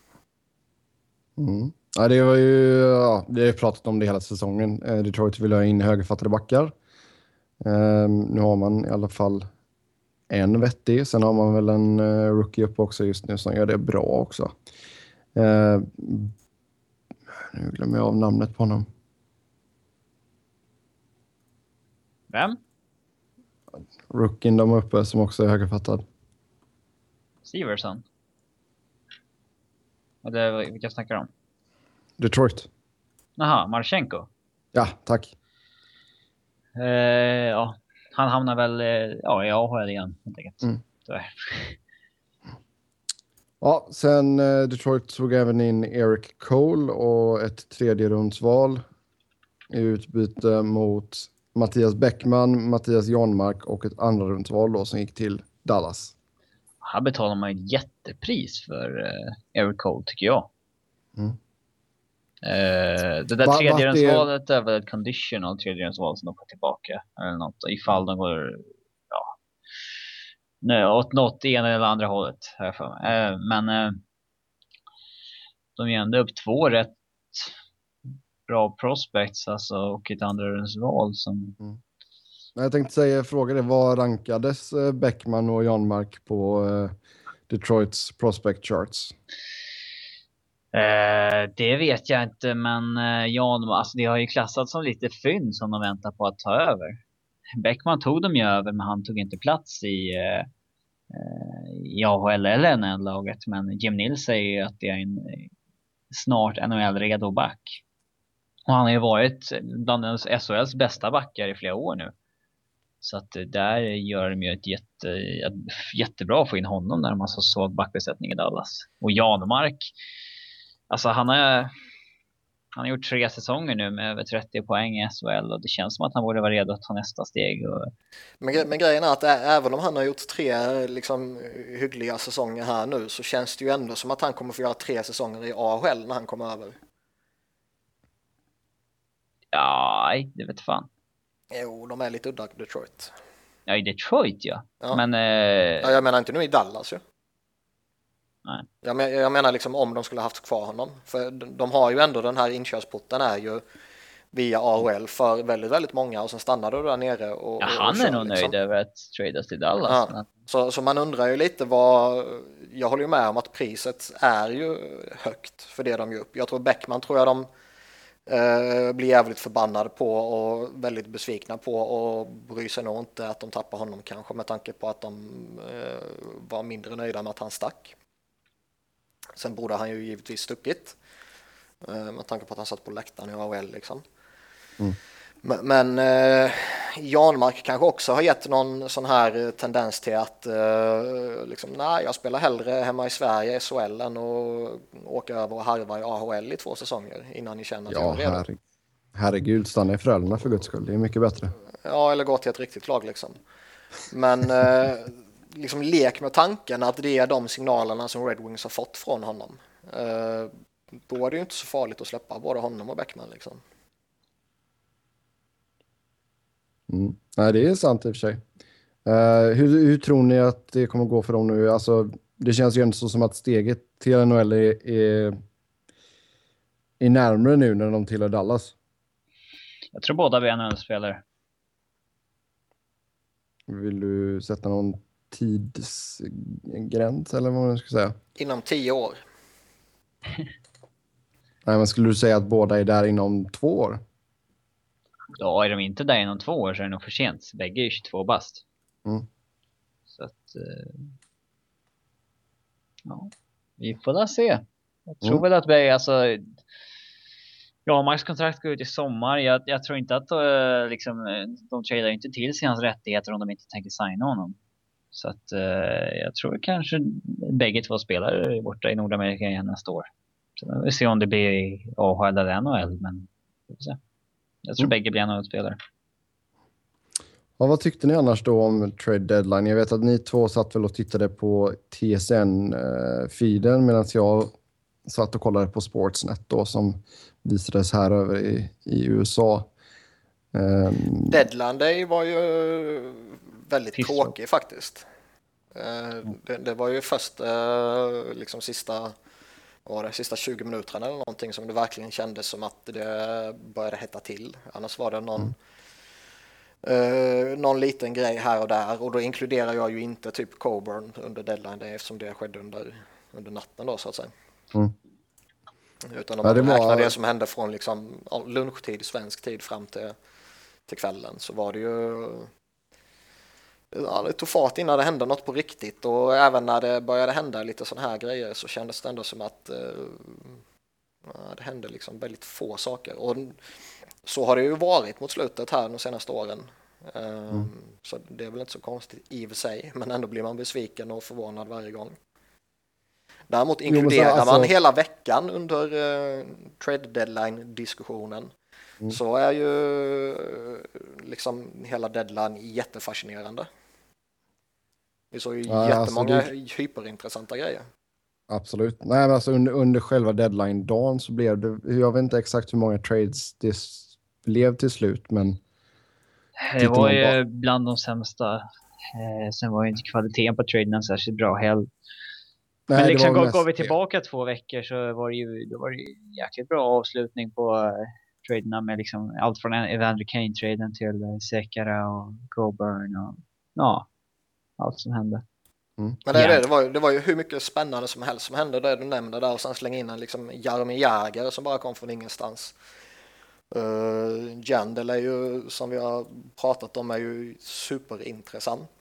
Mm. Ja, det var ju, ja, vi har ju pratat om det hela säsongen. Detroit vill ha in högerfattade backar. Um, nu har man i alla fall en vettig. Sen har man väl en uh, rookie upp också just nu som gör det bra också. Uh, nu glömmer jag av namnet på honom. Vem? Rookien de uppe som också är högerfattad. Severson. Eller vilka snackar om? Detroit. Jaha, Marchenko. Ja, tack. Eh, ja, han hamnar väl eh, ja, i A H L igen. Mm. Ja, sen eh, Detroit tog även in Eric Cole och ett tredje rundsval i utbyte mot Mattias Bäckman, Mattias Janmark och ett andra rundsval då som gick till Dallas. Här betalar man ett jättepris för eh, Eric Cole tycker jag. Mm. Eh, det där Va, tredje rundsvalet det... är väl ett conditional tredje rundsval som de får tillbaka eller något ifall de går ja nej, åt något ena eller andra hållet här för mig. Eh, men eh, de ger ändå upp två rätt bra prospects alltså, och ett andra rundsval som mm. Jag tänkte säga, fråga det, vad rankades Bäckman och Janmark på uh, Detroits prospect charts? Eh, det vet jag inte, men eh, Jan, alltså det har ju klassats som lite fynd som de väntar på att ta över. Bäckman tog dem ju över, men han tog inte plats i, eh, i A H L eller N H L-laget. Men Jim Nils säger ju att det är en snart N H L-redo back. Och han har ju varit bland S H L:s bästa backar i flera år nu. Så att där gör de ju ett jätte, jättebra att få in honom när de har så svag backbesättning i Dallas. Och Janmark, alltså han har, han har gjort tre säsonger nu med över trettio poäng i S H L och det känns som att han borde vara redo att ta nästa steg. Och... Men, men grejen är att ä- även om han har gjort tre liksom, hyggliga säsonger här nu så känns det ju ändå som att han kommer få göra tre säsonger i A H L när han kommer över. Ja, det vet fan. Jo, de är lite udda i Detroit. Ja, i Detroit ja. ja. Men, eh... ja, jag menar inte nu i Dallas ju. Nej. Jag, men, jag menar liksom om de skulle haft kvar honom. För de, de har ju ändå den här inkörsporten är ju via A H L för väldigt, väldigt många och sen stannar du där nere. Och, ja, och, han och är kör, nog liksom. nöjd över att tradas till Dallas. Ja. Så, så man undrar ju lite vad, jag håller ju med om att priset är ju högt för det de gör upp. Jag tror Bäckman tror jag de eh, blir jävligt förbannade på och väldigt besvikna på och bryr sig nog inte att de tappar honom kanske med tanke på att de eh, var mindre nöjda med att han stack. Sen borde han ju givetvis stuckit eh, med tanke på att han satt på läktaren i A H L liksom. Mm. Men, men eh, Janmark kanske också har gett någon sån här tendens till att eh, liksom, nej, jag spelar hellre hemma i Sverige i S H L än att åka över och harva i A H L i två säsonger innan ni känner att ja, jag är redo. Herre, herregud, stanna i Frölunda för guds skull, det är mycket bättre. Ja, eller gå till ett riktigt lag liksom. Men eh, liksom lek med tanken att det är de signalerna som Red Wings har fått från honom. Eh, då är det ju inte så farligt att släppa både honom och Bäckman liksom. Mm. Nej, det är sant i och för sig. Uh, hur, hur tror ni att det kommer gå för dem nu? Alltså, det känns ju ändå så som att steget till N H L är, är, är närmare nu när de tillhör Dallas. Jag tror båda blir N H L-spelare. Vill du sätta någon tidsgräns eller vad man ska säga? Inom tio år. Nej, men skulle du säga att båda är där inom två år? Ja, är de inte där inom två år så är det nog för sent. Bägge är tjugotvå bast. Mm. Så att... Eh, ja, vi får da se. Jag tror mm. väl att vi, alltså... Ja, Max kontrakt går ut i sommar. Jag, jag tror inte att uh, liksom, de tradar inte till sig hans rättigheter om de inte tänker signa honom. Så att uh, jag tror kanske bägge två spelare är borta i Nordamerika igen nästa år. Så vi ser om det blir A H L eller N H L, men vi får se. Jag tror mm. bägge blir N H L-spelare. Ja, vad tyckte ni annars då om trade deadline? Jag vet att ni två satt väl och tittade på T S N-feeden medan jag satt och kollade på Sportsnet då, som visades här över i, i U S A. Um, Deadline Day var ju väldigt Pissor. tråkig faktiskt. Uh, det, det var ju först uh, liksom sista, var det, sista tjugo minuterna eller någonting som det verkligen kändes som att det började hetta till. Annars var det någon, mm. uh, någon liten grej här och där, och då inkluderar jag ju inte typ Coburn under Deadline Day eftersom det skedde under, under natten då så att säga. Mm. Utan om man ja, räknar var... det som hände från liksom lunchtid, svensk tid fram till, till kvällen, så var det ju ja, det tog fart innan det hände något på riktigt, och även när det började hända lite sådana här grejer så kändes det ändå som att ja, det hände liksom väldigt få saker, och så har det ju varit mot slutet här de senaste åren. Mm. Så det är väl inte så konstigt i och för sig, men ändå blir man besviken och förvånad varje gång. Däremot inkluderar jo, så, alltså... man hela veckan under uh, trade deadline-diskussionen mm. så är ju uh, liksom hela deadline jättefascinerande. Vi såg ju ja, jättemånga alltså det... hyperintressanta grejer. Absolut. Nej, men alltså under, under själva deadline-dagen så blev det, jag vet inte exakt hur många trades det blev till slut, men det var ju bara... bland de sämsta. Eh, sen var ju inte kvaliteten på traderna särskilt bra heller. Nej, men liksom går, går vi tillbaka två veckor så var det ju, då var det ju jäkligt bra avslutning på uh, traderna med liksom allt från Evander Kane-traden till uh, Sekera och Coburn och ja, allt som hände. Mm. Men det, är det, det, var ju, det var ju hur mycket spännande som helst som hände där du nämnde där, och sen slänga in en liksom Jaromir Jagr som bara kom från ingenstans. Uh, Jandel är ju, som vi har pratat om, är ju superintressant.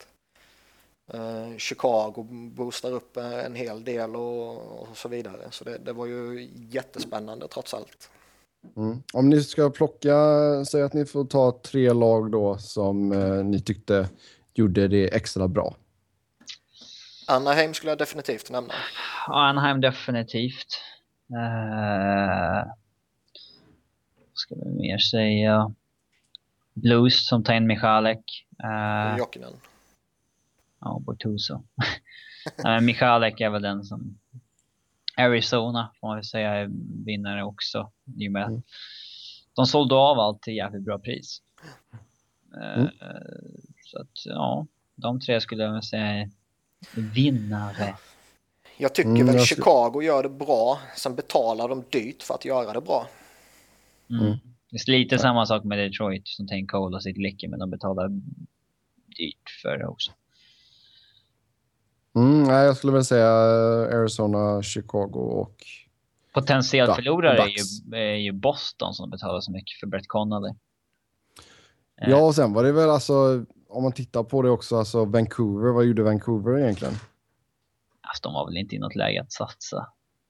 Uh, Chicago boostar upp en hel del och, och så vidare, så det, det var ju jättespännande trots allt. Mm. Om ni ska plocka, säg att ni får ta tre lag då som uh, ni tyckte gjorde det extra bra. Anaheim skulle jag definitivt nämna. Anaheim definitivt. Uh, vad ska vi mer säga? Blues som tar in Michalek. Uh, Jokinen. Ja, Bortuso. Nej, Michalek är väl den som Arizona får man väl säga är vinnare också. I och med mm. de sålde av allt till jävligt bra pris. Mm. Uh, så att ja, de tre skulle jag väl säga är vinnare. Jag tycker mm, väl jag Chicago gör det bra. Sen betalar de dyrt för att göra det bra. Mm. Mm. Det är lite ja. samma sak med Detroit som tänker hålla sitt lycka, men de betalar dyrt för det också. Mm, nej, jag skulle väl säga Arizona, Chicago och potentiellt förlorare är ju, är ju Boston som betalar så mycket för Brett Connolly. Ja, och sen var det väl alltså, om man tittar på det också, alltså Vancouver, vad gjorde Vancouver egentligen? Alltså, de var väl inte i något läge att satsa.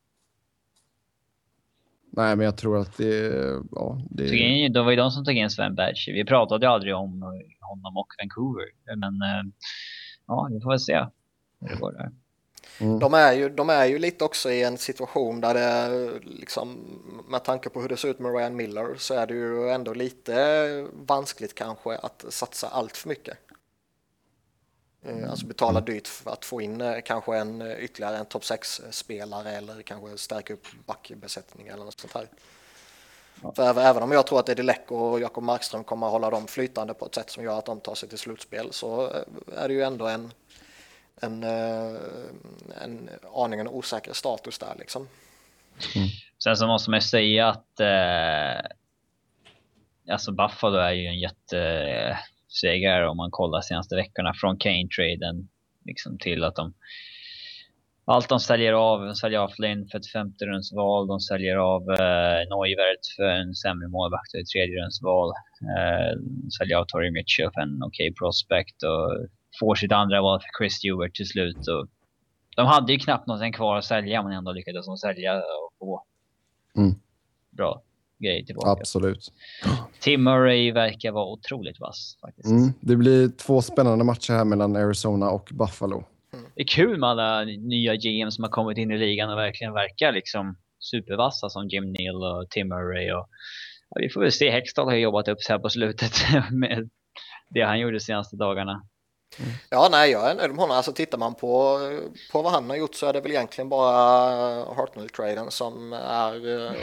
Nej, men jag tror att det, ja, det... In, det var ju de som tog in Sven Berge. Vi pratade aldrig om honom och Vancouver, men ja, vi får väl se. Det går där. Mm. De, är ju, de är ju lite också i en situation där det liksom, med tanke på hur det ser ut med Ryan Miller, så är det ju ändå lite vanskligt kanske att satsa allt för mycket. Mm. Alltså betala dyrt för att få in kanske en ytterligare en topp sex-spelare eller kanske stärka upp backbesättning eller något sånt här. Ja. För även, även om jag tror att Eddie Leck och Jakob Markström kommer att hålla dem flytande på ett sätt som gör att de tar sig till slutspel, så är det ju ändå en En, en aningen osäker status där liksom. Mm. Sen så måste man säga att eh, alltså Buffalo är ju en jättesegrare om man kollar senaste veckorna, från Kane-traden liksom till att de allt de säljer av, de säljer av Flynn för ett femte rundsval, de säljer av eh, Neuwert för en sämre målvakt och ett tredje rundsval, eh, de säljer av Torrey Mitchell för en okej okay prospect och får sitt andra val för Chris Stewart till slut. Och de hade ju knappt någonting kvar att sälja, men ändå lyckades de sälja och få mm. bra grejer tillbaka. Absolut. Tim Murray verkar vara otroligt vass faktiskt. Mm. Det blir två spännande matcher här mellan Arizona och Buffalo. Mm. Det är kul med alla nya G M som har kommit in i ligan och verkligen verkar liksom supervassa som Jim Neal och Tim Murray. Och, ja, vi får väl se. Hextall har jobbat upp sig här på slutet med det han gjorde de senaste dagarna. Mm. Ja, nej, jag är nöjd med honom. Alltså tittar man på, på vad han har gjort så är det väl egentligen bara Hartnell-traden som är,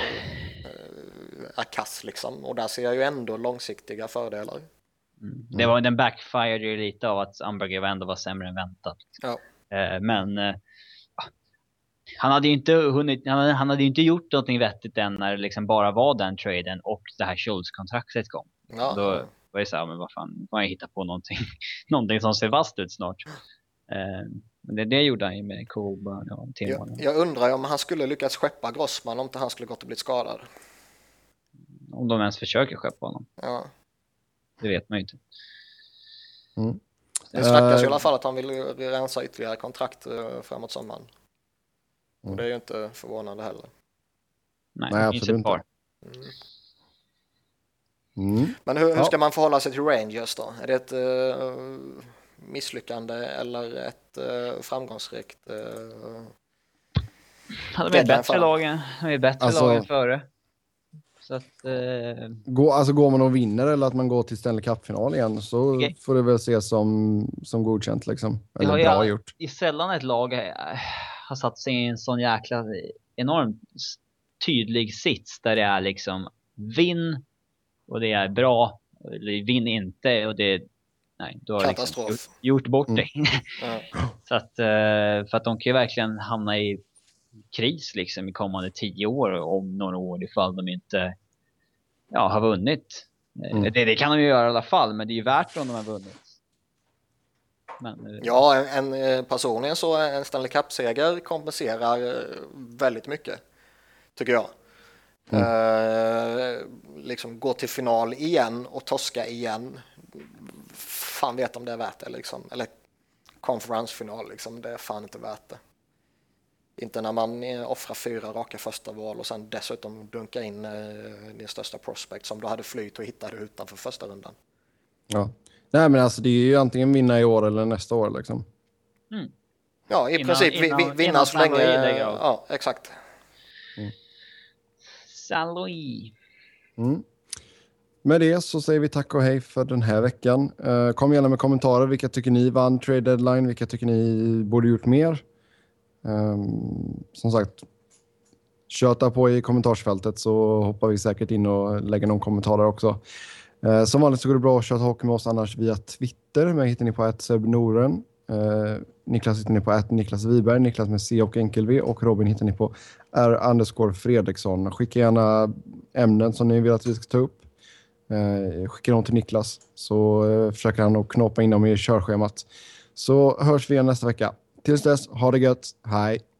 är kass liksom. Och där ser jag ju ändå långsiktiga fördelar. Mm. Det var, den backfired ju lite av att Umberger ändå var sämre än väntat. Ja. Eh, men eh, han hade ju inte hunnit, han hade, han hade ju inte gjort någonting vettigt än när det liksom bara var den traden och det här Schultz-kontraktet kom. Ja. Då var det så här, men vad fan, får jag hitta på någonting, någonting som ser vast ut snart. Eh, men det, det gjorde han ju med Coburn och Tim. Jag, jag undrar om han skulle lyckas skeppa Grossman om inte han skulle gått och blivit skadad. Om de ens försöker skeppa honom. Ja. Det vet man ju inte. Mm. Det snackas uh, i alla fall att han vill rensa ytterligare kontrakt uh, framåt sommaren. Mm. Och det är ju inte förvånande heller. Nej, Nej, absolut inte. Mm. Mm. Men hur, hur ja. ska man förhålla sig till Rangers då? Är det ett uh, misslyckande eller ett uh, framgångsrikt uh, hade vi bättre lagen, vi bättre alltså, lagen före. Så att, eh... gå, alltså går man och vinner eller att man går till Stanley Cup-final igen så okay. får det väl ses som, som godkänt liksom. Eller bra jag, gjort. I sällan ett lag har satt sig i en sån jäkla enormt tydlig sits där det är liksom vinn och det är bra, eller vinn inte och det är nej, då har liksom gjort, gjort bort mm. det. Ja. Så att, för att de kan ju verkligen hamna i kris liksom i kommande tio år om några år ifall de inte ja, har vunnit. Mm. Det, det kan de ju göra i alla fall, men det är ju värt om de har vunnit. Men, ja, en, en, personligen så en Stanley Cup-seger kompenserar väldigt mycket, tycker jag. Mm. Uh, liksom gå till final igen och torska igen. Fan vet om det är värt det liksom. Eller konferensfinal liksom, det är fan inte värt det. Inte när man offrar fyra raka första val och sen dessutom dunkar in eh, din största prospect som du hade flyt och hittade utanför första rundan. Ja, nej men alltså det är ju antingen vinna i år eller nästa år liksom. Mm. Ja, i innan, princip innan, vinna innan så länge. Ja, exakt. Mm. Saint Louis. Mm. Med det så säger vi tack och hej för den här veckan. Uh, kom gärna med kommentarer. Vilka tycker ni vann trade deadline? Vilka tycker ni borde gjort mer? Um, som sagt, köta på i kommentarsfältet så hoppar vi säkert in och lägger någon kommentar där också. Uh, som vanligt så går det bra att köta hockey med oss annars via Twitter. Mig hittar ni på att Seb Noren. Uh, Niklas hittar ni på att Niklas Wiberg. Niklas med C och enkel V. Och Robin hittar ni på R underscore Fredriksson. Skicka gärna ämnen som ni vill att vi ska ta upp. Uh, skicka dem till Niklas så uh, försöker han att knåpa in dem i körschemat. Så hörs vi igen nästa vecka. Tills dess, ha det gött. Hej!